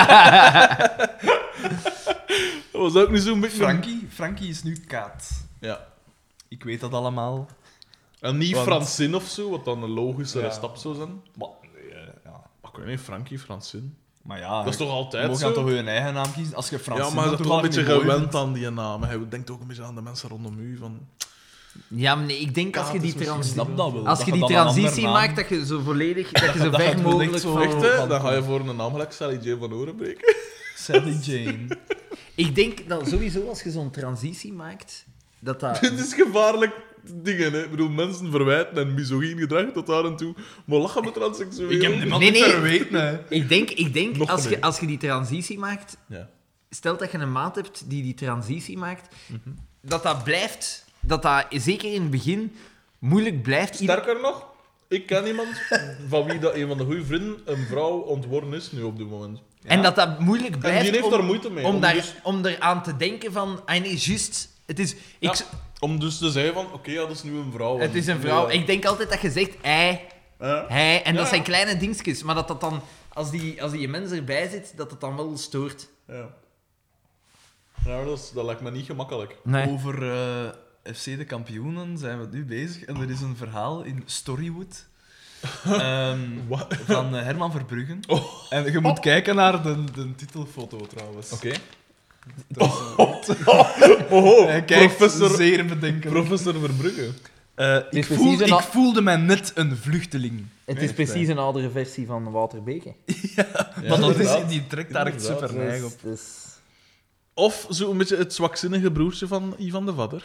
Dat was ook niet zo'n beetje... Frankie is nu Kaat. Ja. Ik weet dat allemaal. En niet Want- Francine of zo, wat dan een logischere Ja. stap zou zijn. Maar, ja. Maar ik weet niet, Frankie, Francine. Maar ja, Dat is toch je altijd mag zo? dan toch je eigen naam kiezen? Als je Frans Ja, maar hij is toch wel een beetje gewend aan die naam. Hij denkt ook een beetje aan de mensen rondom u. Van... Ja, maar nee, ik denk als je die transitie... Snap dat wel. Als Dat je die dan een andere transitie naam- maakt, dat je zo volledig... Dat je zo dat ver het mogelijk echt zo van... Echt, hè? van- Dan ga je voor een naam gelijk Sally Jane van Oren breken. Sally Jane. Ik denk dat sowieso als je zo'n transitie maakt, dat dat... Dit is gevaarlijk dingen, hè. Ik bedoel, mensen verwijten en misogyn gedrag tot daar en toe. Maar lachen met transseksueel. Ik heb die man Nee, niet nee. verweten, hè. Ik denk Nog meer. als je die transitie maakt... Ja. Stel dat je een maat hebt die transitie maakt, dat blijft... Dat dat zeker in het begin moeilijk blijft. Sterker nog, ik ken iemand van wie dat een van de goede vrienden een vrouw ontworpen is nu op dit moment. En dat moeilijk blijft. En die heeft daar moeite mee. Om eraan te denken van... Ah nee, juist... Het is... Ja, om dus te zeggen van, oké, ja, dat is nu een vrouw. Het is een vrouw. Ja. Ik denk altijd dat je zegt hij, Ja. hij. En dat Ja. zijn kleine dingetjes. Maar dat dan... Als die mens erbij zit, dat het dan wel stoort. Ja. Ja, dat lijkt me niet gemakkelijk. Nee. Over FC de kampioenen zijn we nu bezig. En er is een verhaal in Storywood Wat? van Herman Verbruggen. Oh. En je moet kijken naar de titelfoto trouwens. Oké. Dat is, Oh, hij kijkt professor, zeer bedenkelijk. professor Verbrugge. is precies een Ik al- voelde mij net een vluchteling. Het is precies een oudere versie van Wouter Beke. Maar dat is, inderdaad. die trekt daar echt Inderdaad. super neig op. Of zo een beetje het zwakzinnige broertje van Ivan de Vadder.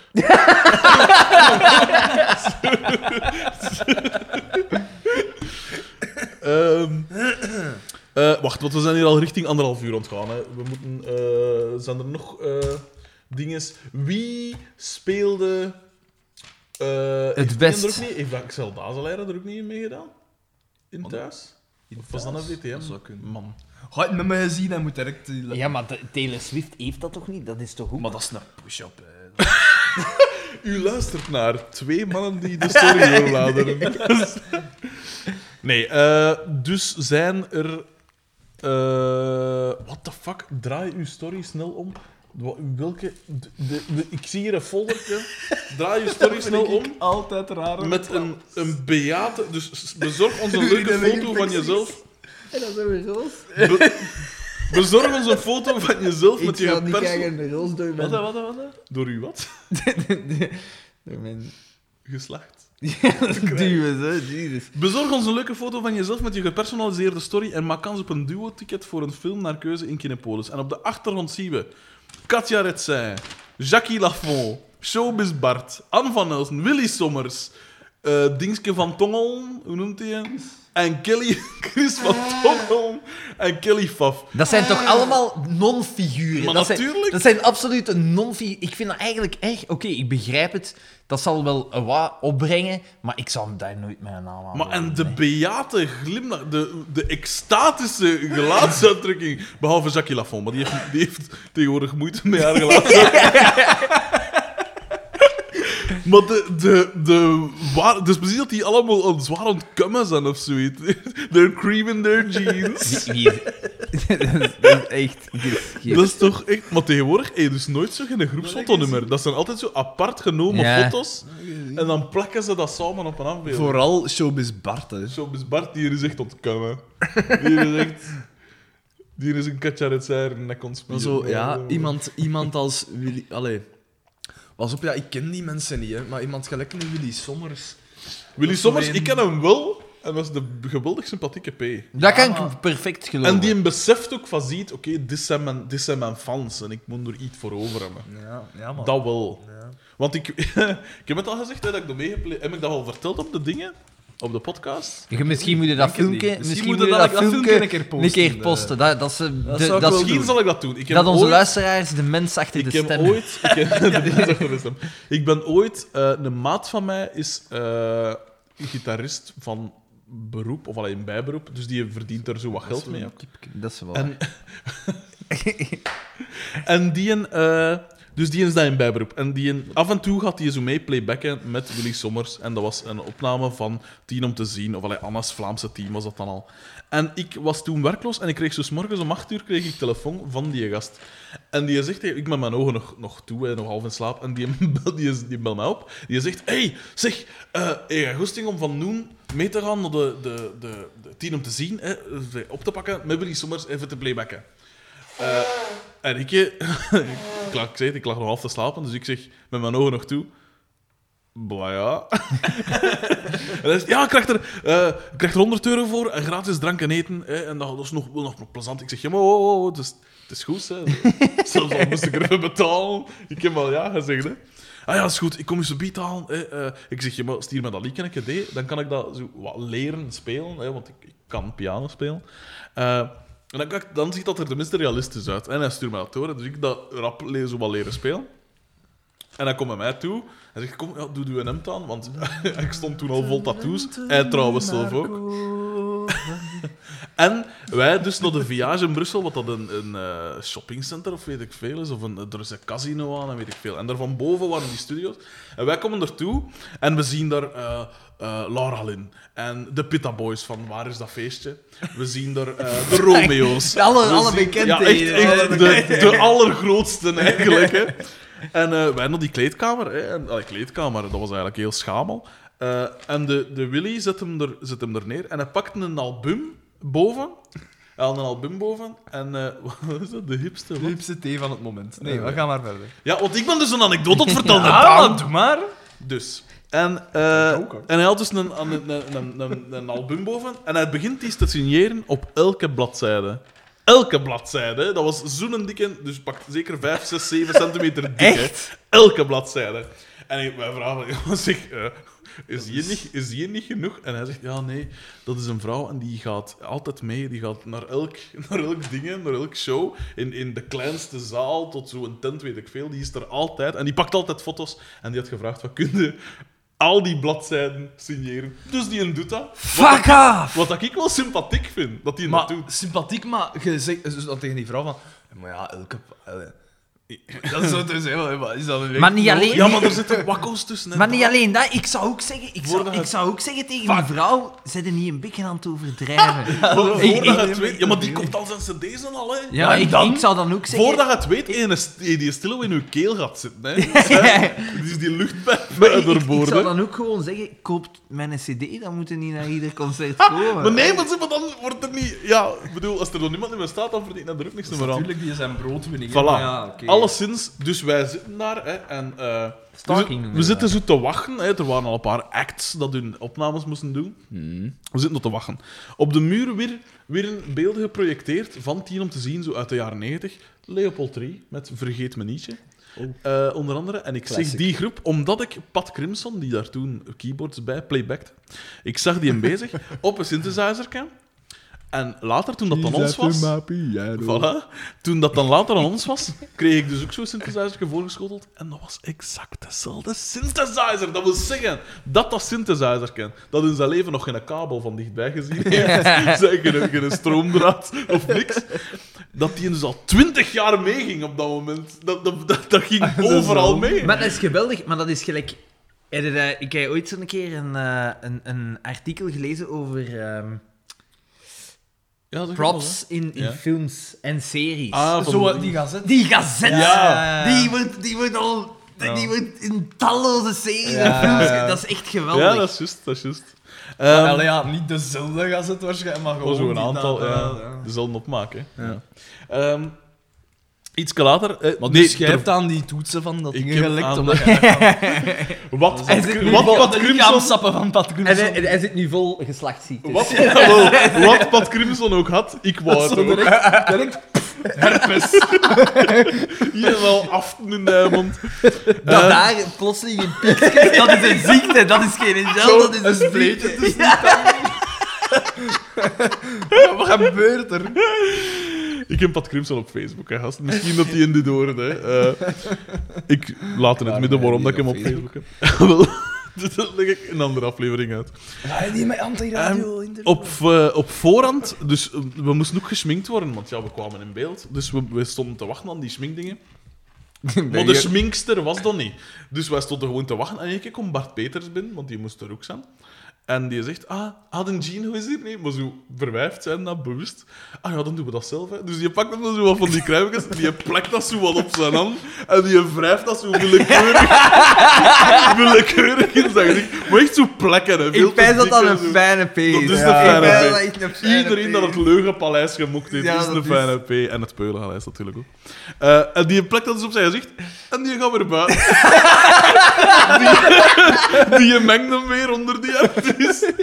Wacht, want we zijn hier al richting 1,5 uur ontgaan. Hè. We moeten, zijn er nog dingen? Wie speelde... heeft best. Er ook niet, heeft Axel Bazelaire er ook niet in meegedaan? In thuis? Of was dat een VTM? Dat zou kunnen. Man. Ga je het met mij gezien, hij moet direct... Ja, maar Taylor Swift heeft dat toch niet? Dat is toch ook... Maar dat is een push-up. Hè. U luistert naar 2 mannen die de story doorladeren. Nee, dus zijn er... what the fuck? Draai uw story snel om. Welke... ik zie hier een foldertje. Draai uw story snel om. Altijd raar. Met een beate... Dus bezorg ons een leuke foto van jezelf. En dat is een roos. Bezorg ons een foto van jezelf met je persoon... een roos door mijn... Wat? Door u wat? door mijn... Geslacht. Duwen, zo. Jezus. Bezorg ons een leuke foto van jezelf met je gepersonaliseerde story en maak kans op een duo-ticket voor een film naar keuze in Kinepolis. En op de achtergrond zien we Katja Retzij, Jackie Lafont, Showbiz Bart, Anne van Elsen, Willy Sommers, Dingske van Tongel, hoe noemt hij? En Kelly, Chris van Tongel en Kelly Faf. Dat zijn toch allemaal non-figuren? Maar dat natuurlijk. Dat zijn absolute non-figuren. Ik vind dat eigenlijk echt... Oké, ik begrijp het. Dat zal wel wat opbrengen, maar ik zal daar nooit mijn naam aan Maar en houden, de nee. beate glimlach, de extatische gelaatsuitdrukking, behalve Jackie Lafont, maar die heeft tegenwoordig moeite met haar gelaatsuitdrukking. Maar het is precies dat die allemaal zwaar aan het kummen zijn of zoiets. They're creaming their jeans. Dat is echt... Dat is toch echt... Maar tegenwoordig heb je dus nooit zo geen groepsfotonummer. Dat zijn altijd zo apart genomen Ja. foto's. En dan plakken ze dat samen op een afbeelding. Vooral Showbiz Bart, hè. Zo is Bart, die is echt ontkammen. Die is een Katja Retzij nek ontspieren. Maar zo, ja, iemand als Willy... Allee. Pas op, ja, ik ken die mensen niet, hè. Maar iemand gelijk nu Willy Sommers. Willy dat is Sommers, zo ik ken hem wel, En dat is de geweldig sympathieke P. Dat kan ik perfect geloven. En die hem beseft ook van ziet, oké, dit zijn mijn fans en ik moet er iets voor over hebben. Ja, man. Dat wel. Ja. Want ik heb het al gezegd, hè, dat ik er meegepleit heb. Ik dat al verteld op de dingen? Op de podcast? Misschien moet je dat Ik denk het filmpje... niet. Misschien moet moet je je dat dat filmpje filmpje een keer posten. posten. Dat zou ik is wel Misschien doen. zal ik dat doen. Ik heb dat onze ooit- luisteraars de mens achter de Ik heb stem... ooit... Ik ben ooit... een maat van mij is gitarist van beroep, of alleen bijberoep, dus die verdient er zo wat geld mee. ook. Dat is wel... En, en dus die is dat in bijberoep. En af en toe gaat hij zo mee playbacken met Willy Sommers. En dat was een opname van 10 om te zien, of Anna's Vlaamse team was dat dan al. En ik was toen werkloos en ik kreeg zo 's morgens om 8 uur kreeg ik telefoon van die gast. En die zegt, ik met mijn ogen nog toe, nog half in slaap, en die belt mij op. Die zegt, hey, zeg, heb je goesting om van Noen mee te gaan naar de 10 om te zien, op te pakken met Willy Sommers even te playbacken. En ik lag nog half te slapen, dus ik zeg met mijn ogen nog toe. Bla ja. En hij zegt, ja, ik krijg er 100 euro voor en gratis drank en eten. En dat is nog plezant. Ik zeg, ja, maar het is goed. Hè. Zelfs al moest ik er even betalen. Ik heb wel ja gezegd. Hè. Ah ja, dat is goed. Ik kom je zo beat halen. Ik zeg, ja, maar stuur me dat liedje een keer, dan kan ik dat zo wat leren spelen. Hè, want ik kan piano spelen. En dan ziet dat er tenminste realistisch uit. En hij stuurt me dat door, dus ik dat rap zo wat leren spelen. En hij komt bij mij toe. Hij zegt, kom, ja, doe een hemd aan, want ik stond toen al vol tattoos. Hij trouwens zelf ook. En wij dus naar de Viage in Brussel, wat dat een shoppingcenter of weet ik veel is, of er is een casino aan en weet ik veel. En daar van boven waren die studio's. En wij komen ertoe en we zien daar Laura Lynn en de Pitta Boys van Waar is dat feestje? We zien daar de Romeo's. Alle bekendheden. Ja, echt de allergrootste eigenlijk. Hè. En wij naar die kleedkamer. Hè. En, kleedkamer, dat was eigenlijk heel schamel. En de Willy zet hem er neer en hij pakt een album boven. Hij had een album boven en wat is dat? De hipste? De Wat? hipste thee van het moment. Nee, we gaan maar verder. Ja, want ik ben dus een anekdote aan het vertellen. Ah, doe maar. Dus. En hij had dus een album boven en hij begint iets te signeren op elke bladzijde. Elke bladzijde. Dat was zo'n dikke, dus pakt zeker 5, 6, 7 centimeter dik. Echt? Elke bladzijde. En wij vragen, zeg, is hier niet genoeg? En hij zegt, ja, nee, dat is een vrouw en die gaat altijd mee. Die gaat naar elk ding, naar elk show. In de kleinste zaal tot zo'n tent, weet ik veel. Die is er altijd. En die pakt altijd foto's. En die had gevraagd, wat kun je al die bladzijden signeren? Dus die doet dat. Fuck off! Wat ik wel sympathiek vind, dat die dat Maar doet. sympathiek, maar je zegt dus dan tegen die vrouw van... Maar ja, elke... Dat is zo dus heel... Wat is dat een Maar niet alleen... Ja, maar er zitten wakko's tussen. hè. Maar niet alleen dat, ik zou ook zeggen, Voordat ik het- zou ook zeggen tegen die vrouw, zet er niet een beetje aan het overdrijven. Voordat Ik- je het weet... Ja, maar die komt al zijn cd's en al, hè. Ja, ik zou dan ook zeggen... Voordat je het weet, die stillo in je keel gaat zitten, hè. Dus die luchtpijp Maar ik zou doorboren. dan ook gewoon zeggen, koopt mijn cd, dan moet je niet naar ieder concert komen. Maar nee, maar dan wordt er niet... Ja, ik bedoel, als er nog niemand in me staat, dan verdient er ook niks meer aan. Natuurlijk, die zijn broodwinning. hè, Voilà. maar ja, oké. Alleszins, dus wij zitten daar, hè, en Stalking we zitten zo te wachten. Hè. Er waren al een paar acts dat hun opnames moesten doen. We zitten nog te wachten. Op de muur weer een beelden geprojecteerd van 10 om te zien, zo uit de jaren 90. Leopold 3 met Vergeet me nietje. Onder andere. En ik zeg die groep, omdat ik Pat Crimson, die daar toen keyboards bij playbackte, ik zag die hem bezig op een synthesizercam. En later, toen dat aan ons was... Voilà. Toen dat dan later aan ons was, kreeg ik dus ook zo'n synthesizer voorgeschoteld. En dat was exact dezelfde synthesizer. Dat wil zeggen dat synthesizer kent. Dat in zijn leven nog geen kabel van dichtbij gezien heeft. Geen stroomdraad of niks. Dat die dus al 20 jaar meeging op dat moment. Dat ging overal mee. Maar dat is geweldig, maar dat is gelijk... Ik heb ooit zo'n keer een artikel gelezen over Ja, zeg props in Ja. films en series. Ah, van Zo, die gazet. Die gazet, Ja. die wordt al... Ja. Die wordt in talloze series Ja. en films... Dat is echt geweldig. Ja, dat is juist. Allee, ja, niet dezelfde gazet waarschijnlijk, maar gewoon Gewoon zo'n die aantal, dat, dezelfde opmaak. Hè. Ja. Ja. Iets later... Maar dus jij hebt aan die toetsen van dat Ik ding heb gelekt, aan- omdat jij... Wat Hij zit nu Pat vol- de Crimson... lichaamsappen van Pat En Crimson. hij zit nu vol geslachtsziektes. Wat Pat Crimson ook had, ik wou het Zo ook. direct Herpes. Hier wel aften in de mond. Dat daar plotseling een piek is, dat is een ziekte, dat is geen gel, dat is een spleetje ziekte. Ja. Wat gebeurt er? Ik heb Pat Crimson op Facebook, hè, gast. Misschien dat hij in dit hoort, hè. Ik laat in het midden waarom dat ik hem op Facebook heb. Wel, dat leg ik in een andere aflevering uit. Ga je niet met anti-radio interviewen? Op voorhand, dus we moesten ook geschminkt worden, want ja, we kwamen in beeld. Dus we stonden te wachten aan die schminkdingen. Maar de schminkster was dat niet. Dus wij stonden gewoon te wachten. En één keer komt Bart Peters binnen, want die moest er ook zijn. En die zegt, de Gino is hier niet. Maar zo verwijfd zijn dat bewust. Ja, dan doen we dat zelf. Hè. Dus die pakt dan zo wat van die kruimjes, die plakt dat zo wat op zijn hand. En die wrijft dat zo willekeurig in zijn gezicht. Maar echt zo plekken. Hè. Veel Ik pijs te dat dik dat en een zo. fijne P is. Dat is Ja. een fijne Ik pijs P. dat echt een fijne Iedereen P dat is. het Leugenpaleis gemokt heeft, Ja, is dat een is- fijne P. En het Peulenpaleis natuurlijk ook. En die plakt dat dus op zijn gezicht. En die gaat weer buiten. die mengt hem weer onder die artiest.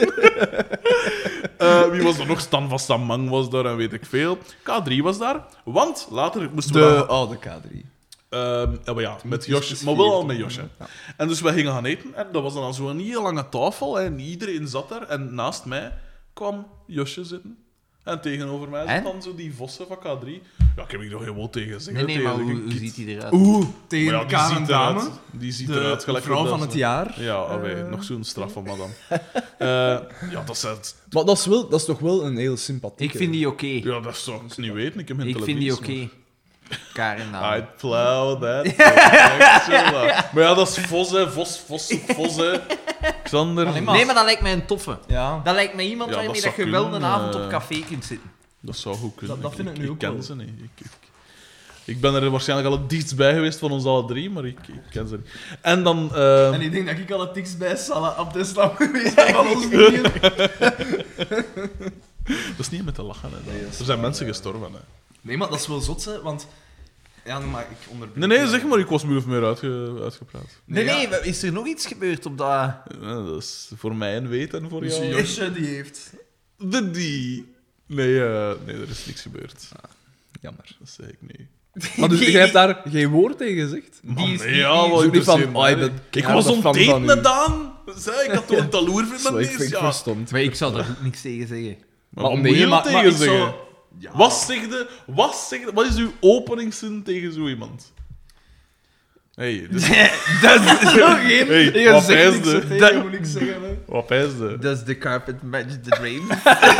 Wie was er nog? Stan van Samang was daar en weet ik veel. K3 was daar. Want later moesten we... De oude K3. maar ja, met is Josje, dus maar wel al vier, met toch? Josje. En dus wij gingen gaan eten en dat was dan al zo'n heel lange tafel hè, en iedereen zat daar. En naast mij kwam Josje zitten. En tegenover mij zat En? dan zo die vossen van K3. Ja, ik heb ik nog geen woord tegen zeggen. Nee, maar tegen hoe Kit. ziet hij eruit? Oeh, Maar tegen ja, elkaar een dame. Die ziet De eruit gelijk vrouw op van dat- het jaar. Ja, nog zo'n straf van madame. Ja, dat is het. Maar dat is toch wel een heel sympathieke... Ik vind die oké. Ja, dat zou ik niet weten. Ik heb geen Ik vind die televisie, oké. Karen maar- naam. I'd plow that. Echt zo laat. Maar ja, dat is Vos, hè. Vos, hè. Xander. Allee, Nee, maar dat lijkt mij een toffe. Ja. Dat lijkt mij iemand Ja, waarmee dat dat je zou wel kunnen, een avond op café kunt zitten. Dat zou goed kunnen. Dat vind ik nu ook ken wel. ze niet. Ik ben er waarschijnlijk al het dichtst bij geweest van ons alle drie, maar ik ken ze niet. En dan... En ik denk dat ik al het dichtst bij Salah Abdeslam geweest ben van ons drieën. dat is niet met te lachen, hè. Nee, dat is Er zijn waar, mensen ja. gestorven, hè. Nee, maar dat is wel zot, hè, want... Ja, maar ik onderbreek... Nee, zeg maar. Ik was min of meer uitgepraat. Nee, ja. nee, is er nog iets gebeurd op dat... Ja, dat is voor mij een weet en voor Dus jou... Josje, die heeft... Die... Nee, er is niks gebeurd. Jammer. Dat zei ik niet. Maar dus jij hebt daar geen woord tegen gezegd? Man, is- nee, die- ja, die- wat zo niet van, interesseert oh, je mij bent niet. Ik keihard was fan van ontdeten u. met Daan. Zei, ik had toen een taloer voor Zo, mijn ik neus. vind Ja. verstomd. Maar ik zou daar ook niks tegen zeggen. Maar Maar wat nee, moet je maar- er maar tegen ik zou- zeggen? Wat zeg je? Wat is uw openingszin tegen zo iemand? Hey, dus, Dat is zo geen... hey, Je wat zegt niks pijsde? tegen, je moet niks zeggen, hè. Wat pijsde? Does the carpet match the dream?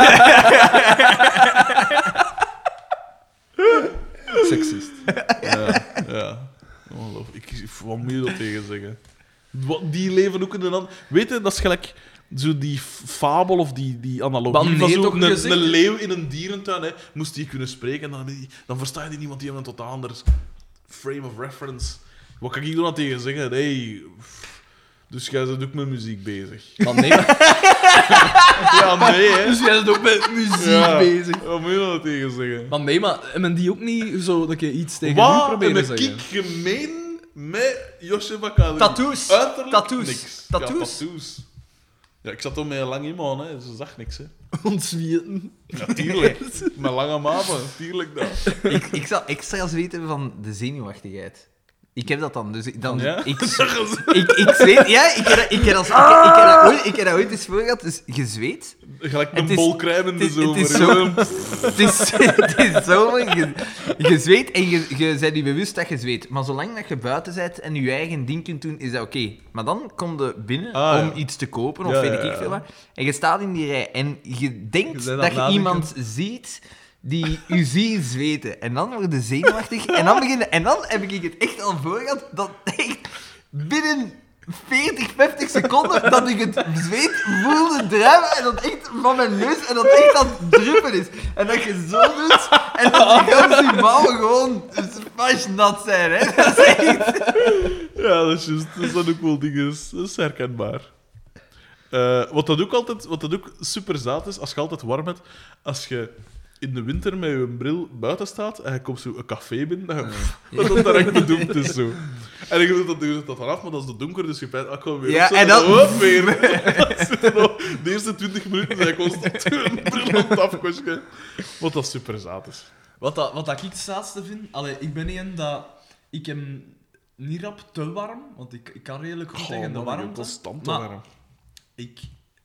Seksist. Ja. Ongelooflijk. Wat moet je dat tegen zeggen? Die leven ook in een ander... Weet je, dat is gelijk zo die fabel of die analogie Maar nee, van zo toch een gezegd? leeuw in een dierentuin. Hè. Moest die kunnen spreken, dan versta je die niemand die heeft een totaal ander frame of reference. Wat kan ik er dan tegen zeggen? Hey, dus jij bent ook met muziek bezig. Maar nee, maar... Ja, nee, hè. Dus jij bent ook met muziek Ja. bezig. Wat moet je dan tegen zeggen? Maar nee, maar hebben die ook niet zo dat je iets tegen u Wat proberen te heb zeggen? ik gemeen met Josje Bakali? Tattoos. Uiterlijk Tattoos. niks. Tattoos. Ja, tattoos. Ja, ik zat toen met een lang iemand, hè. Ze zag niks, hè. Ontzwieten. Natuurlijk. Met lange maven, tuurlijk dat. Ik zou extra zweten van de zenuwachtigheid. Ik heb dat dan, dus dan... Ja? Ik zweet... Ja, ik heb dat ooit eens voor gehad, dus je zweet. Gelijk Het een is- bol crème in de het zomer. is zo- Het is zomer, je zweet en je bent je bewust dat je zweet. Maar zolang dat je buiten bent en je eigen ding kunt doen, is dat oké. Maar dan kom je binnen Ah, om ja. iets te kopen, of Ja, weet ja, ik ja. veel wat. En je staat in die rij en je denkt Je bent aan dat het je nadenken. iemand ziet die u ziet zweten. En dan word je zenuwachtig. En dan heb ik het echt al voor gehad dat echt binnen 40, 50 seconden dat ik het zweet voelde druipen en dat echt van mijn neus en dat echt aan het druppen is. En dat je zo doet en dat je ganse mouwen gewoon smashnat zijn. Hè. Dat is echt... Ja, dat is juist. Dat zijn ook wel dingen. Dat is herkenbaar. Wat dat ook super zaad is, als je altijd warm hebt, als je in de winter met je bril buiten staat en je komt zo een café binnen, dat dat direct bedoeld is zo. En je doet dat vanaf, maar dat is te donker, dus je pijt, ik ga weer Ja, opzetten, en dan- hop, weer. De eerste 20 minuten zijn constant een bril aan het afkosten. Wat dat super zaad is. Wat ik het zaadste vind... Allee, ik ben een dat... Ik hem niet rap te warm, want ik kan redelijk goed tegen de warmte. Constant maar warm. ik...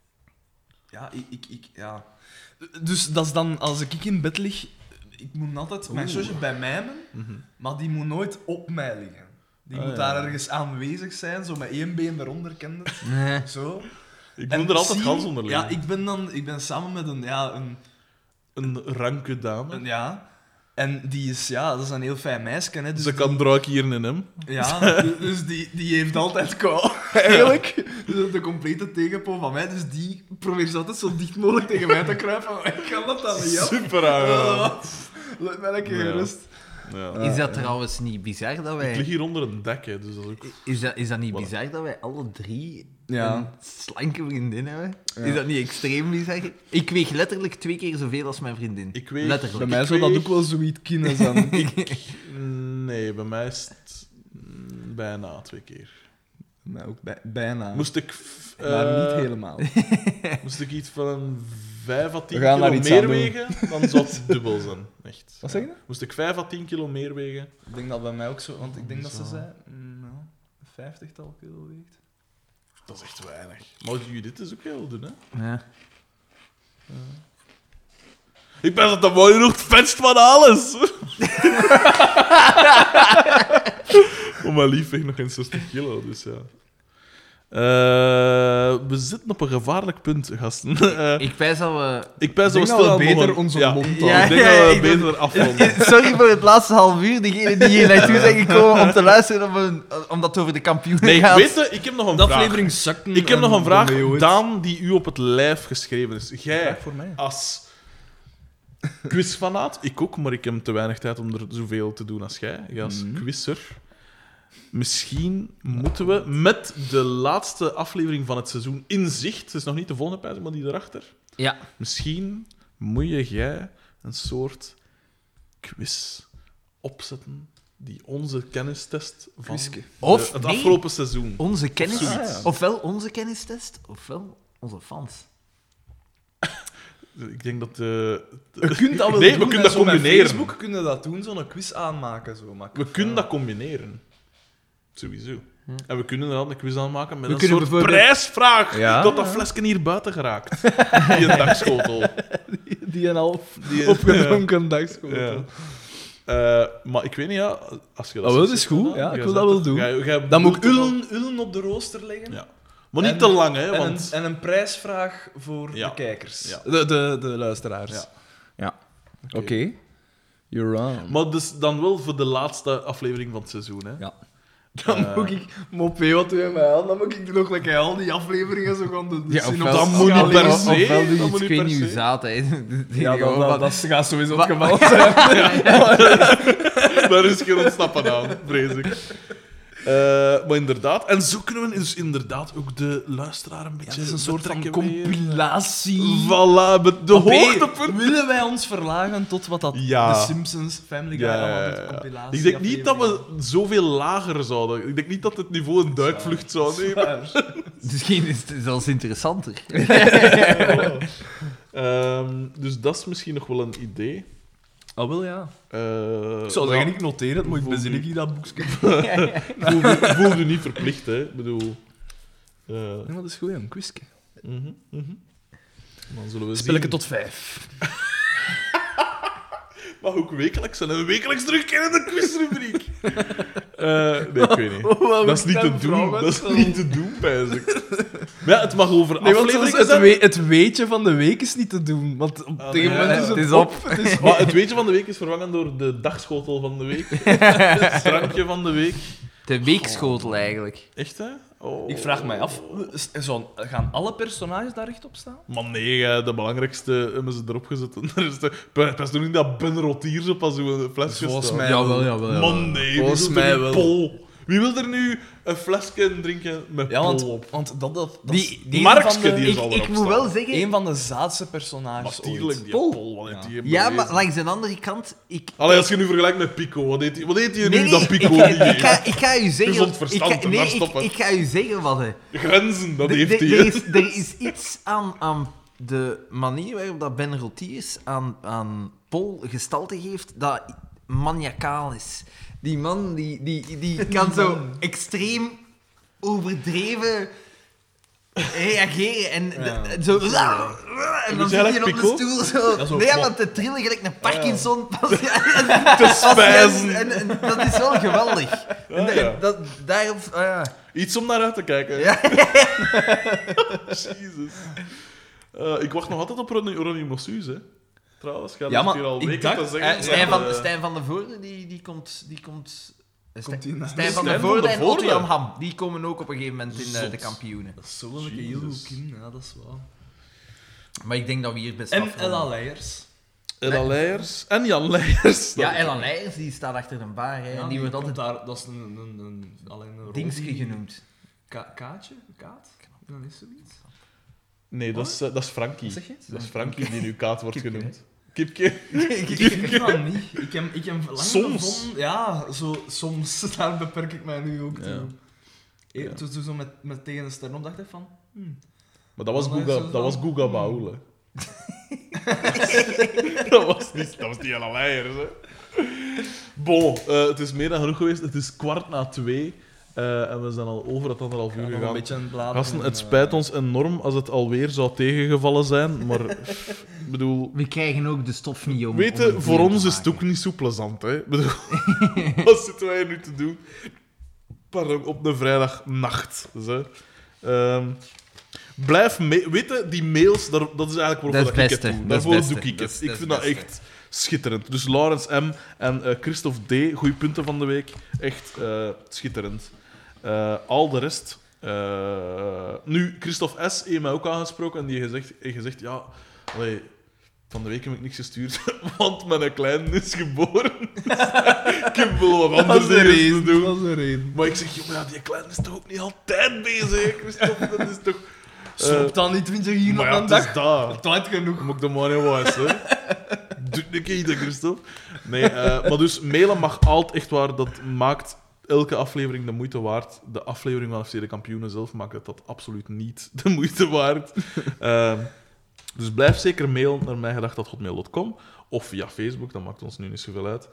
Ja. Dus dat is dan, als ik in bed lig... Ik moet altijd mijn zusje bij mij hebben, maar die moet nooit op mij liggen. Die moet daar ergens aanwezig zijn, zo met één been eronder, ken je het? Nee. Zo. Ik En moet er altijd zie- gans onder liggen. Ja, ik ben samen met Een ranke dame. ja. En die is, ja, dat is een heel fijn meisje, hè. Dus Ze kan draaikieren in hem. ja, dus die heeft altijd kou, eigenlijk. Dus dat is de complete tegenpool van mij. Dus die probeert altijd zo dicht mogelijk tegen mij te kruipen. Maar ik kan dat dan niet, ja. Super aangenaam. Laat mij lekker Ja. gerust. Ja. Is dat trouwens niet bizar dat Ik lig wij... hier onder een dek, hè, dus dat is ook... Is dat niet Voilà. bizar dat wij alle drie Ja. een slanke vriendin hebben? Ja. Is dat niet extreem bizar? Ik weeg letterlijk 2 keer zoveel als mijn vriendin. Ik weeg- Letterlijk. Bij mij zou dat ook wel zoiets kunnen zijn. Nee, bij mij is het bijna 2 keer. Maar ook bijna. Moest ik... Maar niet helemaal. Moest ik iets van een 5 à 10 We gaan kilo daar iets meer aan doen. wegen, dan zou het dubbel zijn. Echt. Wat zeg je? Moest ik 5 à 10 kilo meer wegen... Ik denk dat bij mij ook zo, want ik denk dat ze Zo. zei, nou, 50-tal kilo weegt. Dat is echt weinig. Maar Judith is ook heel doen, hè. Ja. Ik ben dat mooi nog het vetst van alles. Oh, mijn lief weegt nog geen 60 kilo, dus ja. We zitten op een gevaarlijk punt, gasten. Ik wijs dat we... Ik ben zo denk dat stil we aan beter mogen- onze ja. mond Ja, Ik denk ja, dat we ik ben- beter afronden. Sorry voor het laatste half uur. Degenen die hier naartoe zijn gekomen om te luisteren omdat het over de kampioenen Nee, gaat. weet je, ik heb nog een De vraag. aflevering zakten. Ik heb nog een en vraag, Romeo het. Daan, die u op het lijf geschreven is. Jij, Vraag voor mij. als quizfanaat, ik ook, maar ik heb te weinig tijd om er zoveel te doen als jij. Jij als quizzer. Misschien moeten we met de laatste aflevering van het seizoen in zicht, het is nog niet de volgende pijs, maar die erachter, Ja. misschien moet jij een soort quiz opzetten die onze kennistest van Quizke. Of het nee. afgelopen seizoen. Onze kennis... Zoiets. Ja. Ofwel onze kennistest, ofwel onze fans. Ik denk dat... Je kunt dat wel Nee, doen. we kunnen hè, dat zo met combineren. Facebook kunnen dat doen, zo'n quiz aanmaken. Zo, maar We kunnen dat combineren. Sowieso. En we kunnen er dan een quiz aanmaken met We een kunnen soort bijvoorbeeld- prijsvraag. Ja. Dat dat flesje hier buiten geraakt. Die een dagschotel. Die een half Die- opgedronken dagschotel. Ja. Maar ik weet niet, ja, als je dat Oh, wel, zo dat is zegt, goed. dan, Ja, ik jij wil zegt dat wel het. doen. Jij Dan moet ik bedoelt toch ullen op de rooster leggen. al- Ja. Maar niet En- te lang, hè, want... En een prijsvraag voor Ja. de kijkers. Ja. De luisteraars. Ja. Ja. Oké. You're wrong. Maar dus dan wel voor de laatste aflevering van het seizoen, hè. Ja. Dan Eh. moet ik... Mopé, wat doe je mij aan? Dan moet ik nog lekker al die afleveringen zo gaan... De ofwel- dat moet niet per se, Ofwel doe dat je moet iets, niet ik weet per niet, se. zaad, hè. Ja, dat gaat sowieso Wa- het geval zijn. Daar is geen ontsnappen aan, vrees ik. Maar inderdaad, en zo kunnen we dus inderdaad ook de luisteraar een beetje Het is een soort van betrekken weer. compilatie. Voilà, met de Mopé, hoogtepunten. willen wij ons verlagen tot wat dat Ja. de Simpsons, Family Guy, allemaal doet, compilatie. Ik denk niet dat we zoveel lager zouden. Ik denk niet dat het niveau een duikvlucht zou nemen. Misschien is het zelfs interessanter. Dus dat is misschien nog wel een idee. Oh, wel ja. Ik Ik zou zeggen, ik noteer het, maar ik bezin ik dat boekje. voel je niet verplicht, hè. Ik bedoel... Nee, maar dat is goed, een quizje. Dan zullen we Spel ik zien. het tot 5. Maar ook wekelijks en een wekelijks terugkerende quizrubriek. Nee, ik weet niet. Dat is niet te doen. Dat is niet te doen, pijs ik. Maar ja, het mag over Nee, want afleveringen zijn. het weetje van de week is niet te doen. Want op tegen nee, moment is het het is op. op. Het is Maar het weetje van de week is vervangen door de dagschotel van de week. Het drankje van de week. De weekschotel, eigenlijk. Echt, hè? Oh. Ik vraag mij af, gaan alle personages daar recht op staan? Maar nee, hè, de belangrijkste hebben ze erop gezet. Er is pas toen dat Ben Rotier zo pas zo'n flesje Volgens staat. mij Jawel. Man, nee. Volgens wie doet mij er wel. Pol. Wie wil er nu een flesje drinken met Ja, pol op? want dat is Die Markske, die zal ik erop moet staan. wel zeggen... een van de zaadste personages Natuurlijk, ooit. die Pol. pol. Wat heeft Ja. die Ja, bewezen? maar langs de andere kant... Allee, als je nu vergelijkt met Pico, wat heet hij nu Nee, dat Pico ik niet heeft? ga u zeggen... Gezond verstand, maar stoppen. ik ga u zeggen wat... Grenzen, dat heeft hij. Er is iets aan de manier waarop dat Ben Rotiers aan Pol gestalte geeft, dat maniacaal is. Die man die kan zo extreem overdreven reageren en zo... En dan zit hij op Pico? de stoel zo... Ja, zo nee, pop. want te trillen gelijk een Parkinson. Te spijzen. En dat is wel geweldig. Ja. Daarop... Iets om naar uit te kijken. Ja. Jezus. Ik wacht nog altijd op Ronnie Mossuus, hè. Trouwens, ga Ja, maar hier al ik weken dacht- te zeggen. Stijn van der Voorde, die komt... Komt die naar- Stijn van Stijn der van Voorde der en Voorde? Otto Jan Ham. Die komen ook op een gegeven moment in Zot. de kampioenen. Dat is zo een heel Jezus. goed in, ja, dat is waar. Maar ik denk dat we hier best En afronden. Ella Leijers. Ella Leijers en Jan Leijers. Ja, Ella Leijers, die staat achter de bar. Hè, en die wordt komt altijd daar, dat is alleen een Dingske rol die- genoemd. Kaatje? Kaat? Dan is zoiets. Nee, dat is Frankie. Wat zeg je? Dat is Frankie die nu Kaat wordt Kipke, genoemd. Kipke. Ik weet dat niet. Ik heb lang Soms. gevonden... Ja, soms. Daar beperk ik mij nu ook toe. Ja. Toen ze zo met tegen de sterren op dacht ik van... Maar dat was Dan is Guga, het dat was dan- Guga Baul, hè. dat was niet Ella Leijers, hè. Bon, het is meer dan genoeg geweest. Het is 1:15. En we zijn al over het 1,5 uur Nog een gegaan. beetje een bladeren. Gasten, het spijt ons enorm als het alweer zou tegengevallen zijn, maar ik bedoel... We krijgen ook de stof niet om... Weet om je, een voor video ons te is het maken. ook niet zo plezant, hè. Ik bedoel, wat zitten wij hier nu te doen? Pardon, op een vrijdagnacht. Dus, hè. Blijf mee... Weet je, die mails, dat is eigenlijk waarvoor Dat is ik het beste. doe. Dat is Daarvoor beste. doe ik Dat het. is- Ik dat vind is dat beste. echt schitterend. Dus Laurens M. en Christophe D. Goeie punten van de week. Echt schitterend. Al de rest... nu, Christophe S. heeft mij ook aangesproken en die heeft gezegd ja, allee, van de week heb ik niks gestuurd, want mijn kleine is geboren. Ik heb wel wat anders dingen te doen. Dat is een reden. Maar ik zeg, joh, maar ja, die kleine is toch ook niet altijd bezig, hè, Christophe? Dat is toch... Stop dan niet 20 uur op maar ja, een het dag. is dat. Tijd genoeg. Moet ik de man niet wijs, hè? Doe een keer dat, Christophe. Nee, maar dus mailen mag altijd echt waar. Dat maakt elke aflevering de moeite waard. De aflevering van FC de Kampioenen zelf maakt dat absoluut niet de moeite waard. Dus blijf zeker mailen naar mijgedacht@hotmail.com of via Facebook, dat maakt ons nu niet zoveel uit.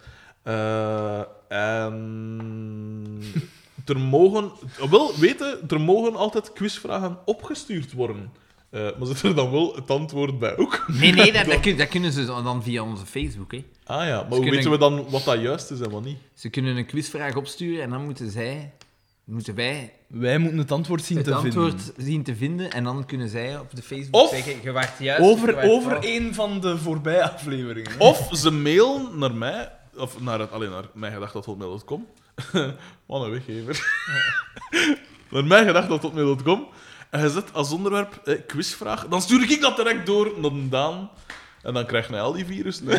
En er mogen... Wel, weten, er mogen altijd quizvragen opgestuurd worden. Maar zit er dan wel het antwoord bij ook? Nee, dat kunnen ze dan via onze Facebook. Hè. Ah ja, maar hoe kunnen- weten we dan wat dat juist is en wat niet? Ze kunnen een quizvraag opsturen en dan moeten wij Wij moeten het antwoord zien het te antwoord vinden. zien te vinden en dan kunnen zij op de Facebook Of zeggen, je waart juist. je waart Over fout. een van de voorbije afleveringen. Of ze mailen naar mij, of naar mijgedacht@hotmail.com. Wat een weggever. Naar mijgedacht@hotmail.com. En je zet als onderwerp quizvraag. Dan stuur ik dat direct door naar de Daan. En dan krijg je al die virus. Nee.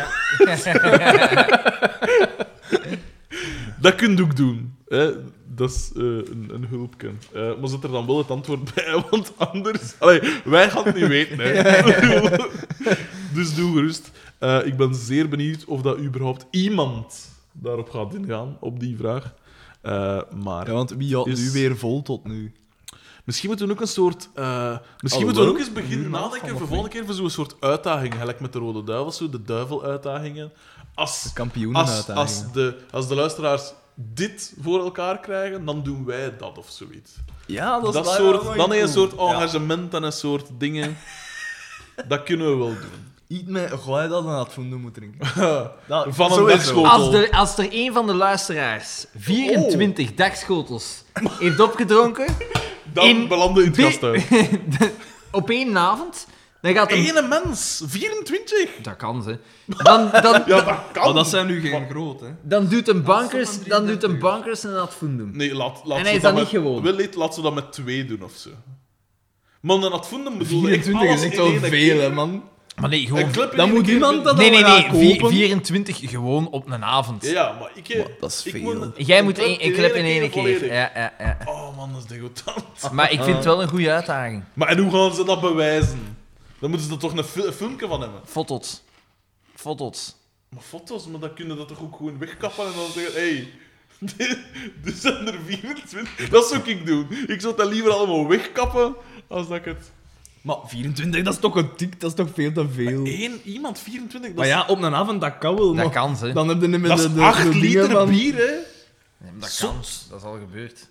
Dat kun je ook doen. Hè. Dat is een hulpje. Maar zet er dan wel het antwoord bij, want anders... Allee, wij gaan het niet weten. Hè. Dus doe gerust. Ik ben zeer benieuwd of dat überhaupt iemand daarop gaat ingaan, op die vraag. Maar Ja, want wie had Is- nu weer vol tot nu? misschien moeten we ook een soort... misschien moeten we ook eens beginnen nadenken voor volgende keer voor zo'n soort uitdaging. Gelijk met de Rode Duivels, zo de duiveluitdagingen. Als Kampioenenuitdagingen. als de luisteraars dit voor elkaar krijgen, dan doen wij dat of zoiets. Ja, dat is Dat daar soort, wel dan cool. een soort Ja. engagement en een soort dingen. Dat kunnen we wel doen. Iets met gooi dat aan het vonden moet drinken. Dat, Van een sowieso. dagschotel. Als er een van de luisteraars 24 dagschotels heeft opgedronken Dan in- belanden in het gasthuis. op één avond, dan gaat hem... Ene mens, 24. Dat kan ze. Dan Ja, dat kan. Maar dat zijn nu geen groot, hè. Dan doet een bankers, Als er dan maar doet een 33. bankers een adfundum. Nee, laat En ze hij is dat dat met, niet gewoon. Laat ze dat met 2 doen of zo. Maar een adfundum bedoel ik 24 is echt wel veel, hè, man. Maar nee, Een gewoon... clip in Dan één moet keer iemand vinden. dat Nee, dan gaan kopen. 24 gewoon op een avond. Ja, maar ik... Maar dat is ik veel. moet Jij moet een een clip in één keer. volledig. Ja. Oh man, dat is degoutant. Maar ik vind het wel een goede uitdaging. Maar en hoe gaan ze dat bewijzen? Dan moeten ze er toch een filmpje van hebben. Foto's. Maar foto's, maar dan kunnen dat toch ook gewoon wegkappen en dan zeggen... Hé, dit zijn er 24. Dat zou ik doen. Ik zou dat liever allemaal wegkappen als dat ik het... Maar 24, dat is toch een tik, dat is toch veel te veel. Iemand 24, dat Maar is, ja, op een avond, dat kan wel. Dat maar kan, hè. Dan heb je niet meer dat de is 8 dingen liter van... bier, hè? Nee, maar dat Zot. kan. Dat is al gebeurd.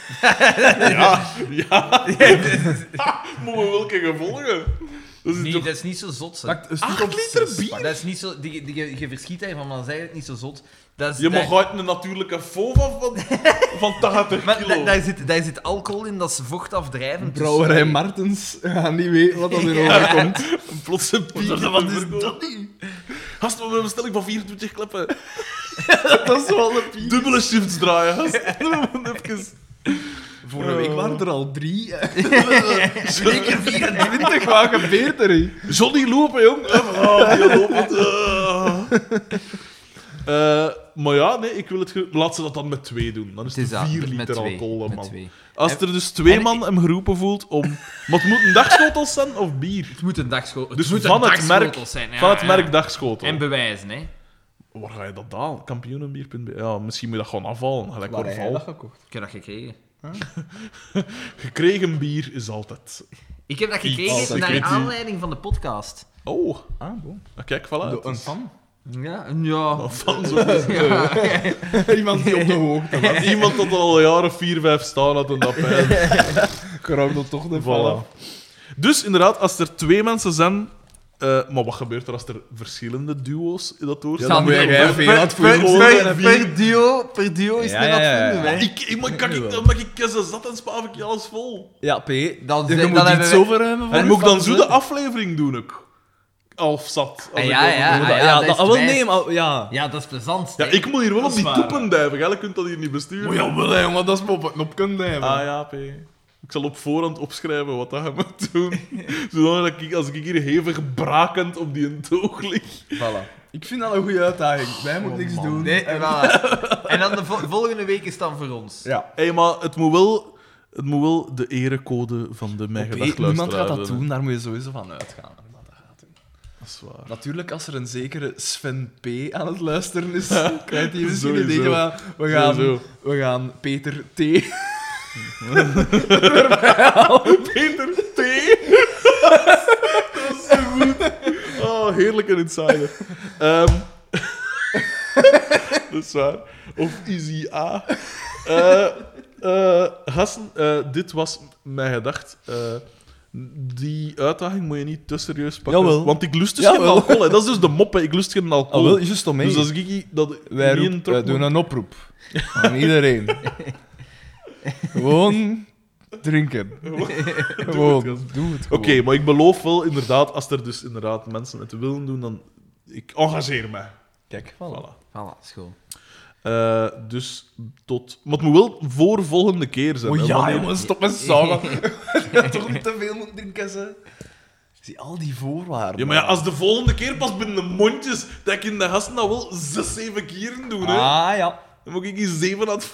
Ja. Maar welke gevolgen? Dat is Nee, toch... dat is niet zo zot. Hè. Wacht, een stuk 8 of liter 6. bier? Dat is niet zo... Je verschiet daarvan, maar dat is eigenlijk niet zo zot. Dat is, Je mag uit een natuurlijke foof van 80 maar kilo. daar zit alcohol in, dat is vochtafdrijvend. dus- Brouwerij Martens gaan niet weten wat dat er overkomt. Een plotse piek. Wat is dat niet? Gast, we hebben een bestelling van 24 kleppen. Dat is wel een piek. Dubbele shifts draaien, gast. Even... Vorige week waren er al 3. Zeker 24, wat gebeurt er hier? Johnny lopen, jong. Die lopend. Maar ja, nee, ik wil het... Laat ze dat dan met 2 doen. Dan is het 4 met liter 2, alcohol, met man. 2. Als er dus 2 man hem geroepen voelt om... Maar het moeten dagschotels zijn of bier? Het moet een dagschotel Dus moet van een het merk, dagschotel zijn. Ja, van het ja. merk dagschotel. En bewijzen, hè. Waar ga je dat halen? Kampioenenbier.be. Ja, misschien moet je dat gewoon afhalen. Gelijk Orval. gekocht? Ik heb dat gekregen. Gekregen bier is altijd... Ik heb dat Iets. gekregen Ik naar weet niet. aanleiding van de podcast. Oh, Ah, bon. kijk, voilà. Een fan? Ja. Van zo. Iemand die op de hoogte was. Iemand dat al jaren 4, 5 staan had en dat pijn. Ik raak er toch niet van. Voilà. Dus inderdaad, als er 2 mensen zijn... maar wat gebeurt er als er verschillende duo's in dat Ja, doorstaan? dan moet jij veel aan het voeren zijn. Per duo is Ja, het ja, ja, dat ja. vinden, hè. Omdat ik ze zat en spaaf ik je alles vol. Ja, P. Dan Je dan moet hebben iets wij- overruimen van En je moet ik dan fans, zo hè? de aflevering doen ook? Half zat. Als Ja, ik ja, dat ja. doe. Ja, dat is wel wijs. nee, maar ja. Ja, dat is plezant. Ja, hè. ik moet hier wel Dat op is die waar, toepen duiven. Jij kunt dat hier niet besturen. Maar jawel, hè, jongen, dat is maar op een knop kunnen hebben. Ah ja, P. Ik zal op voorhand opschrijven wat dat je moet doen. Zodat ik, als ik hier hevig brakend op die toog lig... Voilà. Ik vind dat een goede uitdaging. Wij moeten niks man. doen. Nee, voilà. En dan de volgende week is dan voor ons. Ja. Hé, maar het moet wel de erecode van de Mijn Gedacht Niemand gaat dat luisteraar doen, daar moet je sowieso van uitgaan. Dat is waar. Natuurlijk, als er een zekere Sven P. aan het luisteren is, krijgt hij misschien Sowieso. een idee van... Sowieso. We gaan Peter T. Peter T. Dat is zo goed. Oh, heerlijke insider. Dat is waar. Of Easy A. Gasten, dit was mijn gedacht. Die uitdaging moet je niet te serieus pakken. Jawel. Want ik lust dus Jawel. geen alcohol. Hè. Dat is dus de mop. Hè. Ik lust geen alcohol. Oh, wel, juist om mee. Dus als ik dat Wij niet in trok doen moet- een oproep aan iedereen. Gewoon drinken. Gewoon, doe het gewoon. Oké, maar ik beloof wel inderdaad, als er dus inderdaad mensen het willen doen, dan... Ik engageer mij. Kijk, Voilà. Voilà, school. Dus tot... Maar het moet wel voor volgende keer zijn. Oh hè, ja, wanneer- jongens, stop met samen. Toch niet te veel moeten drinken, ze. Zie al die voorwaarden. Ja, maar ja, als de volgende keer pas binnen de mondjes, dat ik in de gasten dat wel 6, 7 keren doen, hè. Ah, ja. Dan moet ik hier 7 aan het...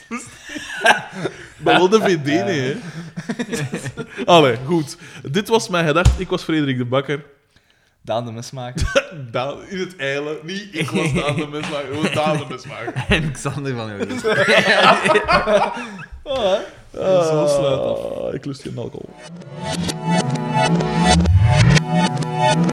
Maar wel de VD, nee, hè. Allee, goed. Dit was mijn gedacht. Ik was Frederik de Bakker. Daan de mesmaker. Daan, in het eilen. Niet ik was Daan de Mesmaker. Het was Daan de Mesmaker. En Xander van Joris. Zo sluit af. Ik lust geen alcohol.